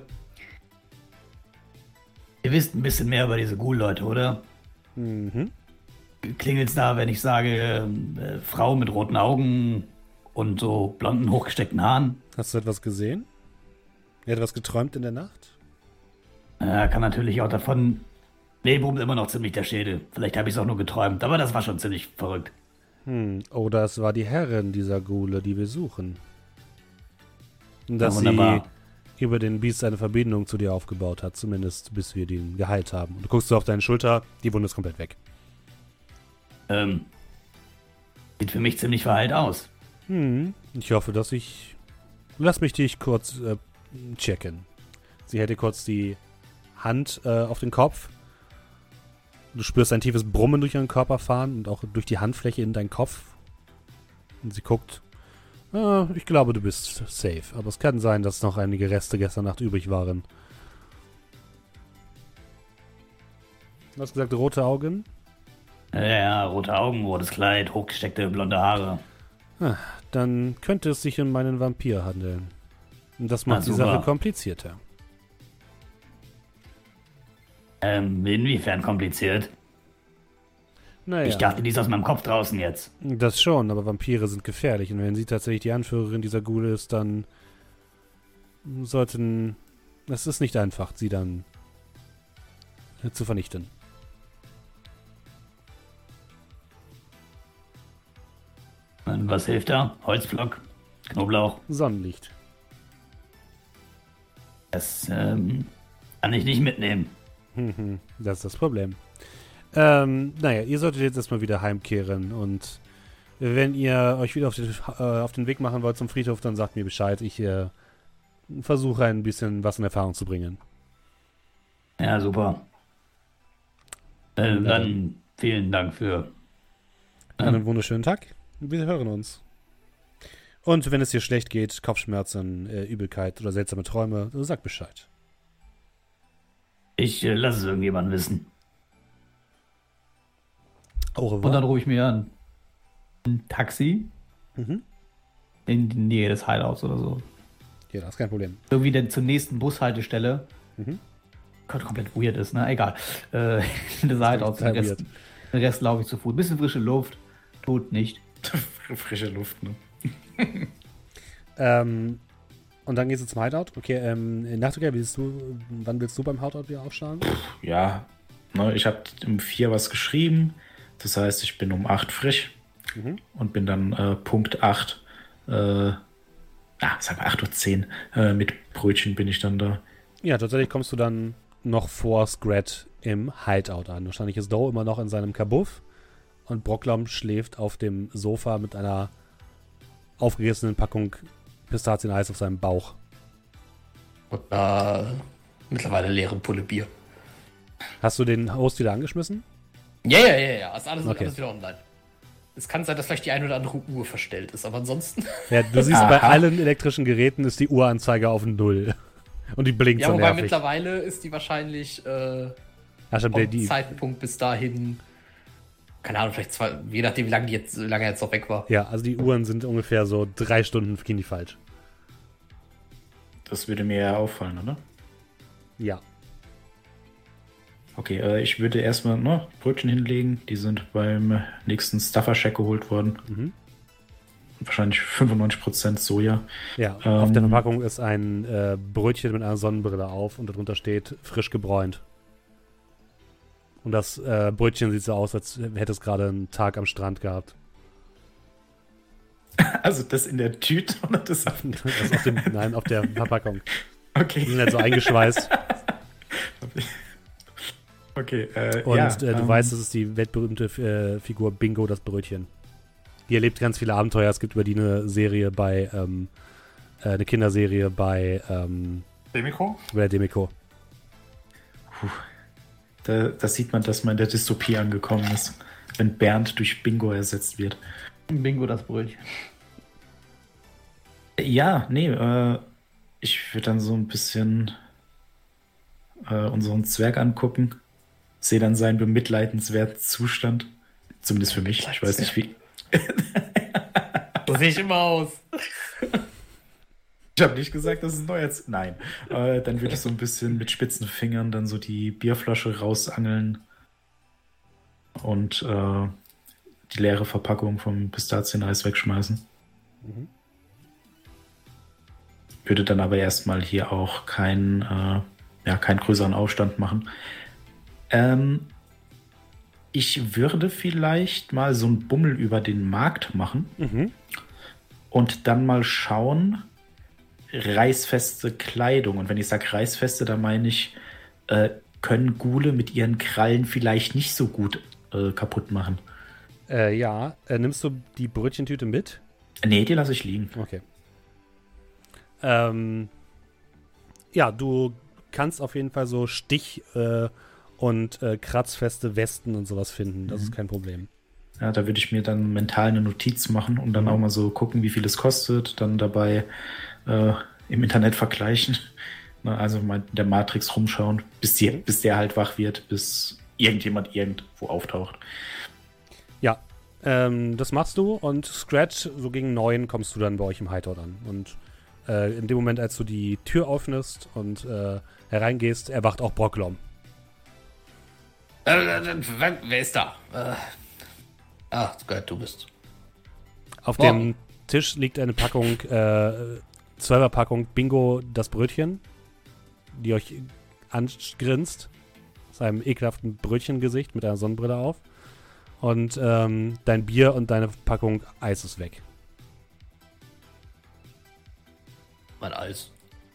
Ihr wisst ein bisschen mehr über diese Ghoul-Leute, oder? Mhm. Klingelt's da, wenn ich sage, Frau mit roten Augen und so blonden, hochgesteckten Haaren? Hast du etwas gesehen? Etwas geträumt in der Nacht? Ja, kann natürlich auch davon... Nee, brummt immer noch ziemlich der Schädel. Vielleicht habe ich es auch nur geträumt, aber das war schon ziemlich verrückt. Oder es war die Herrin dieser Ghule, die wir suchen. Und dass Ja, wunderbar. sie über den Biest eine Verbindung zu dir aufgebaut hat, zumindest bis wir den geheilt haben. Und du guckst so auf deine Schulter, die Wunde ist komplett weg. Sieht für mich ziemlich verheilt aus. Ich hoffe, dass ich... Lass mich dich kurz checken. Sie hält dir kurz die Hand auf den Kopf. Du spürst ein tiefes Brummen durch ihren Körper fahren und auch durch die Handfläche in deinen Kopf. Und sie guckt. Ich glaube, du bist safe. Aber es kann sein, dass noch einige Reste gestern Nacht übrig waren. Du hast gesagt, rote Augen? Ja, rote Augen, rotes Kleid, hochgesteckte blonde Haare. Dann könnte es sich um einen Vampir handeln. Und das macht die super. Sache komplizierter. Inwiefern kompliziert? Naja, Ich dachte, die ist aus meinem Kopf draußen jetzt. das schon, aber Vampire sind gefährlich. Und wenn sie tatsächlich die Anführerin dieser Ghule ist, dann sollten... Es ist nicht einfach, sie dann zu vernichten. Und was hilft da? Holzblock, Knoblauch. Sonnenlicht. Das kann ich nicht mitnehmen. Das ist das Problem. Naja, ihr solltet jetzt erstmal wieder heimkehren und wenn ihr euch wieder auf den Weg machen wollt zum Friedhof, dann sagt mir Bescheid. Ich versuche ein bisschen was in Erfahrung zu bringen. Ja, super. Dann vielen Dank für... Einen wunderschönen Tag. Wir hören uns. Und wenn es dir schlecht geht, Kopfschmerzen, Übelkeit oder seltsame Träume, sag Bescheid. Ich lasse es irgendjemandem wissen. Au revoir. Und dann rufe ich mir ein Taxi in die Nähe des Hideouts oder so. Ja, das ist kein Problem. Irgendwie dann zur nächsten Bushaltestelle. Gott, komplett weird ist, ne? Egal. Das Hideouts. total Den weird. Rest laufe ich zu Fuß. Bisschen frische Luft. Tut nicht. Frische Luft, ne? Und dann gehst du zum Hideout. Okay, Nachtigall, wann willst du beim Hideout wieder aufschlagen? Ja, ne, ich habe um 4 was geschrieben. Das heißt, ich bin um 8 frisch und bin dann Punkt 8, sagen wir 8:10 Uhr, mit Brötchen bin ich dann da. Ja, tatsächlich kommst du dann noch vor Scrat im Hideout an. Wahrscheinlich ist Doe immer noch in seinem Kabuff und Brocklom schläft auf dem Sofa mit einer aufgerissenen Packung Pistazieneis auf seinem Bauch. Und mittlerweile leeren Pulle Bier. Hast du den Host wieder angeschmissen? Ja. Ist alles Okay. wieder online. Es kann sein, dass vielleicht die eine oder andere Uhr verstellt ist, aber ansonsten. Ja, du siehst, bei allen elektrischen Geräten ist die Uhranzeige auf 0. Und die blinkt Ja, so wobei nervig. mittlerweile ist die wahrscheinlich Ach, stimmt, vom die, Zeitpunkt bis dahin, keine Ahnung, vielleicht je nachdem, wie lange er jetzt noch weg war. ja, also die Uhren sind ungefähr so 3 Stunden gehen die falsch. Das würde mir ja auffallen, oder? Ja. Okay, ich würde erstmal Brötchen hinlegen. Die sind beim nächsten Stuffer-Check geholt worden. wahrscheinlich 95% Soja. Ja, auf der Verpackung ist ein Brötchen mit einer Sonnenbrille auf und darunter steht frisch gebräunt. Und das Brötchen sieht so aus, als hätte es gerade einen Tag am Strand gehabt. Also das in der Tüte oder das auf Nein, auf der Verpackung. Okay. Die sind halt so eingeschweißt. Okay, und du weißt, das ist die weltberühmte Figur Bingo, das Brötchen. Die erlebt ganz viele Abenteuer. Es gibt über die eine Serie bei, eine Kinderserie bei Demiko? Bei Demiko. Da sieht man, dass man in der Dystopie angekommen ist, wenn Bernd durch Bingo ersetzt wird. Bingo, das Brötchen. Ja, nee, ich würde dann so ein bisschen unseren Zwerg angucken, sehe dann seinen bemitleidenswerten Zustand. Zumindest für mich. Ich weiß nicht wie. So sehe ich immer aus. Ich habe nicht gesagt, dass es neu ist. Nein. Dann würde ich so ein bisschen mit spitzen Fingern dann so die Bierflasche rausangeln und die leere Verpackung vom Pistazieneis wegschmeißen. Mhm. Würde dann aber erstmal hier auch keinen größeren Aufstand machen. Ich würde vielleicht mal so einen Bummel über den Markt machen und dann mal schauen, reißfeste Kleidung. Und wenn ich sage reißfeste, dann meine ich, können Ghule mit ihren Krallen vielleicht nicht so gut kaputt machen. Nimmst du die Brötchentüte mit? Nee, die lasse ich liegen. Okay. Du kannst auf jeden Fall so Stich- und kratzfeste Westen und sowas finden. Das ist kein Problem. Ja, da würde ich mir dann mental eine Notiz machen und dann auch mal so gucken, wie viel es kostet. Dann dabei im Internet vergleichen. Na, also mal in der Matrix rumschauen, bis der halt wach wird, bis irgendjemand irgendwo auftaucht. Ja, das machst du und Scratch, so gegen 9 kommst du dann bei euch im Hideout an. Und in dem Moment, als du die Tür öffnest und hereingehst, erwacht auch Brocklom. Wer ist da? Gott, du bist. Auf dem Tisch liegt eine Packung, 12er-Packung Bingo, das Brötchen, die euch angrinst. Aus einem ekelhaften Brötchengesicht mit einer Sonnenbrille auf. Und dein Bier und deine Packung Eis ist weg. Mein Eis.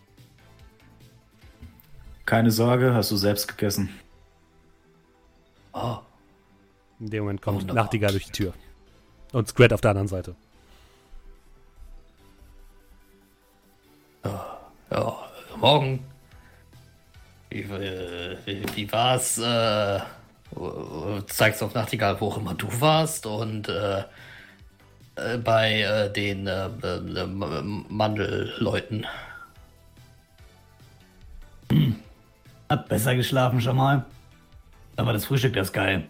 Keine Sorge, hast du selbst gegessen. Oh. In dem Moment kommt Wunderbar. Nachtigall durch die Tür. Und Scrat auf der anderen Seite. Ja, morgen. Wie war's? Zeigst auf Nachtigall, wo auch immer du warst und bei den Mandelleuten. Hab besser geschlafen schon mal. Aber das Frühstück, das ist geil.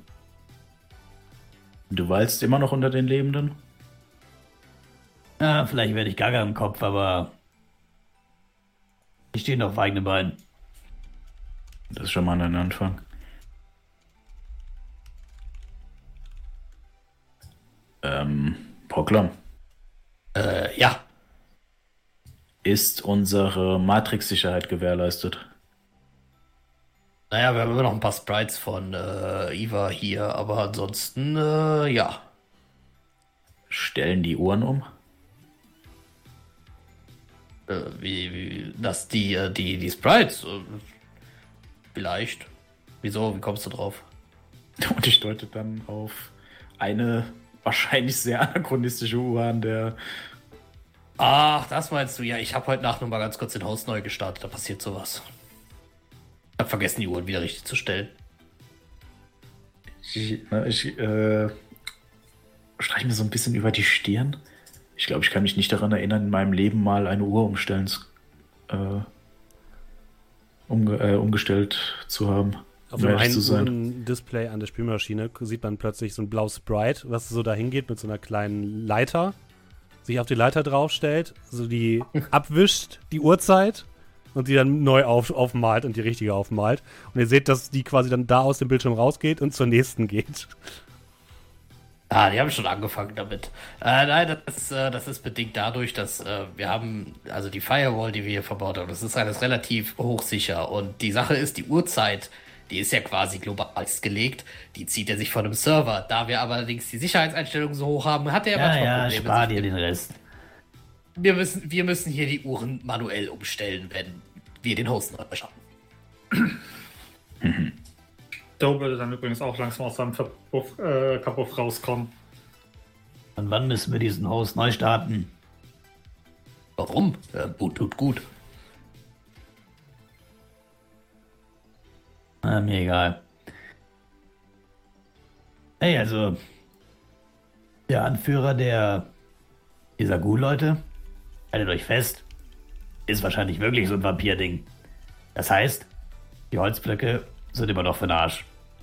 Du weilst immer noch unter den Lebenden? Ja, vielleicht werde ich gaga im Kopf, aber ich stehe noch auf eigenen Beinen. Das ist schon mal ein Anfang. Proklam. Ja. Ist unsere Matrix-Sicherheit gewährleistet? Naja, wir haben immer noch ein paar Sprites von Eva hier, aber ansonsten, ja. Stellen die Uhren um? Dass die Sprites, vielleicht. Wieso? Wie kommst du drauf? Und ich deute dann auf eine wahrscheinlich sehr anachronistische Uhr an der... Ach, das meinst du? Ja, ich habe heute Nacht noch mal ganz kurz den Haus neu gestartet, da passiert sowas. Ich habe vergessen, die Uhren wieder richtig zu stellen. Ich streiche mir so ein bisschen über die Stirn. Ich glaube, ich kann mich nicht daran erinnern, in meinem Leben mal eine Uhr umgestellt zu haben. Auf dem einen Display an der Spielmaschine sieht man plötzlich so ein blaues Sprite, was so dahin geht mit so einer kleinen Leiter, sich auf die Leiter draufstellt, so die abwischt, die Uhrzeit und die dann neu aufmalt und die richtige aufmalt. Und ihr seht, dass die quasi dann da aus dem Bildschirm rausgeht und zur nächsten geht. Die haben schon angefangen damit. Nein, das ist bedingt dadurch, dass wir haben, also die Firewall, die wir hier verbaut haben, das ist alles relativ hochsicher. Und die Sache ist, die Uhrzeit, die ist ja quasi global gelegt, die zieht er sich von einem Server. Da wir allerdings die Sicherheitseinstellungen so hoch haben, hat er manchmal Ja, Probleme. spar dir den Rest. Wir müssen hier die Uhren manuell umstellen, wenn wir den Host neu schaffen. Doe würde dann übrigens auch langsam aus seinem Kapuff rauskommen. Und wann müssen wir diesen Host neu starten? Warum? Gut, tut gut. Mir egal. Hey, also der Anführer dieser Ghoul-Leute, haltet euch fest, ist wahrscheinlich wirklich so ein Vampir-Ding. Das heißt, die Holzblöcke sind immer noch für den Arsch.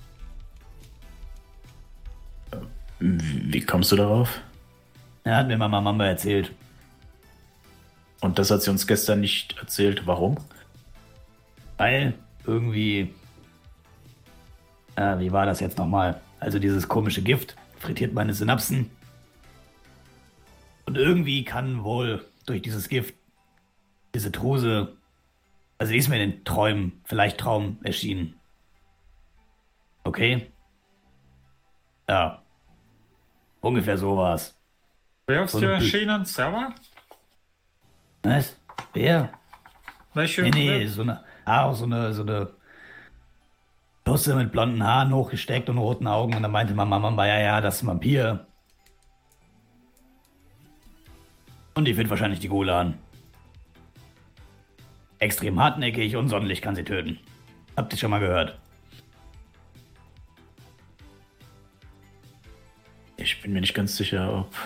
Wie kommst du darauf? Ja, hat mir Mama erzählt. Und das hat sie uns gestern nicht erzählt. Warum? Weil irgendwie... wie war das jetzt nochmal? Also dieses komische Gift frittiert meine Synapsen. Und irgendwie kann wohl durch dieses Gift diese Truse... Also die ist mir in den Träumen, vielleicht Traum erschienen. Okay? Ja. Ungefähr so war's. Wer ist dir erschienen? Sarah? Was? Wer? Welche? Nee, so eine Tusse mit blonden Haaren hochgesteckt und roten Augen. Und dann meinte Mama, ja, das ist ein Vampir. Und die führt wahrscheinlich die Ghoul an. Extrem hartnäckig und Sonnenlicht kann sie töten. Habt ihr schon mal gehört? Ich bin mir nicht ganz sicher, ob...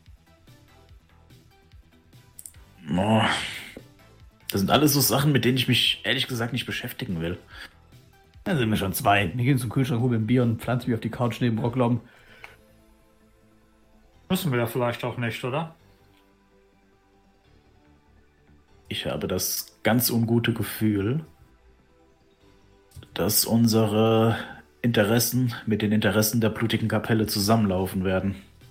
Oh. Das sind alles so Sachen, mit denen ich mich ehrlich gesagt nicht beschäftigen will. Da sind wir schon zwei. Wir gehen zum Kühlschrank, holen ein Bier und pflanzen mich auf die Couch neben Rocklom. Müssen wir ja vielleicht auch nicht, oder? Ich habe das ganz ungute Gefühl, dass unsere Interessen mit den Interessen der blutigen Kapelle zusammenlaufen werden.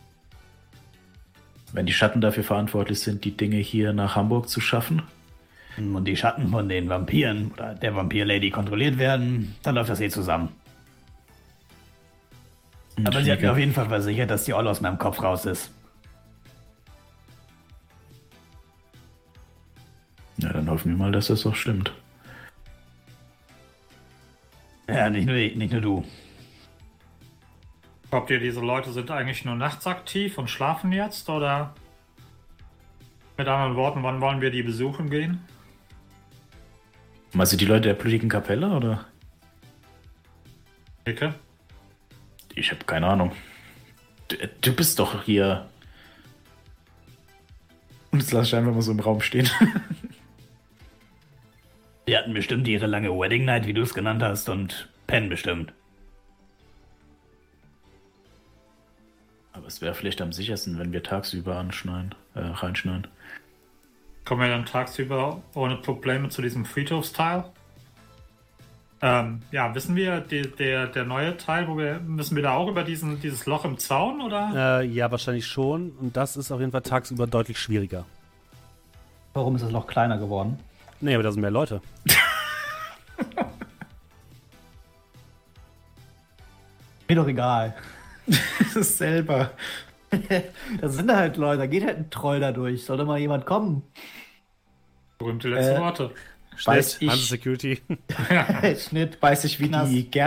Wenn die Schatten dafür verantwortlich sind, die Dinge hier nach Hamburg zu schaffen. Und die Schatten von den Vampiren oder der Vampir-Lady kontrolliert werden, dann läuft das zusammen. Aber sie hat mir auf jeden Fall versichert, dass die Olle aus meinem Kopf raus ist. Ja, dann hoffen wir mal, dass das auch stimmt. Ja, nicht nur du. Glaubt ihr, diese Leute sind eigentlich nur nachts aktiv und schlafen jetzt? Oder mit anderen Worten, wann wollen wir die besuchen gehen? Meinst du die Leute der blutigen Kapelle, oder? Nicke? Ich habe keine Ahnung. Du bist doch hier. Und jetzt lass ich einfach mal so im Raum stehen. Die hatten bestimmt ihre lange Wedding Night, wie du es genannt hast, und pennen bestimmt. Aber es wäre vielleicht am sichersten, wenn wir tagsüber reinschneiden. Kommen wir dann tagsüber ohne Probleme zu diesem Friedhofsteil? Ja, wissen wir, der neue Teil, müssen wir da auch über dieses Loch im Zaun, oder? Ja, wahrscheinlich schon. Und das ist auf jeden Fall tagsüber deutlich schwieriger. Warum ist das Loch kleiner geworden? Nee, aber da sind mehr Leute. Mir doch egal. Das ist selber. Das sind halt Leute, da geht halt ein Troll da durch. Soll da mal jemand kommen? Berühmte letzte Worte. Weiß ich, Security. Schnitt. weiß ich, wie Knast. die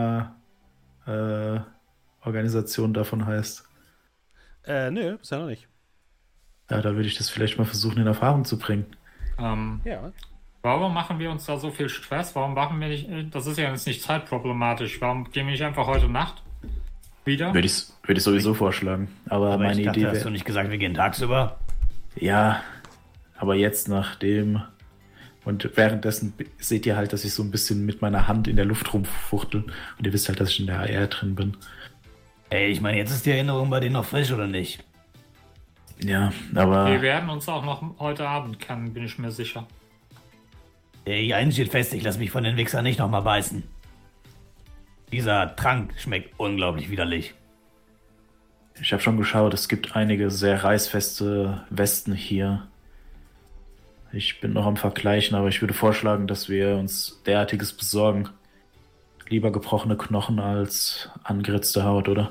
Gärtner-Organisation davon heißt. Nö, bisher noch nicht. Ja, da würde ich das vielleicht mal versuchen, in Erfahrung zu bringen. Ja. Warum machen wir uns da so viel Stress? Warum machen wir nicht, das ist ja jetzt nicht zeitproblematisch, warum gehen wir nicht einfach heute Nacht wieder? Würde ich sowieso vorschlagen. Aber meine ich dachte, Idee hast du wäre. nicht gesagt, wir gehen tagsüber? Ja, aber jetzt nach dem. Und währenddessen seht ihr halt, dass ich so ein bisschen mit meiner Hand in der Luft rumfuchtel. Und ihr wisst halt, dass ich in der AR drin bin. Ey, ich meine, jetzt ist die Erinnerung bei denen noch frisch, oder nicht? Ja, aber. Wir werden uns auch noch heute Abend kennen, bin ich mir sicher. Ey, eins steht fest, ich lasse mich von den Wichsern nicht nochmal beißen. Dieser Trank schmeckt unglaublich widerlich. Ich habe schon geschaut, es gibt einige sehr reißfeste Westen hier. Ich bin noch am Vergleichen, aber ich würde vorschlagen, dass wir uns derartiges besorgen. Lieber gebrochene Knochen als angeritzte Haut, oder?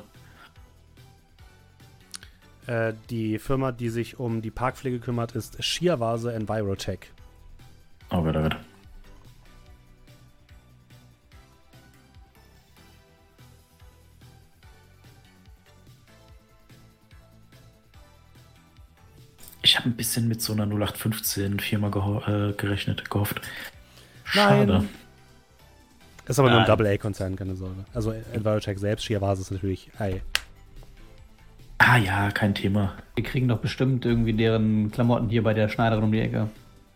Die Firma, die sich um die Parkpflege kümmert, ist Shearvase Envirotech. Oh Gott, oh Gott. Ich habe ein bisschen mit so einer 0815-Firma gehofft. Schade. Nein. Ist aber nur ein Double-A-Konzern, keine Sorge. Also Envirotech selbst, Shearvase ist natürlich Ah ja, kein Thema. Wir kriegen doch bestimmt irgendwie deren Klamotten hier bei der Schneiderin um die Ecke.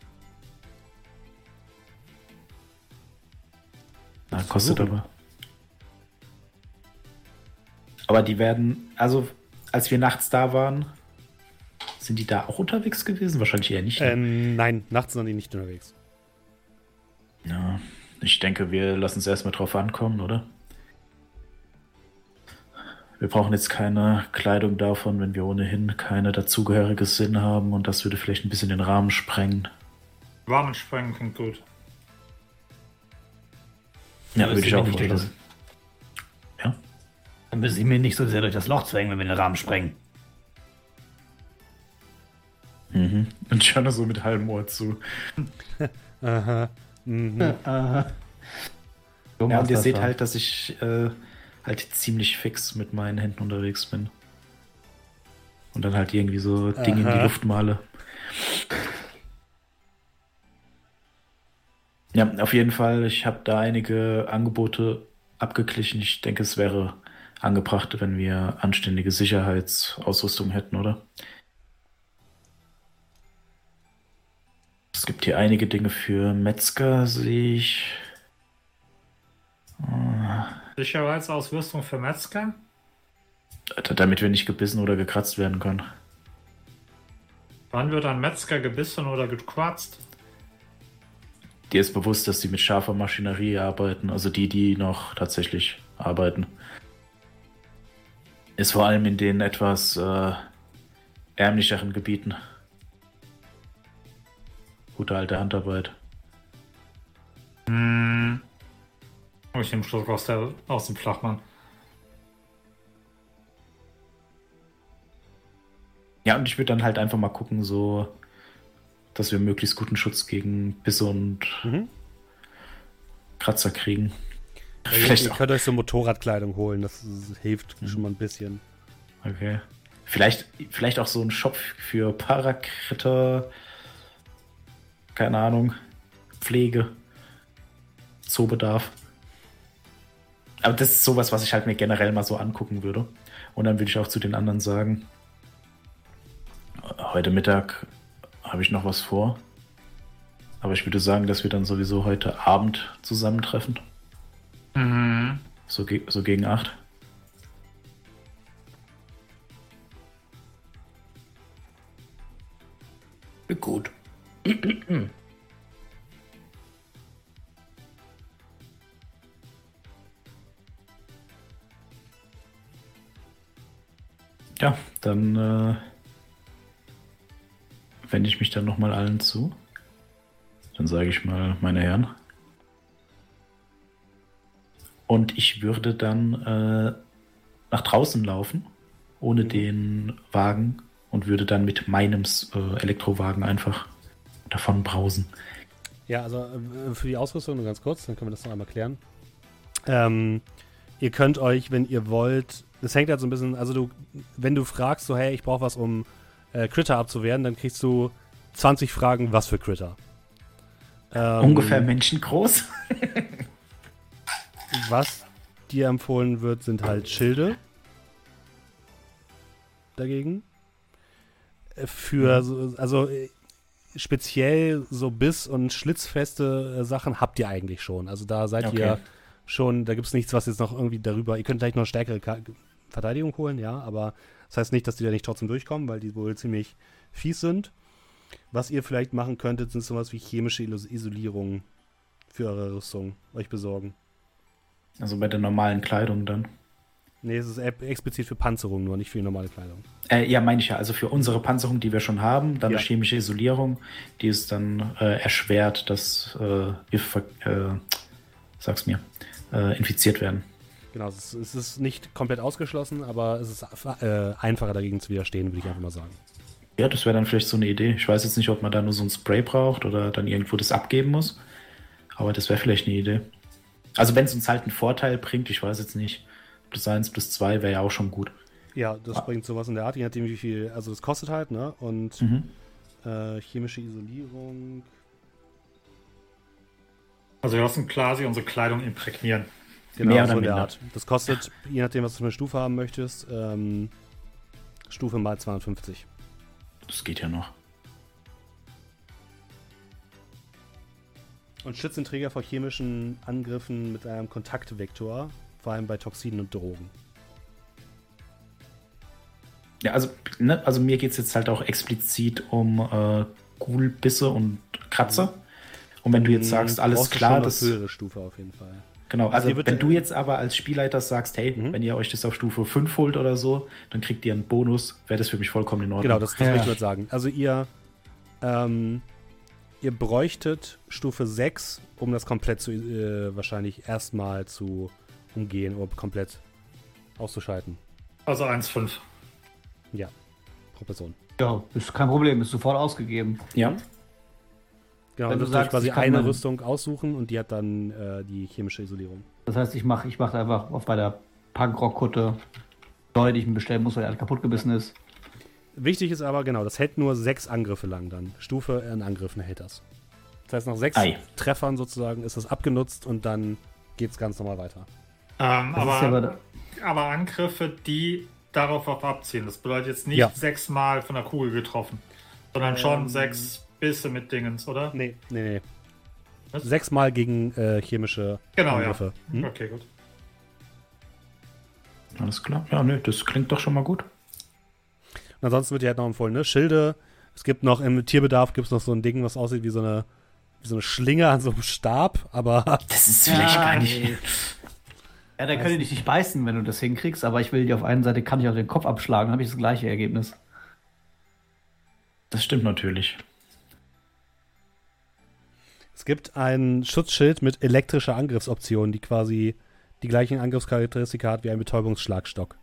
Na, kostet aber. Aber die werden, also als wir nachts da waren, sind die da auch unterwegs gewesen? Wahrscheinlich eher nicht. Nein, nachts sind die nicht unterwegs. Ja, ich denke, wir lassen es erstmal drauf ankommen, oder? Wir brauchen jetzt keine Kleidung davon, wenn wir ohnehin keine dazugehörige Sinn haben und das würde vielleicht ein bisschen den Rahmen sprengen. Rahmen sprengen klingt gut. Ja, würde ich auch nicht vorschlagen. Ja? Dann müssen sie mir nicht so sehr durch das Loch zwängen, wenn wir den Rahmen sprengen. Mhm. Und ich höre so mit halbem Ohr zu. Aha. Mhm. Ja, und ihr seht halt, dass ich halt ziemlich fix mit meinen Händen unterwegs bin. Und dann halt irgendwie so Dinge in die Luft male. Ja, auf jeden Fall. Ich habe da einige Angebote abgeglichen. Ich denke, es wäre angebracht, wenn wir anständige Sicherheitsausrüstung hätten, oder? Es gibt hier einige Dinge für Metzger, sehe ich. Sicherheitsausrüstung für Metzger? Damit wir nicht gebissen oder gekratzt werden können. Wann wird ein Metzger gebissen oder gekratzt? Dir ist bewusst, dass die mit scharfer Maschinerie arbeiten, also die noch tatsächlich arbeiten. Ist vor allem in den etwas ärmlicheren Gebieten. Gute alte Handarbeit. Ich nehme Schluck aus dem Flachmann. Ja, und ich würde dann halt einfach mal gucken, so, dass wir möglichst guten Schutz gegen Bisse und Kratzer kriegen. Ihr könnt euch so Motorradkleidung holen, das hilft schon mal ein bisschen. Okay. Vielleicht auch so ein Shop für Parakritter, keine Ahnung, Pflege, Zoobedarf. Aber das ist sowas, was ich halt mir generell mal so angucken würde. Und dann würde ich auch zu den anderen sagen, heute Mittag habe ich noch was vor. Aber ich würde sagen, dass wir dann sowieso heute Abend zusammentreffen. Mhm. So gegen 8. Gut. Ja, dann wende ich mich dann nochmal allen zu. Dann sage ich mal, meine Herren. Und ich würde dann nach draußen laufen, ohne den Wagen, und würde dann mit meinem Elektrowagen einfach davon brausen. Ja, also für die Ausrüstung nur ganz kurz, dann können wir das noch einmal klären. Ihr könnt euch, wenn ihr wollt, das hängt halt so ein bisschen, also wenn du fragst, so hey, ich brauche was, um Critter abzuwehren, dann kriegst du 20 Fragen, was für Critter. Ungefähr menschengroß. Was dir empfohlen wird, sind halt Schilde dagegen. Speziell so Biss- und schlitzfeste Sachen habt ihr eigentlich schon. Also da seid ihr schon, da gibt es nichts, was jetzt noch irgendwie darüber, ihr könnt gleich noch stärkere Verteidigung holen, ja, aber das heißt nicht, dass die da nicht trotzdem durchkommen, weil die wohl ziemlich fies sind. Was ihr vielleicht machen könntet, sind sowas wie chemische Isolierung für eure Rüstung euch besorgen. Also bei der normalen Kleidung dann. Nee, es ist explizit für Panzerung, nur nicht für die normale Kleidung. Ja, meine ich ja. Also für unsere Panzerung, die wir schon haben, dann Ja. eine chemische Isolierung, die ist dann erschwert, dass wir, sag's mir, infiziert werden. Genau, es ist nicht komplett ausgeschlossen, aber es ist einfacher dagegen zu widerstehen, würde ich einfach mal sagen. Ja, das wäre dann vielleicht so eine Idee. Ich weiß jetzt nicht, ob man da nur so ein Spray braucht oder dann irgendwo das abgeben muss. Aber das wäre vielleicht eine Idee. Also wenn es uns halt einen Vorteil bringt, ich weiß jetzt nicht. +1, +2 wäre ja auch schon gut. Ja, das bringt sowas in der Art, je nachdem wie viel, also das kostet halt, ne? Und chemische Isolierung. Also wir lassen quasi unsere Kleidung imprägnieren. Genau, Mehr so oder in der minder. Art. Das kostet, je nachdem, was du für eine Stufe haben möchtest, Stufe mal 250. Das geht ja noch. Und schützt den Träger vor chemischen Angriffen mit einem Kontaktvektor, vor allem bei Toxinen und Drogen. Ja, also mir geht es jetzt halt auch explizit um Ghoul-Bisse und Kratzer. Und wenn du jetzt sagst, alles Brauchst du klar, schon das... eine höhere Stufe auf jeden Fall. Genau, also hier wird wenn der- du jetzt aber als Spielleiter sagst, hey, wenn ihr euch das auf Stufe 5 holt oder so, dann kriegt ihr einen Bonus, wäre das für mich vollkommen in Ordnung. Genau, das will ich gerade sagen. Also ihr bräuchtet Stufe 6, um das komplett zu wahrscheinlich erstmal zu umgehen oder komplett auszuschalten. Also 1,5. Ja, pro Person. Ja, ist kein Problem, ist sofort ausgegeben. Ja, Genau, Wenn du du darfst sagst, quasi ich kann eine mein- Rüstung aussuchen und die hat dann die chemische Isolierung. Das heißt, ich mach einfach auf bei der Punkrock-Kutte Leute, die ich mir bestellen muss, weil die kaputt gebissen ist. Wichtig ist aber, genau, das hält nur 6 Angriffe lang dann. Stufe in Angriffen hält das. Das heißt, nach 6 Ei. Treffern sozusagen ist das abgenutzt und dann geht es ganz normal weiter. Das ist Aber Angriffe, die darauf abziehen. Das bedeutet jetzt nicht Ja. 6-mal von der Kugel getroffen, sondern schon 6 Bisse mit Dingens, oder? Nee. Was? 6 Mal gegen chemische Genau, Angriffe. ja. Hm? Okay, gut. alles klar. Ja, nö, das klingt doch schon mal gut. Und ansonsten wird dir halt noch empfohlen, ne? Schilde. Es gibt noch im Tierbedarf gibt's noch so ein Ding, was aussieht wie so eine Schlinge an so einem Stab, aber Das ist vielleicht gar nicht... Ja, da können die dich nicht beißen, wenn du das hinkriegst, aber ich will dir auf einer Seite, kann ich auch den Kopf abschlagen, dann habe ich das gleiche Ergebnis. Das stimmt natürlich. es gibt ein Schutzschild mit elektrischer Angriffsoption, die quasi die gleichen Angriffscharakteristika hat wie ein Betäubungsschlagstock.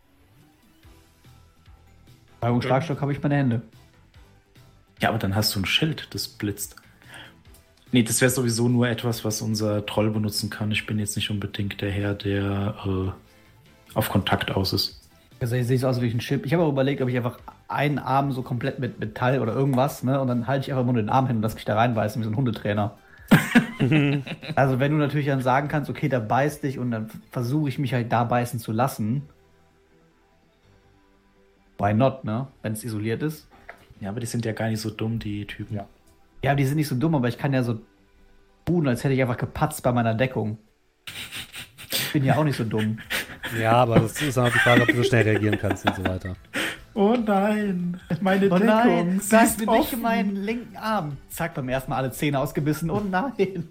Bei einem Schlagstock habe ich meine Hände. Ja, aber dann hast du ein Schild, das blitzt. Nee, das wäre sowieso nur etwas, was unser Troll benutzen kann. Ich bin jetzt nicht unbedingt der Herr, der auf Kontakt aus ist. Also ich sehe es aus wie ein Chip. Ich habe auch überlegt, ob ich einfach einen Arm so komplett mit Metall oder irgendwas, ne, und dann halte ich einfach nur den Arm hin und lass mich da reinbeißen wie so ein Hundetrainer. Also wenn du natürlich dann sagen kannst, okay, der beißt dich und dann versuche ich mich halt da beißen zu lassen. Why not, ne? Wenn es isoliert ist. Ja, aber die sind ja gar nicht so dumm, die Typen. Ja. Ja, die sind nicht so dumm, aber ich kann ja so tun, als hätte ich einfach gepatzt bei meiner Deckung. Ich bin ja auch nicht so dumm. Ja, aber das ist dann auch die Frage, ob du so schnell reagieren kannst und so weiter. Oh nein, meine Oh nein, sie das ist bin ich offen. meinen linken Arm. Zack, beim ersten Mal alle Zähne ausgebissen. Oh nein.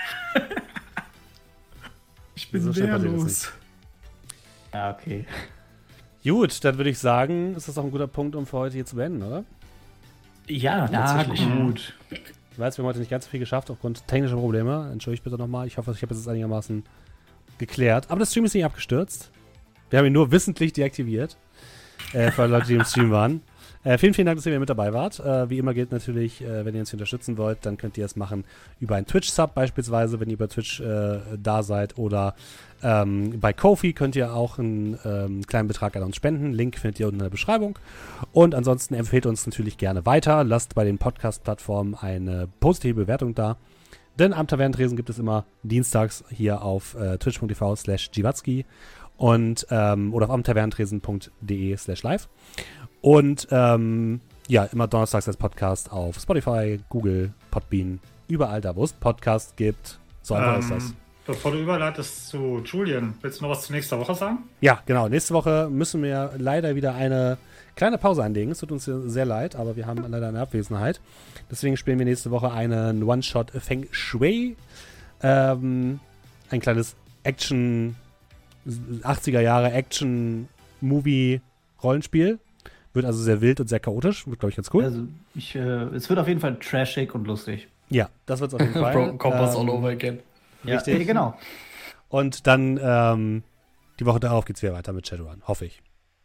Ich bin So schnell passiert das wehrlos. Ja, okay. Gut, dann würde ich sagen, ist das auch ein guter Punkt, um für heute hier zu beenden, oder? Ja, Ja, tatsächlich. gut. Ich weiß, wir haben heute nicht ganz so viel geschafft aufgrund technischer Probleme. Entschuldigt bitte nochmal. Ich hoffe, ich habe es jetzt einigermaßen geklärt. Aber das Stream ist nicht abgestürzt. Wir haben ihn nur wissentlich deaktiviert. Für alle Leute, die im Stream waren. Vielen Dank, dass ihr wieder mit dabei wart. Wie immer gilt natürlich, wenn ihr uns unterstützen wollt, dann könnt ihr es machen über einen Twitch-Sub beispielsweise, wenn ihr über Twitch da seid. Oder bei Ko-fi könnt ihr auch einen kleinen Betrag an uns spenden. Link findet ihr unten in der Beschreibung. Und ansonsten empfehlt uns natürlich gerne weiter. Lasst bei den Podcast-Plattformen eine positive Bewertung da. Denn am Tavernentresen gibt es immer dienstags hier auf twitch.tv/Giwatzki und oder auf amtavernentresen.de/live. Und ja, immer donnerstags als Podcast auf Spotify, Google, Podbean, überall da, wo es Podcast gibt. So einfach ist das. Bevor du überleitest zu Julian, willst du noch was zu nächster Woche sagen? Ja, genau. Nächste Woche müssen wir leider wieder eine kleine Pause einlegen. Es tut uns sehr leid, aber wir haben leider eine Abwesenheit. Deswegen spielen wir nächste Woche einen One-Shot Feng Shui. Ein kleines Action 80er Jahre Action-Movie-Rollenspiel. Wird also sehr wild und sehr chaotisch. Wird, glaube ich, ganz cool. Also, es wird auf jeden Fall trashig und lustig. Ja, das wird es auf jeden Fall. Broken Compass all over again. Richtig. Ja, genau. Und dann die Woche darauf geht's wieder weiter mit Shadowrun, hoffe ich.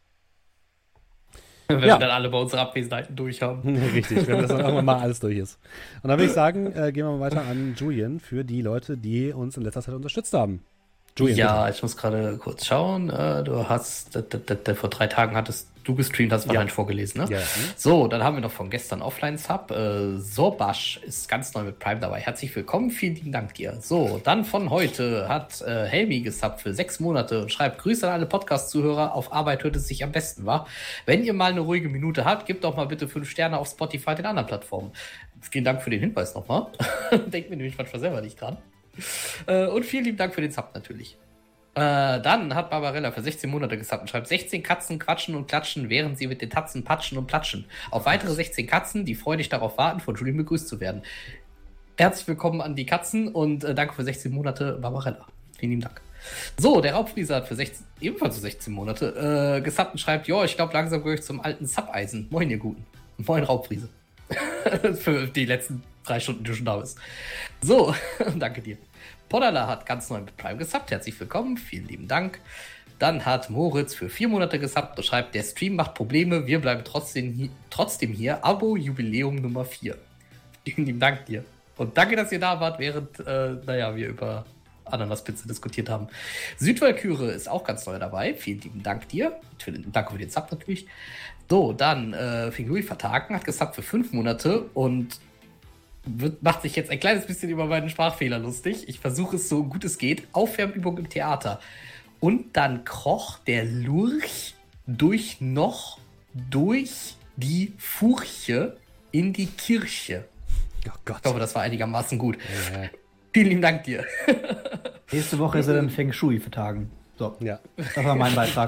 Wenn Ja. wir dann alle bei unseren Abwesenheiten durch haben. Richtig, wenn das dann irgendwann mal alles durch ist. Und dann würde ich sagen, gehen wir mal weiter an Julian für die Leute, die uns in letzter Zeit unterstützt haben. Julian, Ja, ich muss gerade kurz schauen. Du hast, vor 3 Tagen hattest du gestreamt, hast wahrscheinlich vorgelesen, ne? Ja. So, dann haben wir noch von gestern Offline-Sub. Sorbasch ist ganz neu mit Prime dabei. Herzlich willkommen, vielen lieben Dank dir. So, dann von heute hat Helmi gesubbt für 6 Monate und schreibt: Grüße an alle Podcast-Zuhörer. Auf Arbeit hört es sich am besten, wa? Wenn ihr mal eine ruhige Minute habt, gebt doch mal bitte 5 Sterne auf Spotify und den anderen Plattformen. Vielen Dank für den Hinweis nochmal. Denkt mir nämlich manchmal selber nicht dran. Und vielen lieben Dank für den Sub natürlich. Dann hat Barbarella für 16 Monate gesubbt und schreibt: 16 Katzen quatschen und klatschen, während sie mit den Tatzen patschen und platschen. Auf weitere 16 Katzen, die freudig darauf warten, von Julian begrüßt zu werden. Herzlich willkommen an die Katzen und danke für 16 Monate, Barbarella. Vielen lieben Dank. So, der Raubfrieser hat für ebenfalls für 16 Monate gesubbt und schreibt: Jo, ich glaube, langsam gehöre ich zum alten Sub-Eisen. Moin, ihr Guten. Moin, Raubfriese. Für die letzten 3 Stunden, die du schon da bist. So, danke dir. Podala hat ganz neu mit Prime gesubbt. Herzlich willkommen, vielen lieben Dank. Dann hat Moritz für 4 Monate gesubbt und schreibt: Der Stream macht Probleme, wir bleiben trotzdem hier. Abo Jubiläum Nummer 4. Vielen lieben Dank dir. Und danke, dass ihr da wart, während wir über Ananaspizza diskutiert haben. Südwalküre ist auch ganz neu dabei. Vielen lieben Dank dir. Danke für den Sub natürlich. So, dann Fingui Vertagen hat gesubbt für 5 Monate und macht sich jetzt ein kleines bisschen über meinen Sprachfehler lustig. Ich versuche es so gut es geht. Aufwärmübung im Theater. Und dann kroch der Lurch durch die Furche in die Kirche. Oh Gott. Ich hoffe, das war einigermaßen gut. Ja. Vielen lieben Dank dir. Nächste Woche ist er dann Feng Shui für Tagen. So, Ja. das war mein Beitrag.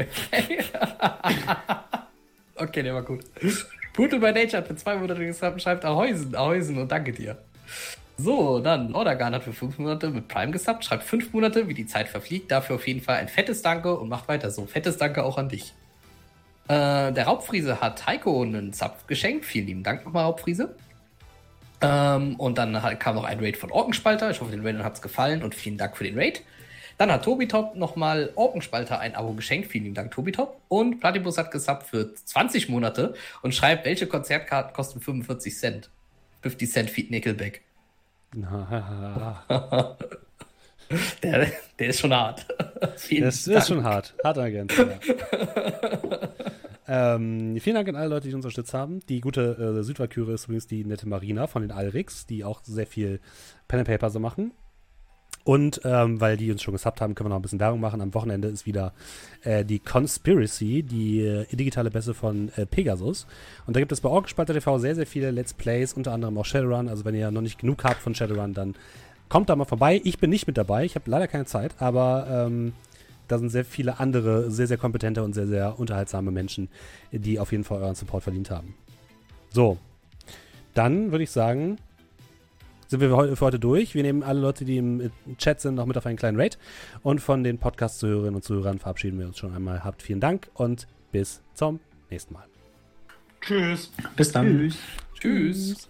Okay, der war gut. Brutal by Nature hat für 2 Monate gesubbt und schreibt: Ahäusen und danke dir. So, dann Lordagan hat für 5 Monate mit Prime gesubbt, schreibt 5 Monate, wie die Zeit verfliegt. Dafür auf jeden Fall ein fettes Danke und macht weiter so. Fettes Danke auch an dich. Der Raubfriese hat Heiko einen Sub geschenkt. Vielen lieben Dank nochmal, Raubfriese. Und dann kam noch ein Raid von Orkenspalter. Ich hoffe, den Raidern hat es gefallen und vielen Dank für den Raid. Dann hat Tobitop nochmal Orkenspalter ein Abo geschenkt. Vielen lieben Dank, Tobitop. Und Platypus hat gesubbt für 20 Monate und schreibt: Welche Konzertkarten kosten 45 Cent? 50 Cent Feed Nickelback. Der ist schon hart. Das ist schon hart. Hart ergänzt. Ja. Vielen Dank an alle Leute, die uns unterstützt haben. Die gute Südwalküre ist übrigens die nette Marina von den Alrix, die auch sehr viel Pen and Paper so machen. Und weil die uns schon gesubbt haben, können wir noch ein bisschen Werbung machen. Am Wochenende ist wieder die Conspiracy, die digitale Bässe von Pegasus. Und da gibt es bei Orkenspalter TV sehr, sehr viele Let's Plays, unter anderem auch Shadowrun. Also wenn ihr noch nicht genug habt von Shadowrun, dann kommt da mal vorbei. Ich bin nicht mit dabei, ich habe leider keine Zeit, aber da sind sehr viele andere, sehr, sehr kompetente und sehr, sehr unterhaltsame Menschen, die auf jeden Fall euren Support verdient haben. So, dann würde ich sagen, sind wir für heute durch. Wir nehmen alle Leute, die im Chat sind, noch mit auf einen kleinen Raid. Und von den Podcast-Zuhörerinnen und Zuhörern verabschieden wir uns schon einmal. Habt vielen Dank und bis zum nächsten Mal. Tschüss. Bis dann. Tschüss.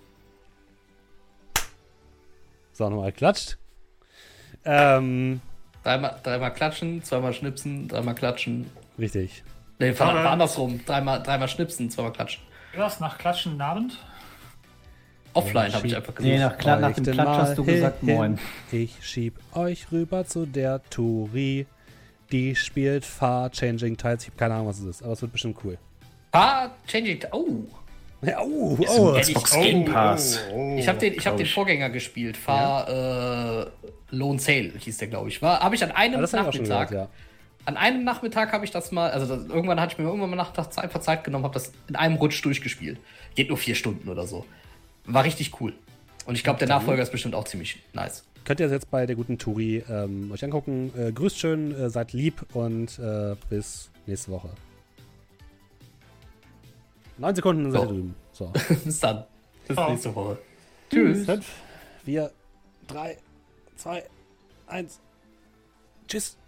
So, nochmal klatscht. Dreimal klatschen, 2-mal schnipsen, 3-mal klatschen. Richtig. Nee, war andersrum. 3-mal schnipsen, 2-mal klatschen. Was, nach Klatschen Abend? Offline habe ich einfach gesagt. Nee, nach dem Klatsch hast du gesagt Moin. Ich schieb euch rüber zu der Turi. Die spielt Changing Tides. Ich habe keine Ahnung, was es ist, aber es wird bestimmt cool. Changing. Oh. Ja, Xbox Game Pass. Ich habe den Vorgänger gespielt. Lone Sail hieß der, glaube ich. Habe ich an einem Nachmittag. Ja. An einem Nachmittag habe ich das mal, irgendwann hatte ich mir mal nachts einfach Zeit genommen, habe das in einem Rutsch durchgespielt. Geht nur 4 Stunden oder so. War richtig cool. Und ich glaube, der Nachfolger ist bestimmt auch ziemlich nice. Könnt ihr das jetzt bei der guten Turi euch angucken. Grüßt schön, seid lieb und bis nächste Woche. 9 Sekunden seid ihr drüben. So. Bis dann. Bis nächste Woche. Tschüss. 5, 4, 3, 2, 1. Tschüss.